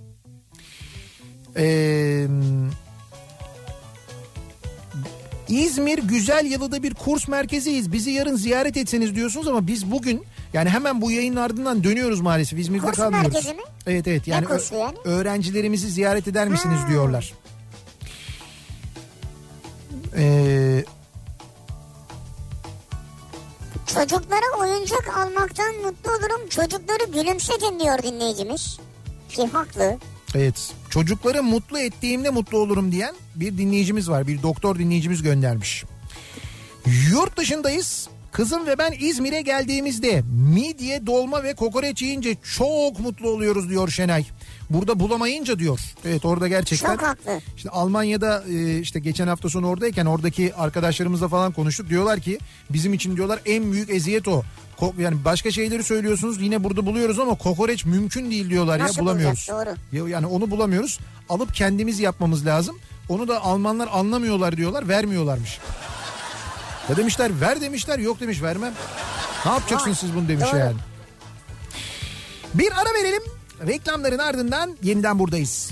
Speaker 1: Ee, İzmir Güzelyalı'da bir kurs merkeziyiz. Bizi yarın ziyaret etseniz diyorsunuz ama biz bugün yani hemen bu yayının ardından dönüyoruz maalesef. İzmir'de
Speaker 2: Kurs
Speaker 1: kalmıyoruz.
Speaker 2: merkezi mi?
Speaker 1: Evet evet. Yani,
Speaker 2: ne kursu yani?
Speaker 1: Öğrencilerimizi ziyaret eder misiniz
Speaker 2: ha.
Speaker 1: diyorlar. Ee,
Speaker 2: Çocuklara oyuncak almaktan mutlu olurum. Çocukları gülümsetin diyor dinleyicimiz. Ki haklı.
Speaker 1: evet. Çocukları mutlu ettiğimde mutlu olurum diyen bir dinleyicimiz var. Bir doktor dinleyicimiz göndermiş. Yurt dışındayız. Kızım ve ben İzmir'e geldiğimizde midye, dolma ve kokoreç yiyince çok mutlu oluyoruz diyor Şenay. Burada bulamayınca diyor. Evet, orada gerçekten.
Speaker 2: Çok haklı.
Speaker 1: İşte Almanya'da işte geçen hafta sonu oradayken oradaki arkadaşlarımızla falan konuştuk. Diyorlar ki bizim için diyorlar en büyük eziyet o. Yani başka şeyleri söylüyorsunuz yine burada buluyoruz ama kokoreç mümkün değil diyorlar.
Speaker 2: Nasıl
Speaker 1: ya bulamıyoruz.
Speaker 2: bulacak, doğru.
Speaker 1: Yani onu bulamıyoruz. Alıp kendimiz yapmamız lazım. Onu da Almanlar anlamıyorlar diyorlar, vermiyorlarmış. Ya demişler ver demişler, yok demiş vermem. Ne yapacaksınız siz bunu demiş
Speaker 2: Doğru.
Speaker 1: yani. Bir ara verelim. Reklamların ardından yeniden buradayız.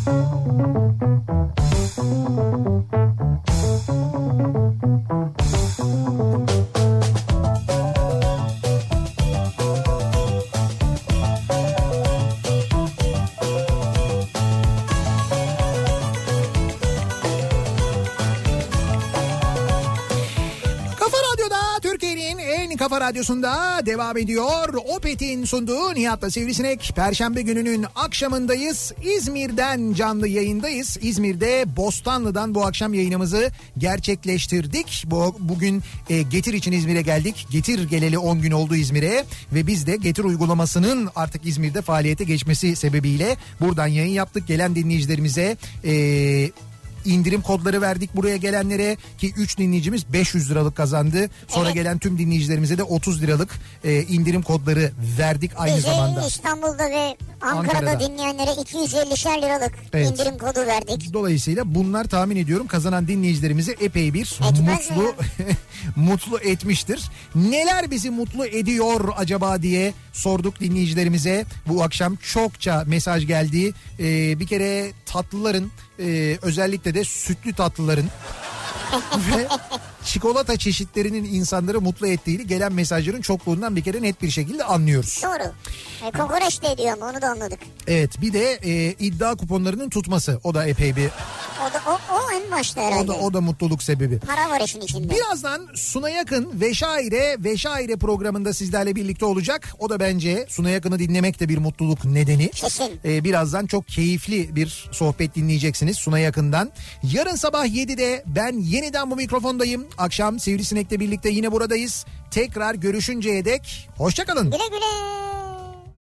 Speaker 1: Kafa Radyosu'nda devam ediyor. Opet'in sunduğu Nihat'la Sivrisinek. Perşembe gününün akşamındayız. İzmir'den canlı yayındayız. İzmir'de Bostanlı'dan bu akşam yayınımızı gerçekleştirdik. Bu, bugün e, Getir için İzmir'e geldik. Getir geleli on gün oldu İzmir'e. Ve biz de Getir uygulamasının artık İzmir'de faaliyete geçmesi sebebiyle buradan yayın yaptık. Gelen dinleyicilerimize E, İndirim kodları verdik buraya gelenlere ki üç dinleyicimiz beş yüz liralık kazandı. Sonra evet. Gelen tüm dinleyicilerimize de otuz liralık e, indirim kodları verdik aynı
Speaker 2: Bize
Speaker 1: zamanda.
Speaker 2: İstanbul'da ve Ankara'da, Ankara'da dinleyenlere iki yüz ellişer liralık evet. indirim kodu verdik.
Speaker 1: Dolayısıyla bunlar tahmin ediyorum kazanan dinleyicilerimizi epey bir Etmez mutlu mutlu etmiştir. Neler bizi mutlu ediyor acaba diye sorduk dinleyicilerimize. Bu akşam çokça mesaj geldi. Ee, bir kere tatlıların e, özellikle de sütlü tatlıların ve çikolata çeşitlerinin insanları mutlu ettiğini gelen mesajların çokluğundan bir kere net bir şekilde anlıyoruz.
Speaker 2: Doğru. E, kokoreç de ediyor ama onu da anladık.
Speaker 1: Evet, bir de e, iddia kuponlarının tutması, o da epey bir.
Speaker 2: O da o, o en başta herhalde.
Speaker 1: O da, o da mutluluk sebebi.
Speaker 2: Para var işin içinde.
Speaker 1: Birazdan Suna Yakın Veşaire Veşaire programında sizlerle birlikte olacak. O da bence Suna Yakın'ı dinlemek de bir mutluluk nedeni.
Speaker 2: Kesin.
Speaker 1: Ee, birazdan çok keyifli bir sohbet dinleyeceksiniz Suna Yakın'dan. Yarın sabah yedide ben yeniden bu mikrofondayım. Akşam Sivrisinek'le birlikte yine buradayız. Tekrar görüşünceye dek hoşça kalın.
Speaker 2: Güle güle.